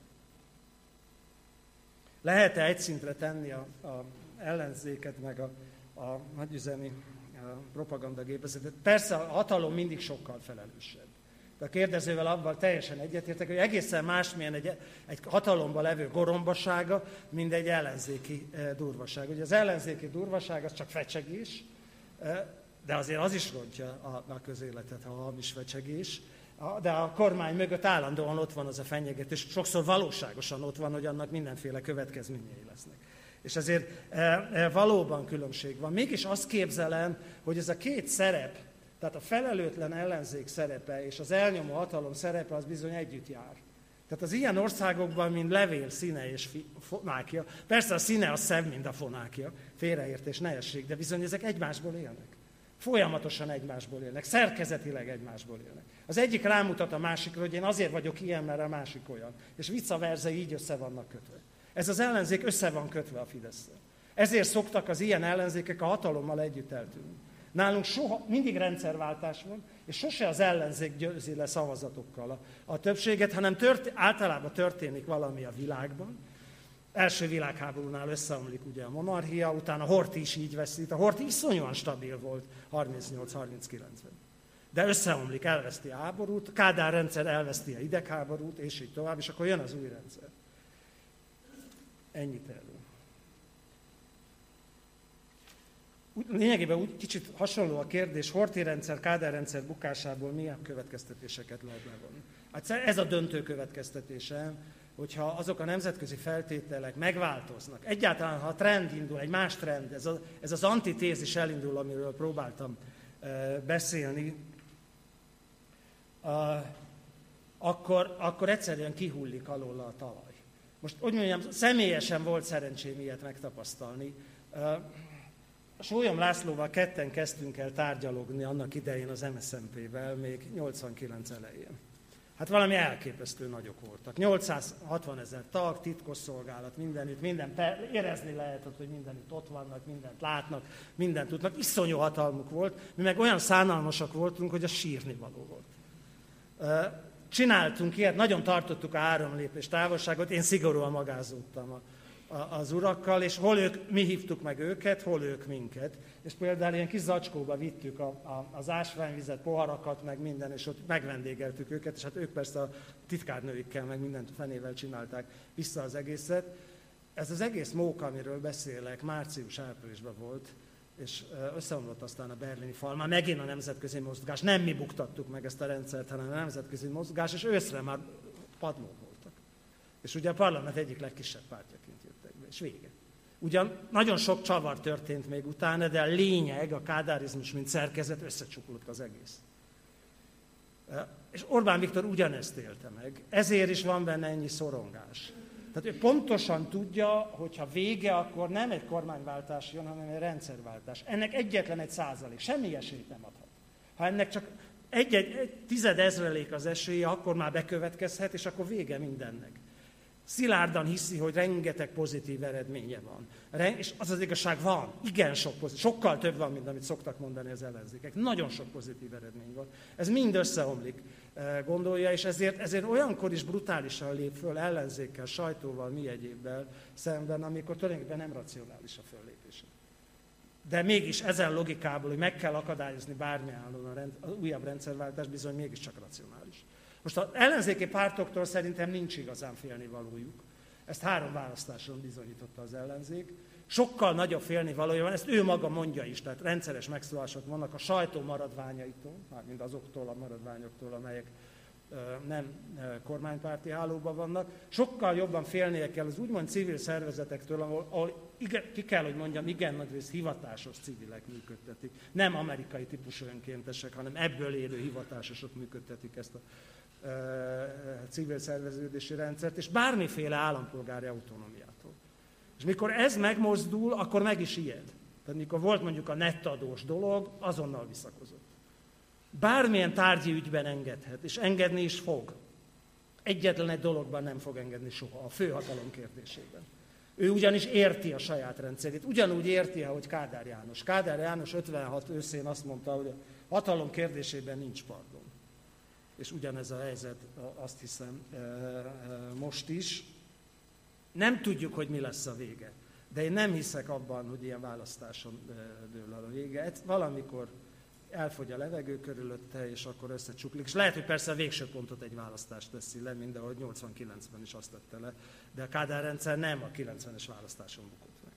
Lehet-e egy szintre tenni a ellenzéket, meg a nagyüzemi propagandagépezetet? Persze a hatalom mindig sokkal felelősebb. De a kérdezővel abban teljesen egyetértek, hogy egészen másmilyen egy hatalomban levő gorombasága, mint egy ellenzéki durvaság. Ugye az ellenzéki durvaság az csak fecsegés, de azért az is rontja a közéletet, ha hamis fecsegés. De a kormány mögött állandóan ott van az a fenyegetés, sokszor valóságosan ott van, hogy annak mindenféle következményei lesznek. És ezért valóban különbség van. Mégis azt képzelem, hogy ez a két szerep, tehát a felelőtlen ellenzék szerepe és az elnyomó hatalom szerepe az bizony együtt jár. Tehát az ilyen országokban, mint levél, színe és fonákja, persze a színe az szebb, mint a fonákja, félreértés, ne essék, de bizony ezek egymásból élnek. Folyamatosan egymásból élnek, szerkezetileg egymásból élnek. Az egyik rámutat a másikra, hogy én azért vagyok ilyen, mert a másik olyan. És vice versa, így össze vannak kötve. Ez az ellenzék össze van kötve a Fidesszel. Ezért szoktak az ilyen ellenzékek a hatalommal együtt eltűnni. Nálunk mindig rendszerváltás van, és sose az ellenzék győzi le szavazatokkal a többséget, hanem általában történik valami a világban. Első világháborúnál összeomlik ugye a monarchia, utána Horthy is így veszít. A Horthy iszonyúan stabil volt 38-39-ben. De összeomlik, elveszti a háborút, Kádár rendszer elveszti a idegháborút, és így tovább, és akkor jön az új rendszer. Ennyit erről. Lényegében úgy kicsit hasonló a kérdés, Horthy rendszer, Kádár rendszer bukásából milyen következtetéseket lehet levonni. Hát ez a döntő következtetése, hogyha azok a nemzetközi feltételek megváltoznak. Egyáltalán, ha a trend indul, egy más trend, ez az antitézis elindul, amiről próbáltam beszélni, akkor egyszerűen kihullik alól a talaj. Most, úgy mondjam, személyesen volt szerencsém ilyet megtapasztalni. Sólyom Lászlóval ketten kezdtünk el tárgyalogni annak idején az MSZNP-vel, még 89 elején. Hát valami elképesztő nagyok voltak. 860 000 tag, titkosszolgálat, mindenütt, érezni lehetett, hogy mindenütt ott vannak, mindent látnak, mindent tudnak. Iszonyú hatalmuk volt, mi meg olyan szánalmasak voltunk, hogy az sírni való volt. Csináltunk ilyet, nagyon tartottuk a 3 lépés távolságot, én szigorúan magázódtam az urakkal, és hol mi hívtuk meg őket, hol ők minket. És például ilyen kis zacskóba vittük az ásványvizet, poharakat, meg minden, és ott megvendégeltük őket, és hát ők persze a titkárnőikkel, meg mindent fenével csinálták vissza az egészet. Ez az egész móka, amiről beszélek, március-áprilisban volt, és összeomlott aztán a berlini fal, már megint a nemzetközi mozgás, nem mi buktattuk meg ezt a rendszert, hanem a nemzetközi mozgás, és őszre már padlók voltak. És ugye a parlament egyik legkisebb pártjaként jöttek be, és vége. Ugyan nagyon sok csavar történt még utána, de a lényeg, a kádárizmus, mint szerkezet, összecsuklott az egész. És Orbán Viktor ugyanezt élte meg, ezért is van benne ennyi szorongás. Tehát ő pontosan tudja, hogy ha vége, akkor nem egy kormányváltás jön, hanem egy rendszerváltás. Ennek egyetlen 1%, semmi esélyt nem adhat. Ha ennek csak egy 10 000 az esélye, akkor már bekövetkezhet, és akkor vége mindennek. szilárdan hiszi, hogy rengeteg pozitív eredménye van. És az igazság van, igen sok pozitív, sokkal több van, mint amit szoktak mondani az ellenzékek. Nagyon sok pozitív eredmény van. Ez mind összeomlik, gondolja, és ezért olyankor is brutálisan lép föl ellenzékkel, sajtóval, mi egyébbel szemben, amikor tulajdonképpen nem racionális a föllépése. De mégis ezen logikából, hogy meg kell akadályozni bármilyen újabb rendszerváltást, bizony mégiscsak racionális. Most az ellenzéki pártoktól szerintem nincs igazán félnivalójuk. Ezt 3 választáson bizonyította az ellenzék. Sokkal nagyobb félnivalója van, ezt ő maga mondja is, tehát rendszeres megszólások vannak a sajtó maradványaitól, mármint azoktól a maradványoktól, amelyek nem kormánypárti hálóban vannak. Sokkal jobban félnie kell az úgymond civil szervezetektől, ahol ki kell, hogy mondjam, igen nagy rész hivatásos civilek működtetik. Nem amerikai típusú önkéntesek, hanem ebből élő hivatásosok működtetik ezt a civil szerveződési rendszert, és bármiféle állampolgári autonómiától. És mikor ez megmozdul, akkor meg is ijed. Tehát mikor volt mondjuk a nettadós dolog, azonnal visszakozott. Bármilyen tárgyi ügyben engedhet, és engedni is fog. Egyetlen egy dologban nem fog engedni soha, a főhatalom kérdésében. Ő ugyanis érti a saját rendszerét, ugyanúgy érti, ahogy Kádár János. Kádár János 56 őszén azt mondta, hogy a hatalom kérdésében nincs pardon. És ugyanez a helyzet, azt hiszem, most is. Nem tudjuk, hogy mi lesz a vége. De én nem hiszek abban, hogy ilyen választáson dől el a vége. Valamikor elfogy a levegő körülötte, és akkor összecsuklik. És lehet, hogy persze a végső pontot egy választást teszi le, mind ahogy 89-ben is azt tette le. De a Kádár rendszer nem a 90-es választáson bukott meg.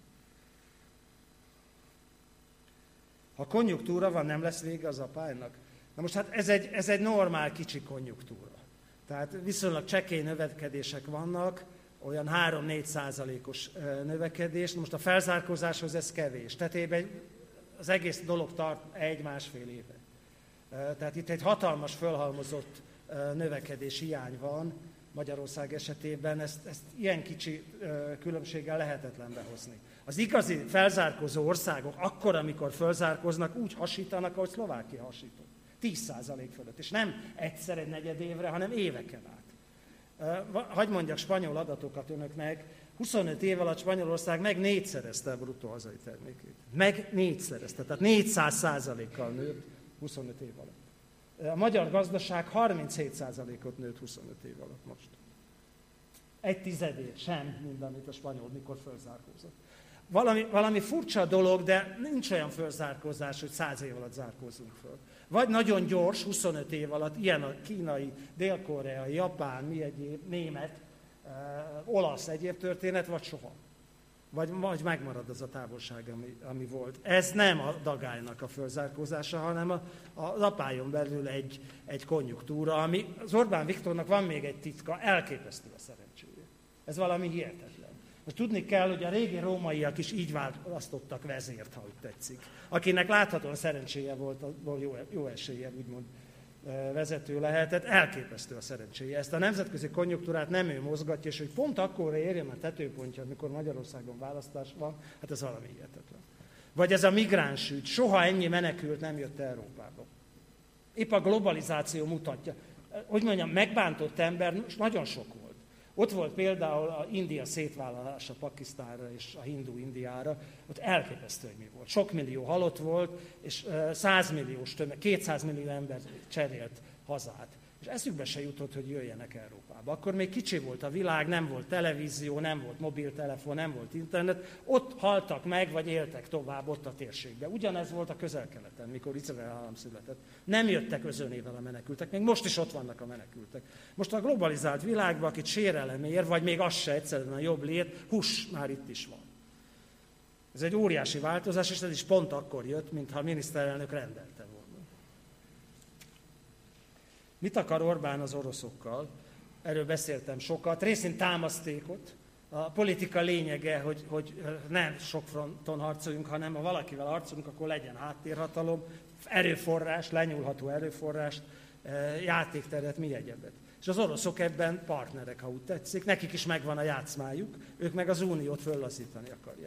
Ha konjunktúra van, nem lesz vége az apálynak? Na most hát ez egy normál kicsi konjunktúra. Tehát viszonylag csekély növekedések vannak, olyan 3-4%-os növekedés. Most a felzárkózáshoz ez kevés. Tehát az egész dolog tart 1-1,5 éve. Tehát itt egy hatalmas fölhalmozott növekedés hiány van Magyarország esetében, ezt ilyen kicsi különbséggel lehetetlen behozni. Az igazi felzárkózó országok akkor, amikor felzárkóznak, úgy hasítanak, ahogy Szlovákia hasított. 10% fölött. És nem egyszer egy negyed évre, hanem éveken át. Hadd mondjak spanyol adatokat önöknek. 25 év alatt Spanyolország meg 4-szerezte a bruttó hazai termékét. Meg 4-szerezte, tehát 400%-kal nőtt 25 év alatt. A magyar gazdaság 37%-ot nőtt 25 év alatt most. 1/10 sem, mint amit a spanyol mikor fölzárkózott. Valami furcsa dolog, de nincs olyan fölzárkózás, hogy 100 év alatt zárkózzunk föl. Vagy nagyon gyors, 25 év alatt, ilyen a kínai, dél-koreai, japán, mi egyéb, német, olasz egyéb történet, vagy soha. Vagy megmarad az a távolság, ami volt. Ez nem a dagálynak a fölzárkózása, hanem az apályon belül egy konjunktúra, ami az Orbán Viktornak van még egy titka, elképesztő a szerencséje. Ez valami hihetetlen. Most tudni kell, hogy a régi rómaiak is így választottak vezért, ha úgy tetszik. Akinek láthatóan szerencséje volt, jó eséllyel úgymond vezető lehetett, elképesztő a szerencséje. Ezt a nemzetközi konjunktúrát nem ő mozgatja, és hogy pont akkor érjen a tetőpontja, amikor Magyarországon választás van, hát ez valami hihetetlen. Vagy ez a migránsügy, soha ennyi menekült nem jött Európába. Épp a globalizáció mutatja. Hogy mondjam, megbántott ember nagyon sok volt. Ott volt például a India szétválalása Pakisztánra és a hindu Indiára, ott elképesztő, hogy mi volt. Sok millió halott volt, és 100 milliós tömeg, 200 millió ember cserélt hazát. És eszükbe se jutott, hogy jöjjenek Európába. Akkor még kicsi volt a világ, nem volt televízió, nem volt mobiltelefon, nem volt internet. Ott haltak meg, vagy éltek tovább ott a térségben. Ugyanez volt a Közel-Keleten, mikor Izrael állam született. Nem jöttek özönével a menekültek, még most is ott vannak a menekültek. Most a globalizált világban, akit sérelem ér, vagy még az se egyszerűen a jobb lét, már itt is van. Ez egy óriási változás, és ez is pont akkor jött, mintha a miniszterelnök rendelte volna. Mit akar Orbán az oroszokkal? Erről beszéltem sokat. Részint támasztékot. A politika lényege, hogy nem sok fronton harcoljunk, hanem ha valakivel harcolunk, akkor legyen háttérhatalom, erőforrás, lenyúlható erőforrás, játékteret, mi egyebet. És az oroszok ebben partnerek, ha úgy tetszik. Nekik is megvan a játszmájuk, ők meg az uniót föllazítani akarják.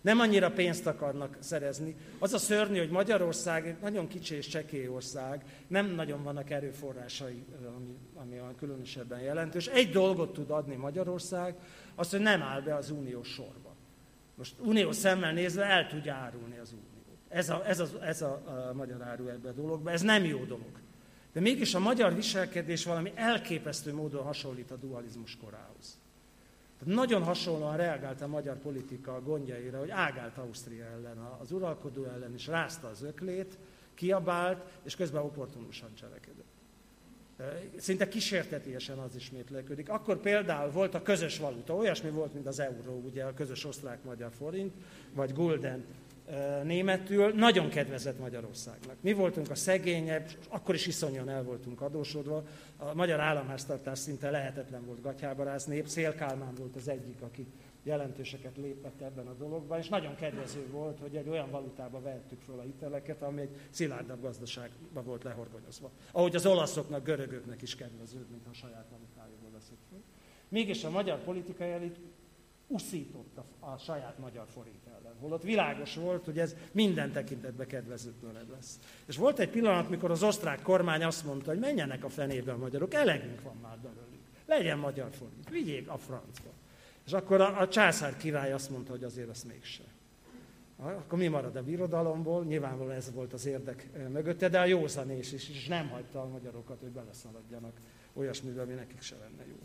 Nem annyira pénzt akarnak szerezni. Az a szörnyű, hogy Magyarország egy nagyon kicsi és csekély ország, nem nagyon vannak erőforrásai, ami olyan különösebben jelentős. Egy dolgot tud adni Magyarország, az, hogy nem áll be az uniós sorba. Most uniós szemmel nézve el tudja árulni az uniót. Ez a magyar áru ebbe a dologba, ez nem jó dolog. De mégis a magyar viselkedés valami elképesztő módon hasonlít a dualizmus korához. Tehát nagyon hasonlóan reagált a magyar politika a gondjaira, hogy ágált Ausztria ellen, az uralkodó ellen is rázta az öklét, kiabált, és közben opportunusan cselekedett. Szinte kísértetiesen az ismétlődik. Akkor például volt a közös valuta, olyasmi volt, mint az euró, ugye a közös osztrák-magyar forint, vagy gulden németül, nagyon kedvezett Magyarországnak. Mi voltunk a szegényebb, akkor is iszonyan el voltunk adósodva, a magyar államháztartás szinte lehetetlen volt gatyába rázni, Széll Kálmán volt az egyik, aki jelentőseket lépett ebben a dologban, és nagyon kedvező volt, hogy egy olyan valutába vehettük föl a hiteleket, ami egy szilárdabb gazdaságba volt lehorgonyozva. Ahogy az olaszoknak, görögöknek is kedvező, mint a saját valutájából veszik föl. Mégis a magyar politikai elit uszított a saját magyar forint ellen. Holott világos volt, hogy ez minden tekintetben kedvezőtlenebb lesz. És volt egy pillanat, mikor az osztrák kormány azt mondta, hogy menjenek a fenébe a magyarok, elegünk van már belőlük. Legyen magyar forint, vigyék a francba. És akkor a császár király azt mondta, hogy azért azt mégse. Akkor mi marad a birodalomból? Nyilvánvalóan ez volt az érdek mögötte, de a józanés is, és nem hagyta a magyarokat, hogy beleszaladjanak olyasmivel, ami nekik se lenne jó.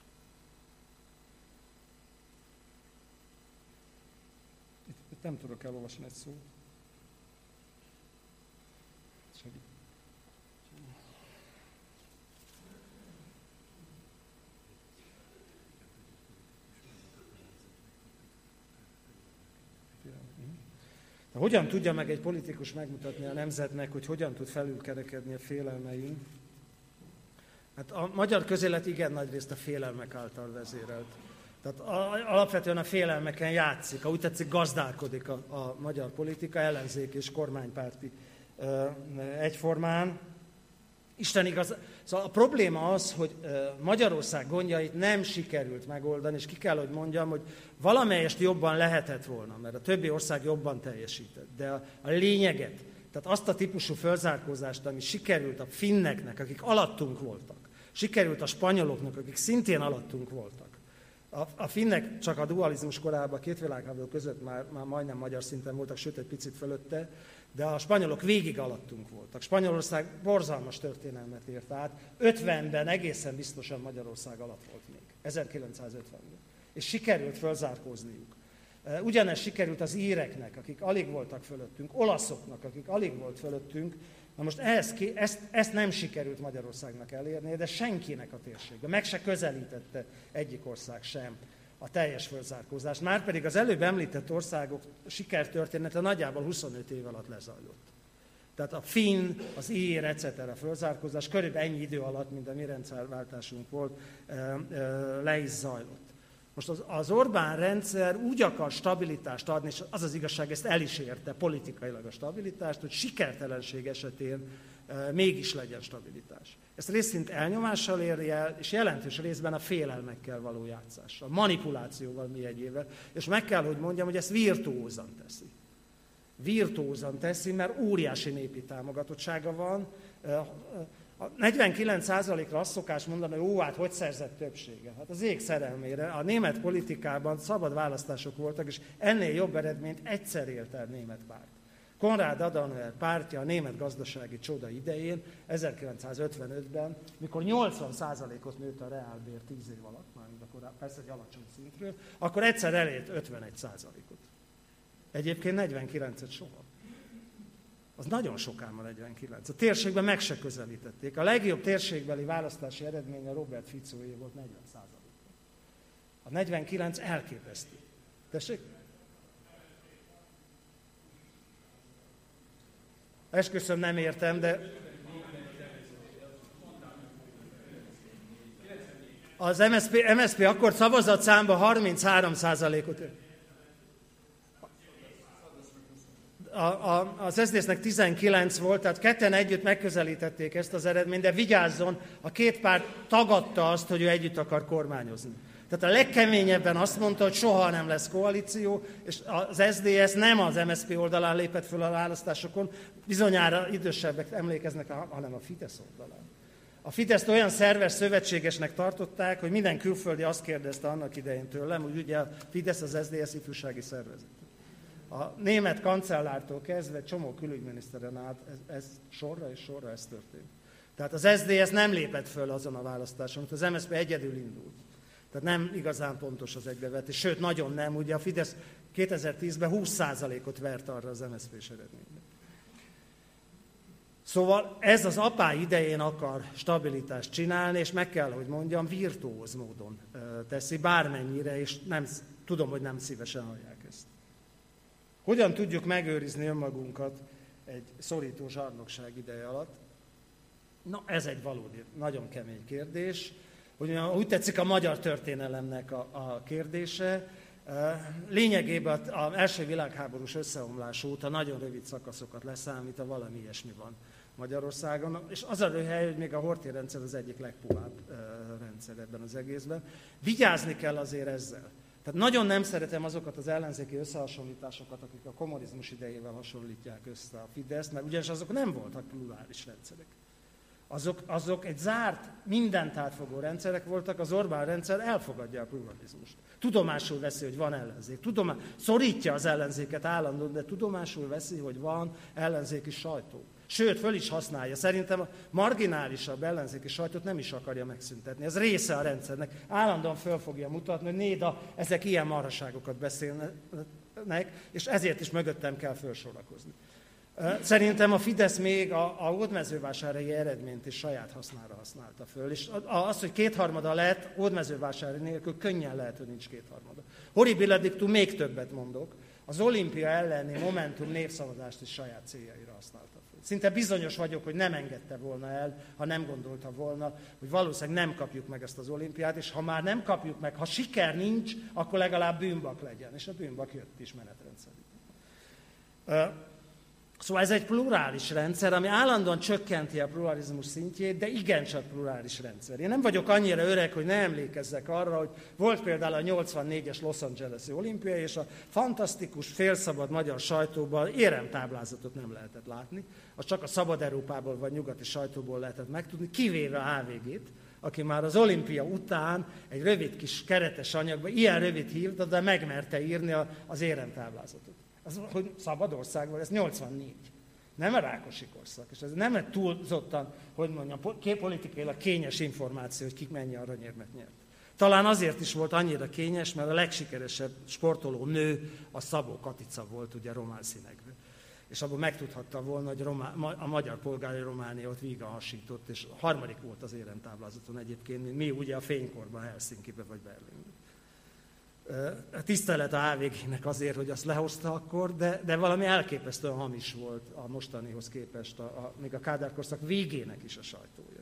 Itt nem tudok elolvasni egy szót. Segít. Hogyan tudja meg egy politikus megmutatni a nemzetnek, hogy hogyan tud felülkerekedni a félelmein? Hát a magyar közélet igen nagy részt a félelmek által vezérelt. Tehát alapvetően a félelmeken játszik, ha úgy tetszik, gazdálkodik a magyar politika, ellenzék és kormánypárti egyformán. Isten igaz. Szóval a probléma az, hogy Magyarország gondjait nem sikerült megoldani, és ki kell, hogy mondjam, hogy valamelyest jobban lehetett volna, mert a többi ország jobban teljesített. De a lényeget, tehát azt a típusú fölzárkózást, ami sikerült a finneknek, akik alattunk voltak, sikerült a spanyoloknak, akik szintén alattunk voltak. A finnek csak a dualizmus korában, a két világháború között már majdnem magyar szinten voltak, sőt egy picit fölötte, de a spanyolok végig alattunk voltak. Spanyolország borzalmas történelmet ért át, 50-ben egészen biztosan Magyarország alatt volt még, 1950-ben. És sikerült fölzárkózniuk. Ugyanez sikerült az íreknek, akik alig voltak fölöttünk, olaszoknak, akik alig volt fölöttünk. Na most ezt nem sikerült Magyarországnak elérni, de senkinek a térségben. Meg se közelítette egyik ország sem a teljes fölzárkózást. Márpedig az előbb említett országok sikertörténete nagyjából 25 év alatt lezajlott. Tehát a finn, az ír, etc. fölzárkózás körülbelül ennyi idő alatt, mint a mi rendszerváltásunk volt, le is zajlott. Most az Orbán rendszer úgy akar stabilitást adni, és az az igazság, ezt el is érte politikailag a stabilitást, hogy sikertelenség esetén mégis legyen stabilitás. Ezt részint elnyomással éri el, és jelentős részben a félelmekkel való játszással, manipulációval mi egyével. És meg kell, hogy mondjam, hogy ezt virtuózan teszi. Virtuózan teszi, mert óriási népi támogatottsága van. A 49%-ra azt szokás mondani, hogy hogy szerzett többséget. Hát az ég szerelmére. A német politikában szabad választások voltak, és ennél jobb eredményt egyszer ért el német párt. Konrad Adenauer pártja a német gazdasági csoda idején, 1955-ben, mikor 80%-ot nőtt a reálbér 10 év alatt, már persze egy alacsony szintről, akkor egyszer elért 51%-ot. Egyébként 49-et soha. Az nagyon sokán van 49. A térségben meg se közelítették. A legjobb térségbeli választási eredménye Robert Ficoé volt 40%. A 49 elképesztő. Tessék? Esküszöm, nem értem, de... Az MSZP akkor szavazatszámban 33%-ot... Az SZDSZ-nek 19 volt, tehát ketten együtt megközelítették ezt az eredményt, de vigyázzon, a két párt tagadta azt, hogy ő együtt akar kormányozni. Tehát a legkeményebben azt mondta, hogy soha nem lesz koalíció, és az SZDSZ nem az MSZP oldalán lépett föl a választásokon, bizonyára idősebbek emlékeznek, hanem a Fidesz oldalán. A Fideszt olyan szerves szövetségesnek tartották, hogy minden külföldi azt kérdezte annak idején tőlem, hogy ugye a Fidesz az SZDSZ ifjúsági szervezet. A német kancellártól kezdve csomó külügyminiszteren át ez sorra és sorra ez történt. Tehát az SZDSZ nem lépett föl azon a választáson, az MSZP egyedül indult. Tehát nem igazán pontos az egybevetés, sőt, nagyon nem. Ugye a Fidesz 2010-ben 20%-ot vert arra az MSZP-s eredményre. Szóval ez az apá idején akar stabilitást csinálni, és meg kell, hogy mondjam, virtuóz módon teszi, bármennyire, és nem, tudom, hogy nem szívesen hallják ezt. Hogyan tudjuk megőrizni önmagunkat egy szorító zsarnokság ideje alatt? Na, ez egy valódi, nagyon kemény kérdés. Úgy tetszik a magyar történelemnek a kérdése. Lényegében az első világháborús összeomlás óta nagyon rövid szakaszokat leszámítva valami ilyesmi van Magyarországon. És az a röhely, hogy még a Horthy rendszer az egyik legpuhább rendszer ebben az egészben. Vigyázni kell azért ezzel. Tehát nagyon nem szeretem azokat az ellenzéki összehasonlításokat, akik a kommunizmus idejével hasonlítják össze a Fideszt, mert ugyanis azok nem voltak plurális rendszerek. Azok egy zárt, mindent átfogó rendszerek voltak, az Orbán rendszer elfogadja a pluralizmust. Tudomásul veszi, hogy van ellenzék. Szorítja az ellenzéket állandóan, de tudomásul veszi, hogy van ellenzéki sajtó. Sőt, föl is használja. Szerintem a marginálisabb ellenzéki sajtót nem is akarja megszüntetni. Ez része a rendszernek. Állandóan föl fogja mutatni, hogy néda, ezek ilyen marhaságokat beszélnek, és ezért is mögöttem kell felsorakozni. Szerintem a Fidesz még a hódmezővásárhelyi eredményt is saját hasznára használta föl. És az, hogy kétharmada lett, hódmezővásárhely nélkül könnyen lehet, hogy nincs kétharmada. Horribilis dictum, még többet mondok. Az olimpia elleni Momentum népszavazást is saját céljaira használta föl. Szinte bizonyos vagyok, hogy nem engedte volna el, ha nem gondolta volna, hogy valószínűleg nem kapjuk meg ezt az olimpiát, és ha már nem kapjuk meg, ha siker nincs, akkor legalább bűnbak legyen. És a bűnbak jött is menetrend szerint. Szóval ez egy plurális rendszer, ami állandóan csökkenti a pluralizmus szintjét, de igencsak plurális rendszer. Én nem vagyok annyira öreg, hogy ne emlékezzek arra, hogy volt például a 84-es Los Angeles-i olimpia, és a fantasztikus, félszabad magyar sajtóban éremtáblázatot nem lehetett látni, az csak a Szabad Európából vagy nyugati sajtóból lehetett megtudni, kivéve a HVG-t, aki már az olimpia után egy rövid kis keretes anyagban, ilyen rövid hívta, de megmerte írni az éremtáblázatot. Az, hogy szabad ország volt, ez 84. Nem a Rákosi korszak. És ez nem egy túlzottan, hogy mondjam, politikailag kényes információ, hogy kik mennyi aranyérmet nyert. Talán azért is volt annyira kényes, mert a legsikeresebb sportoló nő a Szabó Katica volt, ugye román színekben. És abból megtudhatta volna, hogy a magyar polgári Románia ott vígan hasított, és harmadik volt az éremtáblázaton egyébként, mint mi ugye a fénykorban Helsinkibe vagy Berlinben. Tisztelet a HVG-nek azért, hogy azt lehozta akkor, de valami elképesztően hamis volt a mostanihoz képest, még a Kádár korszak végének is a sajtója.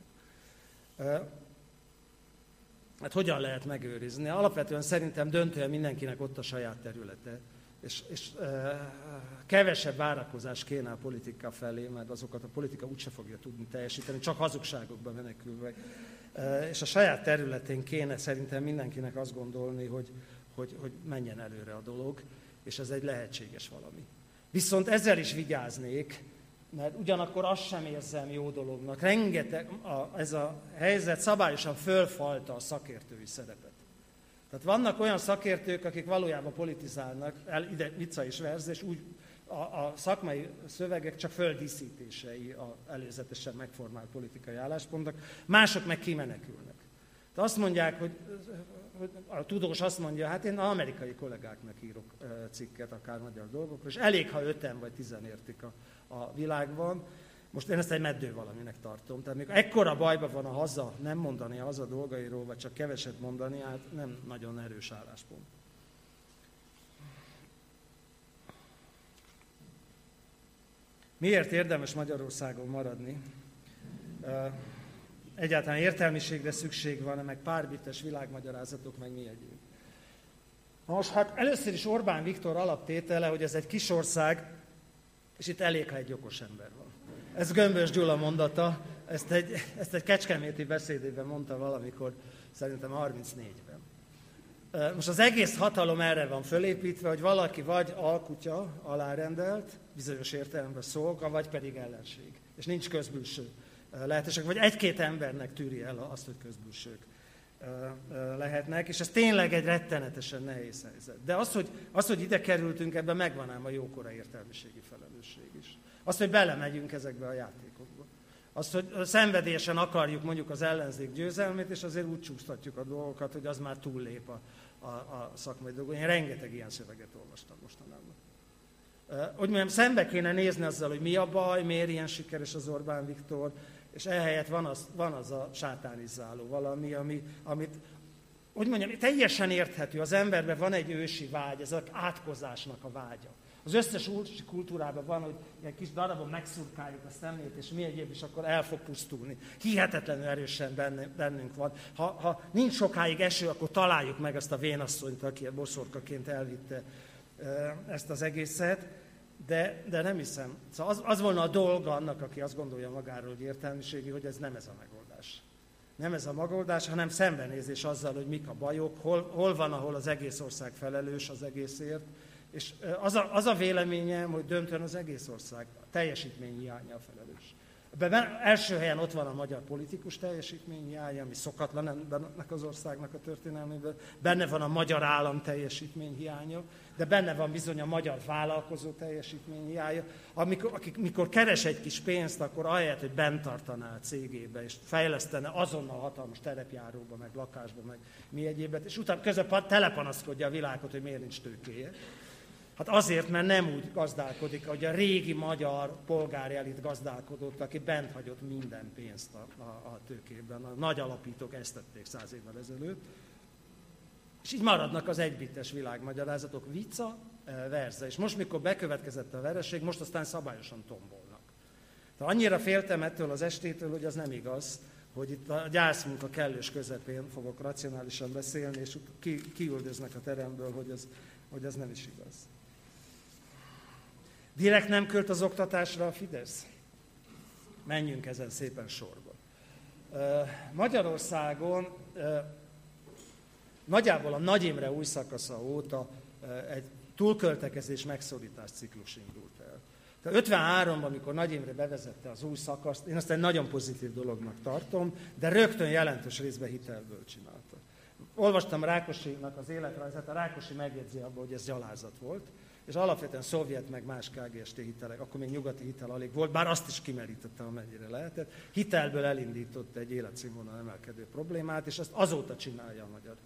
Hát hogyan lehet megőrizni? Alapvetően szerintem döntően mindenkinek ott a saját területe, és kevesebb várakozás kéne a politika felé, mert azokat a politika úgyse fogja tudni teljesíteni, csak hazugságokba menekülve. És a saját területén kéne szerintem mindenkinek azt gondolni, hogy menjen előre a dolog, és ez egy lehetséges valami. Viszont ezzel is vigyáznék, mert ugyanakkor azt sem érzem jó dolognak. Rengeteg, ez a helyzet szabályosan fölfalta a szakértői szerepet. Tehát vannak olyan szakértők, akik valójában politizálnak, ide vicca és verz, és úgy a szakmai szövegek csak földíszítései a előzetesen megformált politikai álláspontok, mások meg kimenekülnek. De azt mondják, hogy a tudós azt mondja, hát én amerikai kollégáknak írok cikket, akár magyar dolgokról, és elég, ha 5-en vagy 10-en értik a világban. Most én ezt egy meddő valaminek tartom. Tehát még ekkora bajban van a haza, nem mondani a haza dolgairól, vagy csak keveset mondani, hát nem nagyon erős álláspont. Miért érdemes Magyarországon maradni? Egyáltalán értelmiségre szükség van, meg párbites világmagyarázatok, meg mi egyéb. Most hát először is Orbán Viktor alaptétele, hogy ez egy kis ország, és itt elég, ha egy okos ember van. Ez Gömbös Gyula mondata, ezt egy kecskeméti beszédében mondta valamikor, szerintem 34-ben. Most az egész hatalom erre van fölépítve, hogy valaki vagy alkutya, alárendelt, bizonyos értelemben szolga, vagy pedig ellenség. És nincs közbülső lehetőség, vagy egy-két embernek tűri el azt, hogy közbülsők lehetnek, és ez tényleg egy rettenetesen nehéz helyzet. De az, hogy ide kerültünk, ebben megvan ám a jókora értelmiségi felelősség is. Az, hogy belemegyünk ezekbe a játékokba. Az, hogy szenvedélyesen akarjuk mondjuk az ellenzék győzelmét, és azért úgy csúsztatjuk a dolgokat, hogy az már túllép a szakmai dolgon. Én rengeteg ilyen szöveget olvastam mostanában. Hogy mondjam, szembe kéne nézni azzal, hogy mi a baj, miért ilyen sikeres az Orbán Viktor, és ehelyett van az a sátánizáló valami, amit, hogy mondjam, teljesen érthető, az emberben van egy ősi vágy, ez az átkozásnak a vágya. Az összes ősi kultúrában van, hogy ilyen kis darabon megszurkáljuk a szemét, és mi egyéb is, akkor el fog pusztulni. Hihetetlenül erősen bennünk van. Ha nincs sokáig eső, akkor találjuk meg azt a vénasszonyt, aki a boszorkaként elvitte ezt az egészet. De nem hiszem. Szóval az volna a dolga annak, aki azt gondolja magáról, hogy értelmiségi, hogy ez nem ez a megoldás. Nem ez a megoldás, hanem szembenézés azzal, hogy mik a bajok, hol van, ahol az egész ország felelős az egészért. És az a véleményem, hogy döntően az egész ország teljesítményhiánya a felelős. Első helyen ott van a magyar politikus teljesítményhiánya, ami szokatlan ennek az országnak a történelmében. Benne van a magyar állam teljesítményhiánya, de benne van bizony a magyar vállalkozó teljesítményhiánya. Mikor keres egy kis pénzt, akkor ahelyett, hogy bent tartaná a cégébe, és fejlesztene azonnal hatalmas terepjáróba, meg lakásba, meg mi egyébet, és utána közben telepanaszkodja a világot, hogy miért nincs tőkéje. Hát azért, mert nem úgy gazdálkodik, hogy a régi magyar polgári elit gazdálkodott, aki bent hagyott minden pénzt a tőkében. A nagy alapítók ezt tették 100 évvel ezelőtt. És így maradnak az egybites világmagyarázatok, vice versa. És most, mikor bekövetkezett a vereség, most aztán szabályosan tombolnak. De annyira féltem ettől az estétől, hogy az nem igaz, hogy itt a gyászmunka kellős közepén fogok racionálisan beszélni, és kiüldöznek a teremből, hogy az nem is igaz. Direkt nem költ az oktatásra a Fidesz? Menjünk ezen szépen sorba. Magyarországon nagyjából a Nagy Imre új szakasza óta egy túlköltekezés megszorítás ciklus indult el. Tehát 53-ban, amikor Nagy Imre bevezette az új szakaszt, én azt egy nagyon pozitív dolognak tartom, de rögtön jelentős részben hitelből csinálta. Olvastam Rákosinak az életrajzát, a Rákosi megjegyzi abba, hogy ez gyalázat volt, és alapvetően szovjet meg más KGST hitelek, akkor még nyugati hitel alig volt, bár azt is kimerítette, amennyire lehetett. Hitelből elindított egy életszínvonal emelkedő problémát, és azt azóta csinálja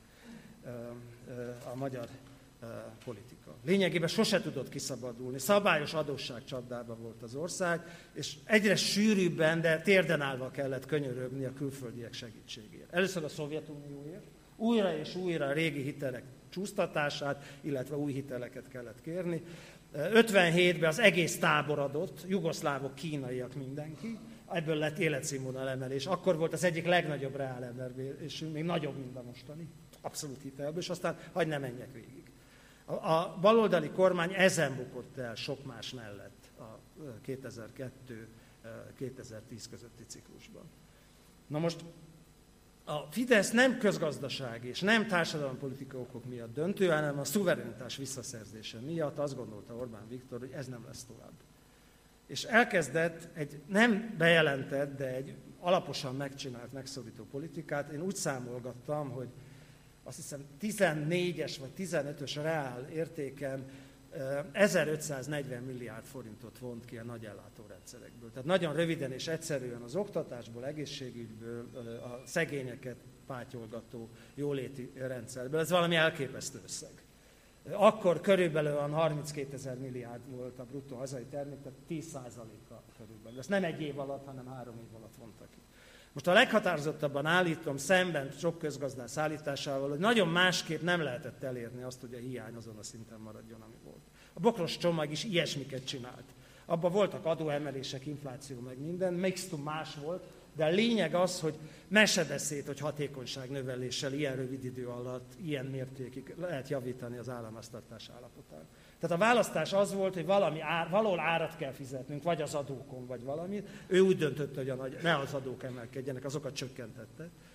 a magyar politika. Lényegében sose tudott kiszabadulni, szabályos adósságcsapdában volt az ország, és egyre sűrűbben, de térden állva kellett könyörögni a külföldiek segítségére. Először a Szovjetunióért, újra és újra a régi hitelek csúsztatását, illetve új hiteleket kellett kérni. 57-ben az egész tábor adott, jugoszlávok, kínaiak, mindenki, ebből lett életszínvonal emelés. Akkor volt az egyik legnagyobb reálemberbér, és még nagyobb, mint a mostani, abszolút hitelből, és aztán hadd ne menjek végig. A baloldali kormány ezen bukott el sok más mellett a 2002-2010 közötti ciklusban. Na most a Fidesz nem közgazdasági és nem társadalompolitikai okok miatt döntő, hanem a szuverenitás visszaszerzése miatt azt gondolta Orbán Viktor, hogy ez nem lesz tovább. És elkezdett egy nem bejelentett, de egy alaposan megcsinált, megszorító politikát. Én úgy számolgattam, hogy azt hiszem 14-es vagy 15-ös reál értéken 1540 milliárd forintot vont ki a nagy ellátórendszerekből. Tehát nagyon röviden és egyszerűen az oktatásból, egészségügyből, a szegényeket pátyolgató jóléti rendszerből. Ez valami elképesztő összeg. Akkor körülbelül 32 000 milliárd volt a bruttó hazai termék, tehát 10%-a körülbelül. Ezt nem egy év alatt, hanem 3 év alatt vontak ki. Most a leghatározottabban állítom szemben sok közgazdász állításával, hogy nagyon másképp nem lehetett elérni azt, hogy a hiány azon a szinten maradjon, ami volt. A Bokros csomag is ilyesmiket csinált. Abban voltak adóemelések, infláció, meg minden, mixtum más volt, de a lényeg az, hogy mesebeszéd, hogy hatékonyság növeléssel ilyen rövid idő alatt, ilyen mértékig lehet javítani az államháztartás állapotán. Tehát a választás az volt, hogy valahol árat kell fizetnünk, vagy az adókon, vagy valamit. Ő úgy döntött, hogy ne az adók emelkedjenek, azokat csökkentette.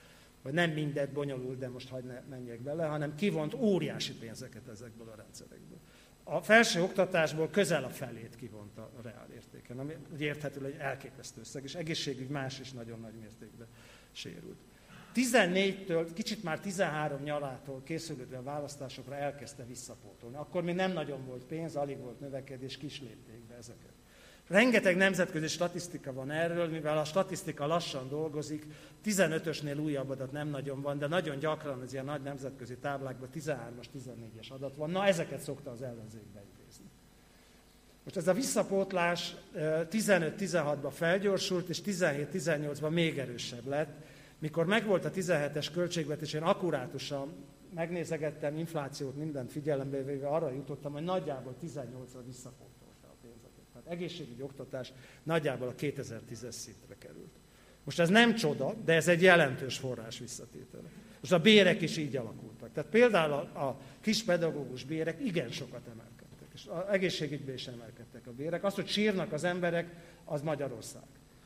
vagy nem mindegy, bonyolult, de most hagyd ne menjek bele, hanem kivont óriási pénzeket ezekből a rendszerekből. A felső oktatásból közel a felét kivont a reálértéken, ami érthetően egy elképesztő összeg, és egészségügy más is nagyon nagy mértékben sérült. 14-től, kicsit már 13 nyarától készülődve a választásokra elkezdte visszapótolni. Akkor még nem nagyon volt pénz, alig volt növekedés, kislépték be ezeket. Rengeteg nemzetközi statisztika van erről, mivel a statisztika lassan dolgozik, 15-ösnél újabb adat nem nagyon van, de nagyon gyakran az ilyen nagy nemzetközi táblákban 13-as, 14-es adat van. Na, ezeket szokta az ellenzék beidézni. Most ez a visszapótlás 15-16-ban felgyorsult, és 17-18-ban még erősebb lett. Mikor megvolt a 17-es költségvetés, én akkurátusan megnézegettem, inflációt mindent figyelembe véve, arra jutottam, hogy nagyjából 18-ra visszapótolta a pénzeket. Tehát egészségügyi oktatás nagyjából a 2010-es szintre került. Most ez nem csoda, de ez egy jelentős forrás visszatétele. Most a bérek is így alakultak. Tehát például a kis pedagógus bérek igen sokat emelkedtek. És az egészségügyben is emelkedtek a bérek. Az, hogy sírnak az emberek, az Magyarország.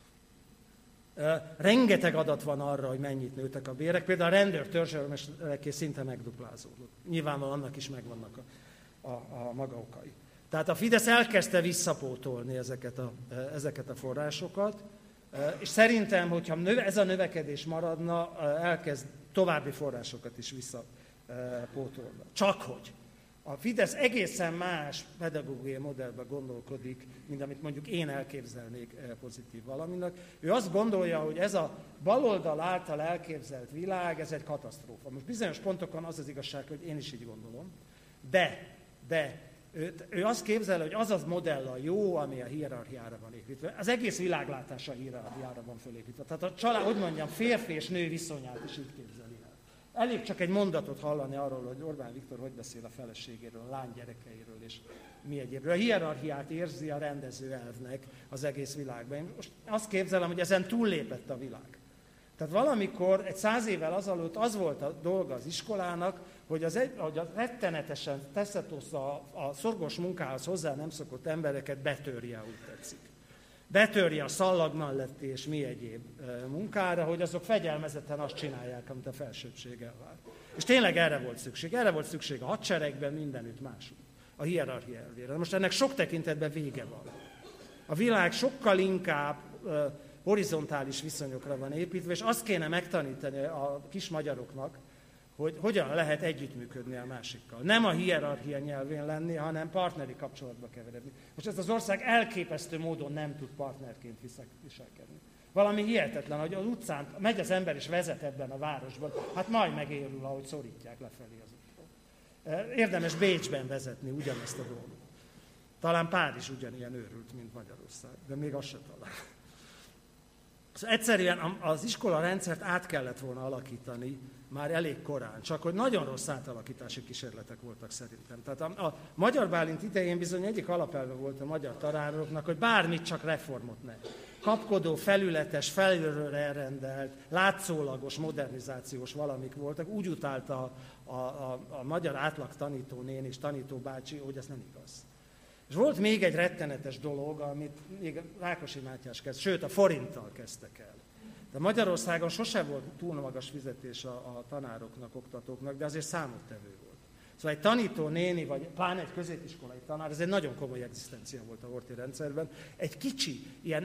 Rengeteg adat van arra, hogy mennyit nőttek a bérek. Például a rendőr törzsőrmestereké szinte megduplázódott. Nyilvánvalóan annak is megvannak a maga okai. Tehát a Fidesz elkezdte visszapótolni ezeket a forrásokat, és szerintem, hogyha ez a növekedés maradna, elkezd további forrásokat is visszapótolni. Csakhogy a Fidesz egészen más pedagógiai modellben gondolkodik, mint amit mondjuk én elképzelnék pozitív valaminek. Ő azt gondolja, hogy ez a baloldal által elképzelt világ, ez egy katasztrófa. Most bizonyos pontokon az az igazság, hogy én is így gondolom, de ő azt képzel, hogy az modell a jó, ami a hierarchiára van építve. Az egész világlátás a hierarchiára van fölépítve. Tehát a család, hogy mondjam, férfi és nő viszonyát is így képzeli el. Elég csak egy mondatot hallani arról, hogy Orbán Viktor hogy beszél a feleségéről, a lánygyerekeiről és mi egyébről. A hierarchiát érzi a rendező elvnek az egész világban. Én most azt képzelem, hogy ezen túllépett a világ. Tehát valamikor, egy 100 évvel azelőtt az volt a dolga az iskolának, hogy hogy a rettenetesen teszetosz a szorgos munkához hozzá nem szokott embereket betörje, úgy tetszik. Betörje a szallag melletti és mi egyéb munkára, hogy azok fegyelmezetten azt csinálják, amit a felsőbbség elvár. És tényleg erre volt szükség. Erre volt szükség a hadseregben, mindenütt máshogy. A hierarchia elvére. Most ennek sok tekintetben vége van. A világ sokkal inkább horizontális viszonyokra van építve, és azt kéne megtanítani a kis magyaroknak, hogy hogyan lehet együttműködni a másikkal. Nem a hierarchia nyelvén lenni, hanem partneri kapcsolatba keveredni. Most ez az ország elképesztő módon nem tud partnerként viselkedni. Valami hihetetlen, hogy az utcán megy az ember és vezet ebben a városban, hát majd megérül, ahogy szorítják lefelé az útról. Érdemes Bécsben vezetni ugyanezt a dolgot. Talán Párizs ugyanilyen őrült, mint Magyarország, de még azt se talán. Szóval egyszerűen az iskola rendszert át kellett volna alakítani már elég korán, csak hogy nagyon rossz átalakítási kísérletek voltak szerintem. Tehát a Magyar Bálint idején bizony egyik alapelve volt a magyar tanároknak, hogy bármit, csak reformot ne. Kapkodó, felületes, felülről elrendelt, látszólagos, modernizációs valamik voltak. Úgy utálta a magyar átlag tanítónén és tanítóbácsi, hogy ez nem igaz. És volt még egy rettenetes dolog, amit még Rákosi Mátyás kezd, sőt a forinttal kezdtek el. De Magyarországon sose volt túl magas fizetés a tanároknak, oktatóknak, de azért számottevő volt. Szóval egy tanító néni, vagy pláne egy középiskolai tanár, ez egy nagyon komoly egzisztencia volt a Horthy rendszerben. Egy kicsi,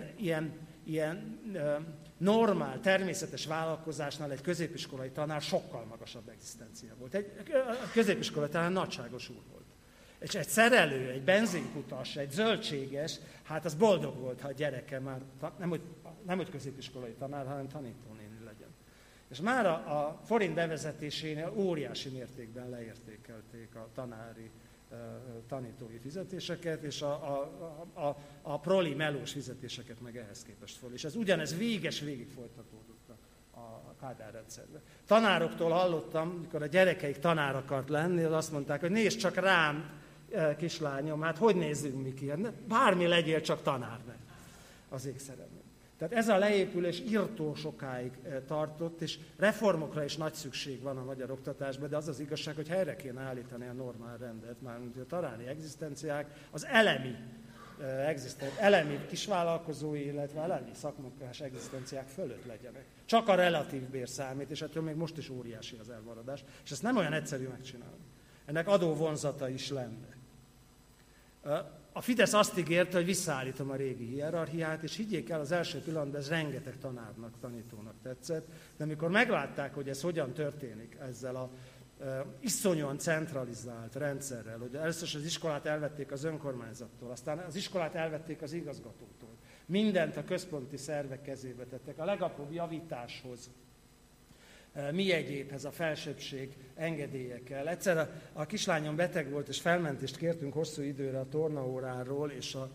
ilyen normál, természetes vállalkozásnál egy középiskolai tanár sokkal magasabb egzisztencia volt. Egy középiskolai tanár nagyságos úr volt. És egy szerelő, egy benzinkutas, egy zöldséges, hát az boldog volt, ha a gyereke már nem hogy középiskolai tanár, hanem tanítónéni legyen. És már a forint bevezetésénél óriási mértékben leértékelték a tanári tanítói fizetéseket, és a proli melós fizetéseket meg ehhez képest föl. És ez ugyanez végig folytatódott a Kádár rendszerben. Tanároktól hallottam, mikor a gyerekeik tanár akart lenni, azt mondták, hogy nézd csak rám, kislányom, hát hogy nézzünk mi ki? Bármi legyél, csak tanár ne. Az ékszeremben. Tehát ez a leépülés irtó sokáig tartott, és reformokra is nagy szükség van a magyar oktatásban, de az az igazság, hogy helyre kéne állítani a normál rendet, mármint a tanári egzisztenciák, az elemi elemi kisvállalkozói, illetve elemi szakmunkás egzisztenciák fölött legyenek. Csak a relatív bér számít, és ettől még most is óriási az elmaradás. És ezt nem olyan egyszerű megcsinálni. Ennek adóvonzata is lenne. A Fidesz azt ígérte, hogy visszaállítom a régi hierarchiát, és higgyék el, az első pillanatban ez rengeteg tanárnak, tanítónak tetszett, de amikor meglátták, hogy ez hogyan történik ezzel a iszonyúan centralizált rendszerrel, hogy először az iskolát elvették az önkormányzattól, aztán az iskolát elvették az igazgatótól. Mindent a központi szervek kezébe tettek, a legapróbb javításhoz, mi egyébhez, a felsőbbség engedélyekkel. Egyszer a kislányom beteg volt, és felmentést kértünk hosszú időre a tornaóráról, és a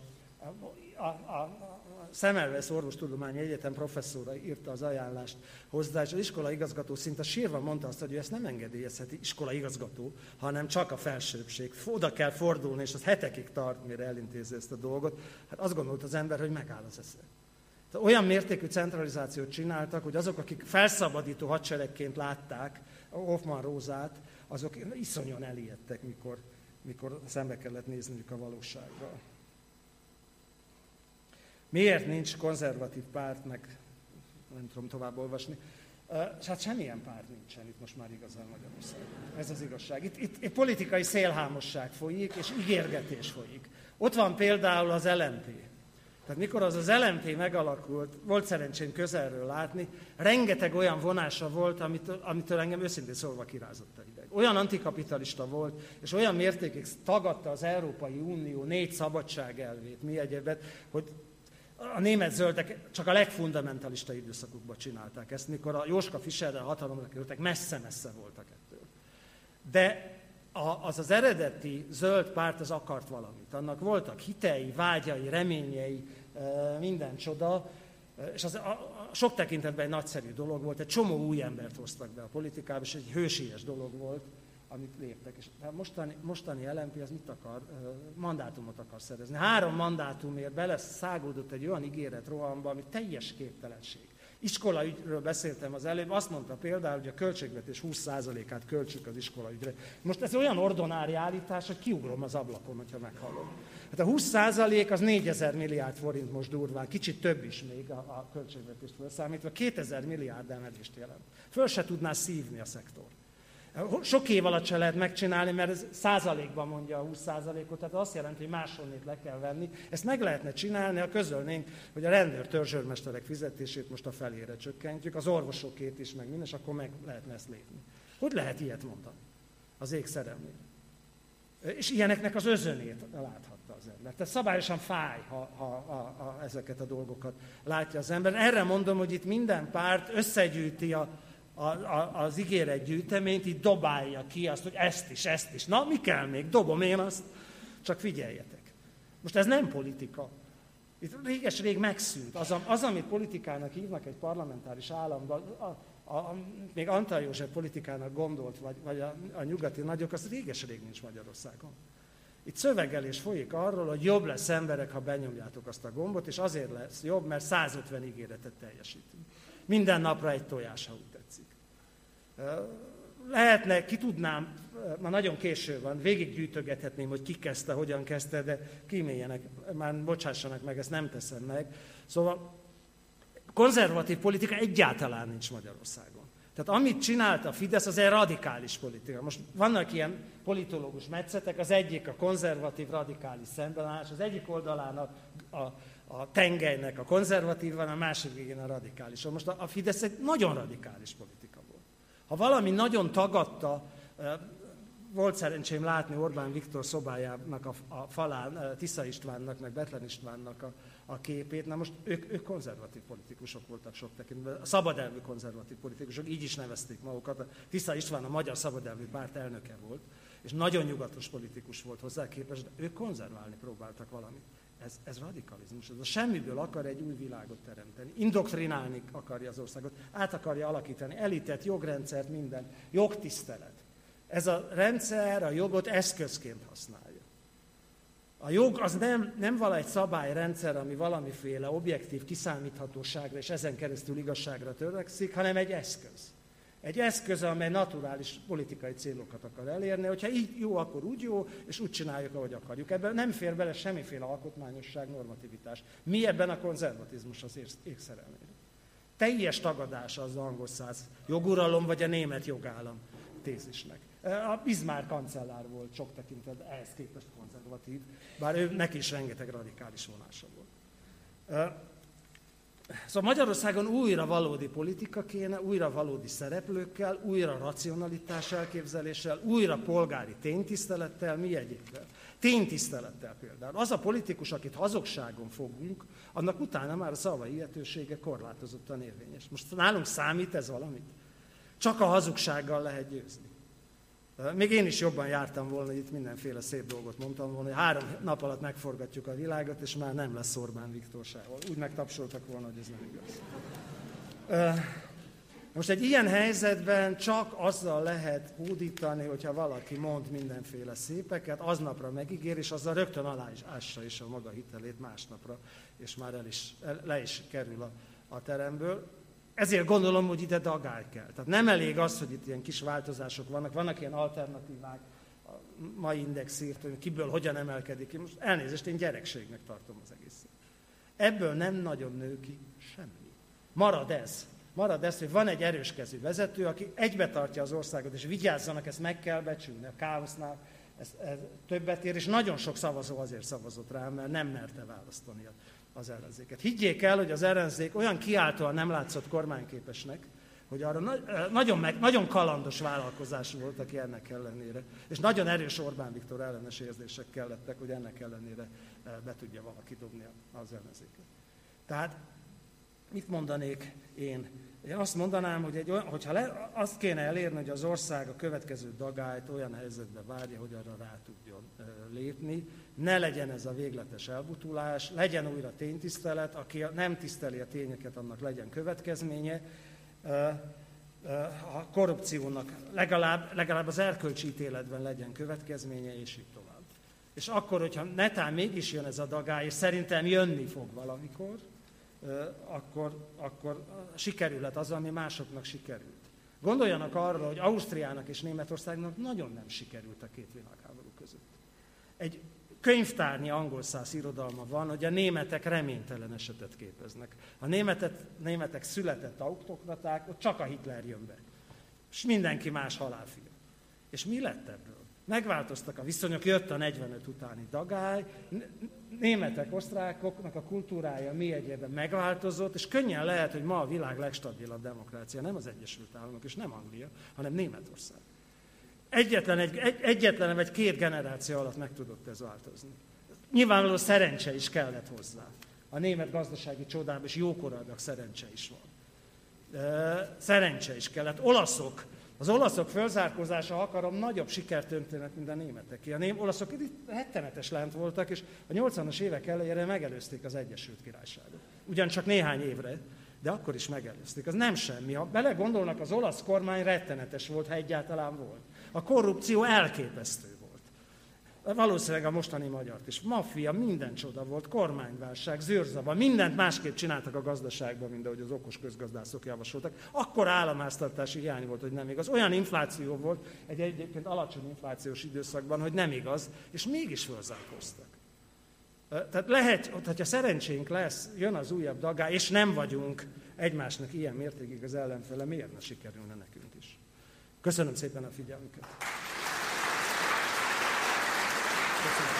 Semmelweis Orvostudományi Egyetem professzora írta az ajánlást hozzá, és az iskola igazgató szinte sírva mondta azt, hogy ő ezt nem engedélyezheti iskola igazgató, hanem csak a felsőbbség. Oda kell fordulni, és az hetekig tart, mire elintézi ezt a dolgot. Hát azt gondolt az ember, hogy megáll az esze. Olyan mértékű centralizációt csináltak, hogy azok, akik felszabadító hadseregként látták Hoffmann Rózát, azok iszonyan elijedtek, mikor szembe kellett nézniük a valósággal. Miért nincs konzervatív párt, meg nem tudom tovább olvasni. Hát semmilyen párt nincsen itt most már igazán Magyarországon. Ez az igazság. Itt politikai szélhámosság folyik, és ígérgetés folyik. Ott van például az LMP. Tehát mikor az LMP megalakult, volt szerencsém közelről látni, rengeteg olyan vonása volt, amitől engem őszintén szólva kirázott a hideg. Olyan antikapitalista volt, és olyan mértékig tagadta az Európai Unió 4 szabadságelvét, mi egyebet, hogy a német zöldek csak a legfundamentalista időszakukban csinálták ezt, mikor a Jóska Fischerrel hatalomra kerültek, messze-messze voltak ettől. De az eredeti zöld párt az akart valamit. Annak voltak hitei, vágyai, reményei, minden csoda, és az sok tekintetben egy nagyszerű dolog volt, egy csomó új embert hoztak be a politikába, és egy hősies dolog volt, amit léptek. És a mostani LMP az mit akar? Mandátumot akar szerezni. 3 mandátumért beleszágódott egy olyan ígéret rohamba, ami teljes képtelenség. Iskolaügyről beszéltem az előbb, azt mondta például, hogy a költségvetés 20%-át költsük az iskolaügyre. Most ez olyan ordinári állítás, hogy kiugrom az ablakon, hogyha meghallom. Hát a 20% az 4000 milliárd forint most durván, kicsit több is még a költségvetést felszámítva, 2000 milliárd emelést jelent. Föl se tudná szívni a szektor. Sok év alatt se lehet megcsinálni, mert ez százalékban mondja a 20%-ot, tehát azt jelenti, hogy máshonnét le kell venni. Ezt meg lehetne csinálni, ha közölnénk, hogy a rendőr törzsőrmesterek fizetését most a felére csökkentjük, az orvosokét is, meg minden, és akkor meg lehetne ezt lépni. Hogy lehet ilyet mondani? Az ég szerelmére. És ilyeneknek az özönét láthatta az ember. Tehát szabályosan fáj, ha ezeket a dolgokat látja az ember. Erre mondom, hogy itt minden párt összegyűjti az ígéretgyűjteményt, így dobálja ki azt, hogy ezt is. Na, mi kell még? Dobom én azt. Csak figyeljetek. Most ez nem politika. Itt réges-rég megszűnt. Az, amit politikának hívnak egy parlamentáris államban, még Antal József politikának gondolt, vagy a nyugati nagyok, az réges-rég nincs Magyarországon. Itt szövegelés folyik arról, hogy jobb lesz emberek, ha benyomjátok azt a gombot, és azért lesz jobb, mert 150 ígéretet teljesítünk. Minden napra egy tojás, ha úgy tetszik. Lehetne, ki tudnám, már nagyon késő van, végiggyűjtögethetném, hogy ki kezdte, hogyan kezdte, de kíméljenek, már bocsássanak meg, ezt nem teszem meg. Szóval konzervatív politika egyáltalán nincs Magyarországon. Tehát amit csinált a Fidesz, az egy radikális politika. Most vannak ilyen politológus metszetek, az egyik a konzervatív radikális szembenállás, az egyik oldalán a tengelynek a konzervatív van, a másik végén a radikális. Most a Fidesz egy nagyon radikális politika volt. Ha valami nagyon tagadta, volt szerencsém látni Orbán Viktor szobájának a falán Tisza Istvánnak, meg Bethlen Istvánnak a képét. Na most ők konzervatív politikusok voltak sok tekintetben, a szabadelvű konzervatív politikusok, így is nevezték magukat. A Tisza István a Magyar Szabadelvű Párt elnöke volt, és nagyon nyugatos politikus volt hozzá képest, de ők konzerválni próbáltak valamit. Ez radikalizmus, ez a semmiből akar egy új világot teremteni, indoktrinálni akarja az országot, át akarja alakítani, elitet, jogrendszert, minden, jogtisztelet. Ez a rendszer a jogot eszközként használja. A jog az nem valahogy szabályrendszer, ami valamiféle objektív kiszámíthatóságra és ezen keresztül igazságra törekszik, hanem egy eszköz. Egy eszköz, amely naturális politikai célokat akar elérni, hogyha így jó, akkor úgy jó, és úgy csináljuk, ahogy akarjuk. Ebben nem fér bele semmiféle alkotmányosság, normativitás. Mi ebben a konzervatizmus az ékszerelmére? Teljes tagadása az angol száz joguralom, vagy a német jogállam tézisnek. A Bismarck kancellár volt sok tekintetben ehhez képest konzervatív, bár neki is rengeteg radikális vonása volt. Szóval Magyarországon újra valódi politika kéne, újra valódi szereplőkkel, újra racionalitás elképzeléssel, újra polgári ténytisztelettel, mi egyébként. Ténytisztelettel például. Az a politikus, akit hazugságon fogunk, annak utána már a szavai hihetősége korlátozottan érvényes. Most nálunk számít ez valamit? Csak a hazugsággal lehet győzni. Még én is jobban jártam volna, hogy itt mindenféle szép dolgot mondtam volna, hogy 3 nap alatt megforgatjuk a világot, és már nem lesz Orbán Viktor sehol. Úgy megtapsoltak volna, hogy ez nem igaz. Most egy ilyen helyzetben csak azzal lehet hódítani, hogyha valaki mond mindenféle szépeket, aznapra megígér, és azzal rögtön aláássa is a maga hitelét másnapra, és már le is kerül a teremből. Ezért gondolom, hogy ide dagály kell. Tehát nem elég az, hogy itt ilyen kis változások vannak ilyen alternatívák, a mai Index írt, hogy kiből hogyan emelkedik ki. Most elnézést, én gyerekségnek tartom az egészet. Ebből nem nagyon nő ki semmi. Marad ez, hogy van egy erőskezű vezető, aki egybetartja az országot, és vigyázzanak, ezt meg kell becsülni. A káosznál ez többet ér, és nagyon sok szavazó azért szavazott rá, mert nem merte választani az ellenzéket. Higgyék el, hogy az ellenzék olyan kiáltóan nem látszott kormányképesnek, hogy arra nagyon kalandos vállalkozás volt, aki ennek ellenére, és nagyon erős Orbán Viktor ellenes érzések kellettek, hogy ennek ellenére be tudja valaki dobni az ellenzéket. Tehát mit mondanék én? Én azt mondanám, hogy azt kéne elérni, hogy az ország a következő dagályt olyan helyzetbe várja, hogy arra rá tudjon lépni. Ne legyen ez a végletes elbutulás, legyen újra ténytisztelet, aki nem tiszteli a tényeket, annak legyen következménye. A korrupciónak legalább az erkölcsi ítéletben legyen következménye, és így tovább. És akkor, hogyha netán mégis jön ez a dagály, és szerintem jönni fog valamikor, akkor sikerülhet az, ami másoknak sikerült. Gondoljanak arra, hogy Ausztriának és Németországnak nagyon nem sikerült a 2 világháború között. Egy könyvtárnyi angol száz irodalma van, hogy a németek reménytelen esetet képeznek. A németek született autokraták, ott csak a Hitler jön be. És mindenki más halálfia. És mi lett ebből? Megváltoztak a viszonyok, jött a 45 utáni dagály, németek, osztrákoknak a kultúrája mi egyébben megváltozott, és könnyen lehet, hogy ma a világ legstabilabb demokrácia nem az Egyesült Államok, és nem Anglia, hanem Németország. Egyetlen vagy 2 generáció alatt meg tudott ez változni. Nyilvánvaló szerencse is kellett hozzá. A német gazdasági csodában is jókoradak szerencse is van. Szerencse is kellett. Az olaszok fölzárkózása, akarom, nagyobb sikertörténet, mint a németeké. Olaszok rettenetes lent voltak, és a 80-as évek elejére megelőzték az Egyesült Királyságot. Ugyancsak néhány évre, de akkor is megelőzték. Az nem semmi. Ha belegondolnak, az olasz kormány rettenetes volt, ha egyáltalán volt. A korrupció elképesztő volt. Valószínűleg a mostani magyart is. Maffia, minden csoda volt, kormányválság, zűrzavar, mindent másképp csináltak a gazdaságban, mint ahogy az okos közgazdászok javasoltak. Akkor államháztartási hiány volt, hogy nem igaz. Olyan infláció volt egy egyébként alacsony inflációs időszakban, hogy nem igaz, és mégis fölzárkóztak. Tehát lehet, hogyha szerencsénk lesz, jön az újabb dagály, és nem vagyunk egymásnak ilyen mértékig az ellenfele, miért ne sikerülne nekünk is. Köszönöm szépen a figyelmüket! Köszönöm.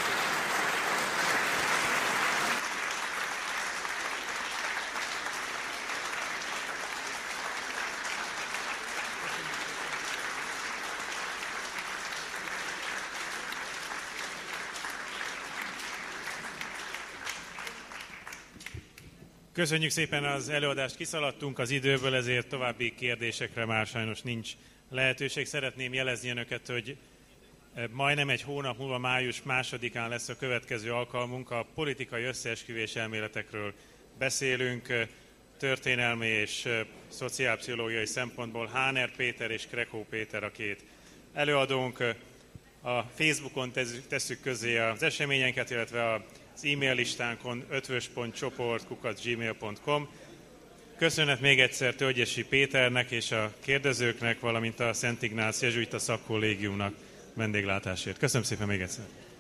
Köszönjük szépen az előadást, kiszaladtunk az időből, ezért további kérdésekre már sajnos nincs lehetőség. Szeretném jelezni önöket, hogy majdnem egy hónap múlva, május 2-án lesz a következő alkalmunk. A politikai összeesküvés elméletekről beszélünk, történelmi és szociálpszichológiai szempontból. Háner Péter és Krekó Péter a 2 előadónk. A Facebookon tesszük közzé az eseményeinket, illetve az e-mail listánkon ötvös.csoport@gmail.com. Köszönet még egyszer Tölgyesi Péternek és a kérdezőknek, valamint a Szent Ignác Jezsuita Szakkollégiumnak vendéglátásért. Köszönöm szépen még egyszer.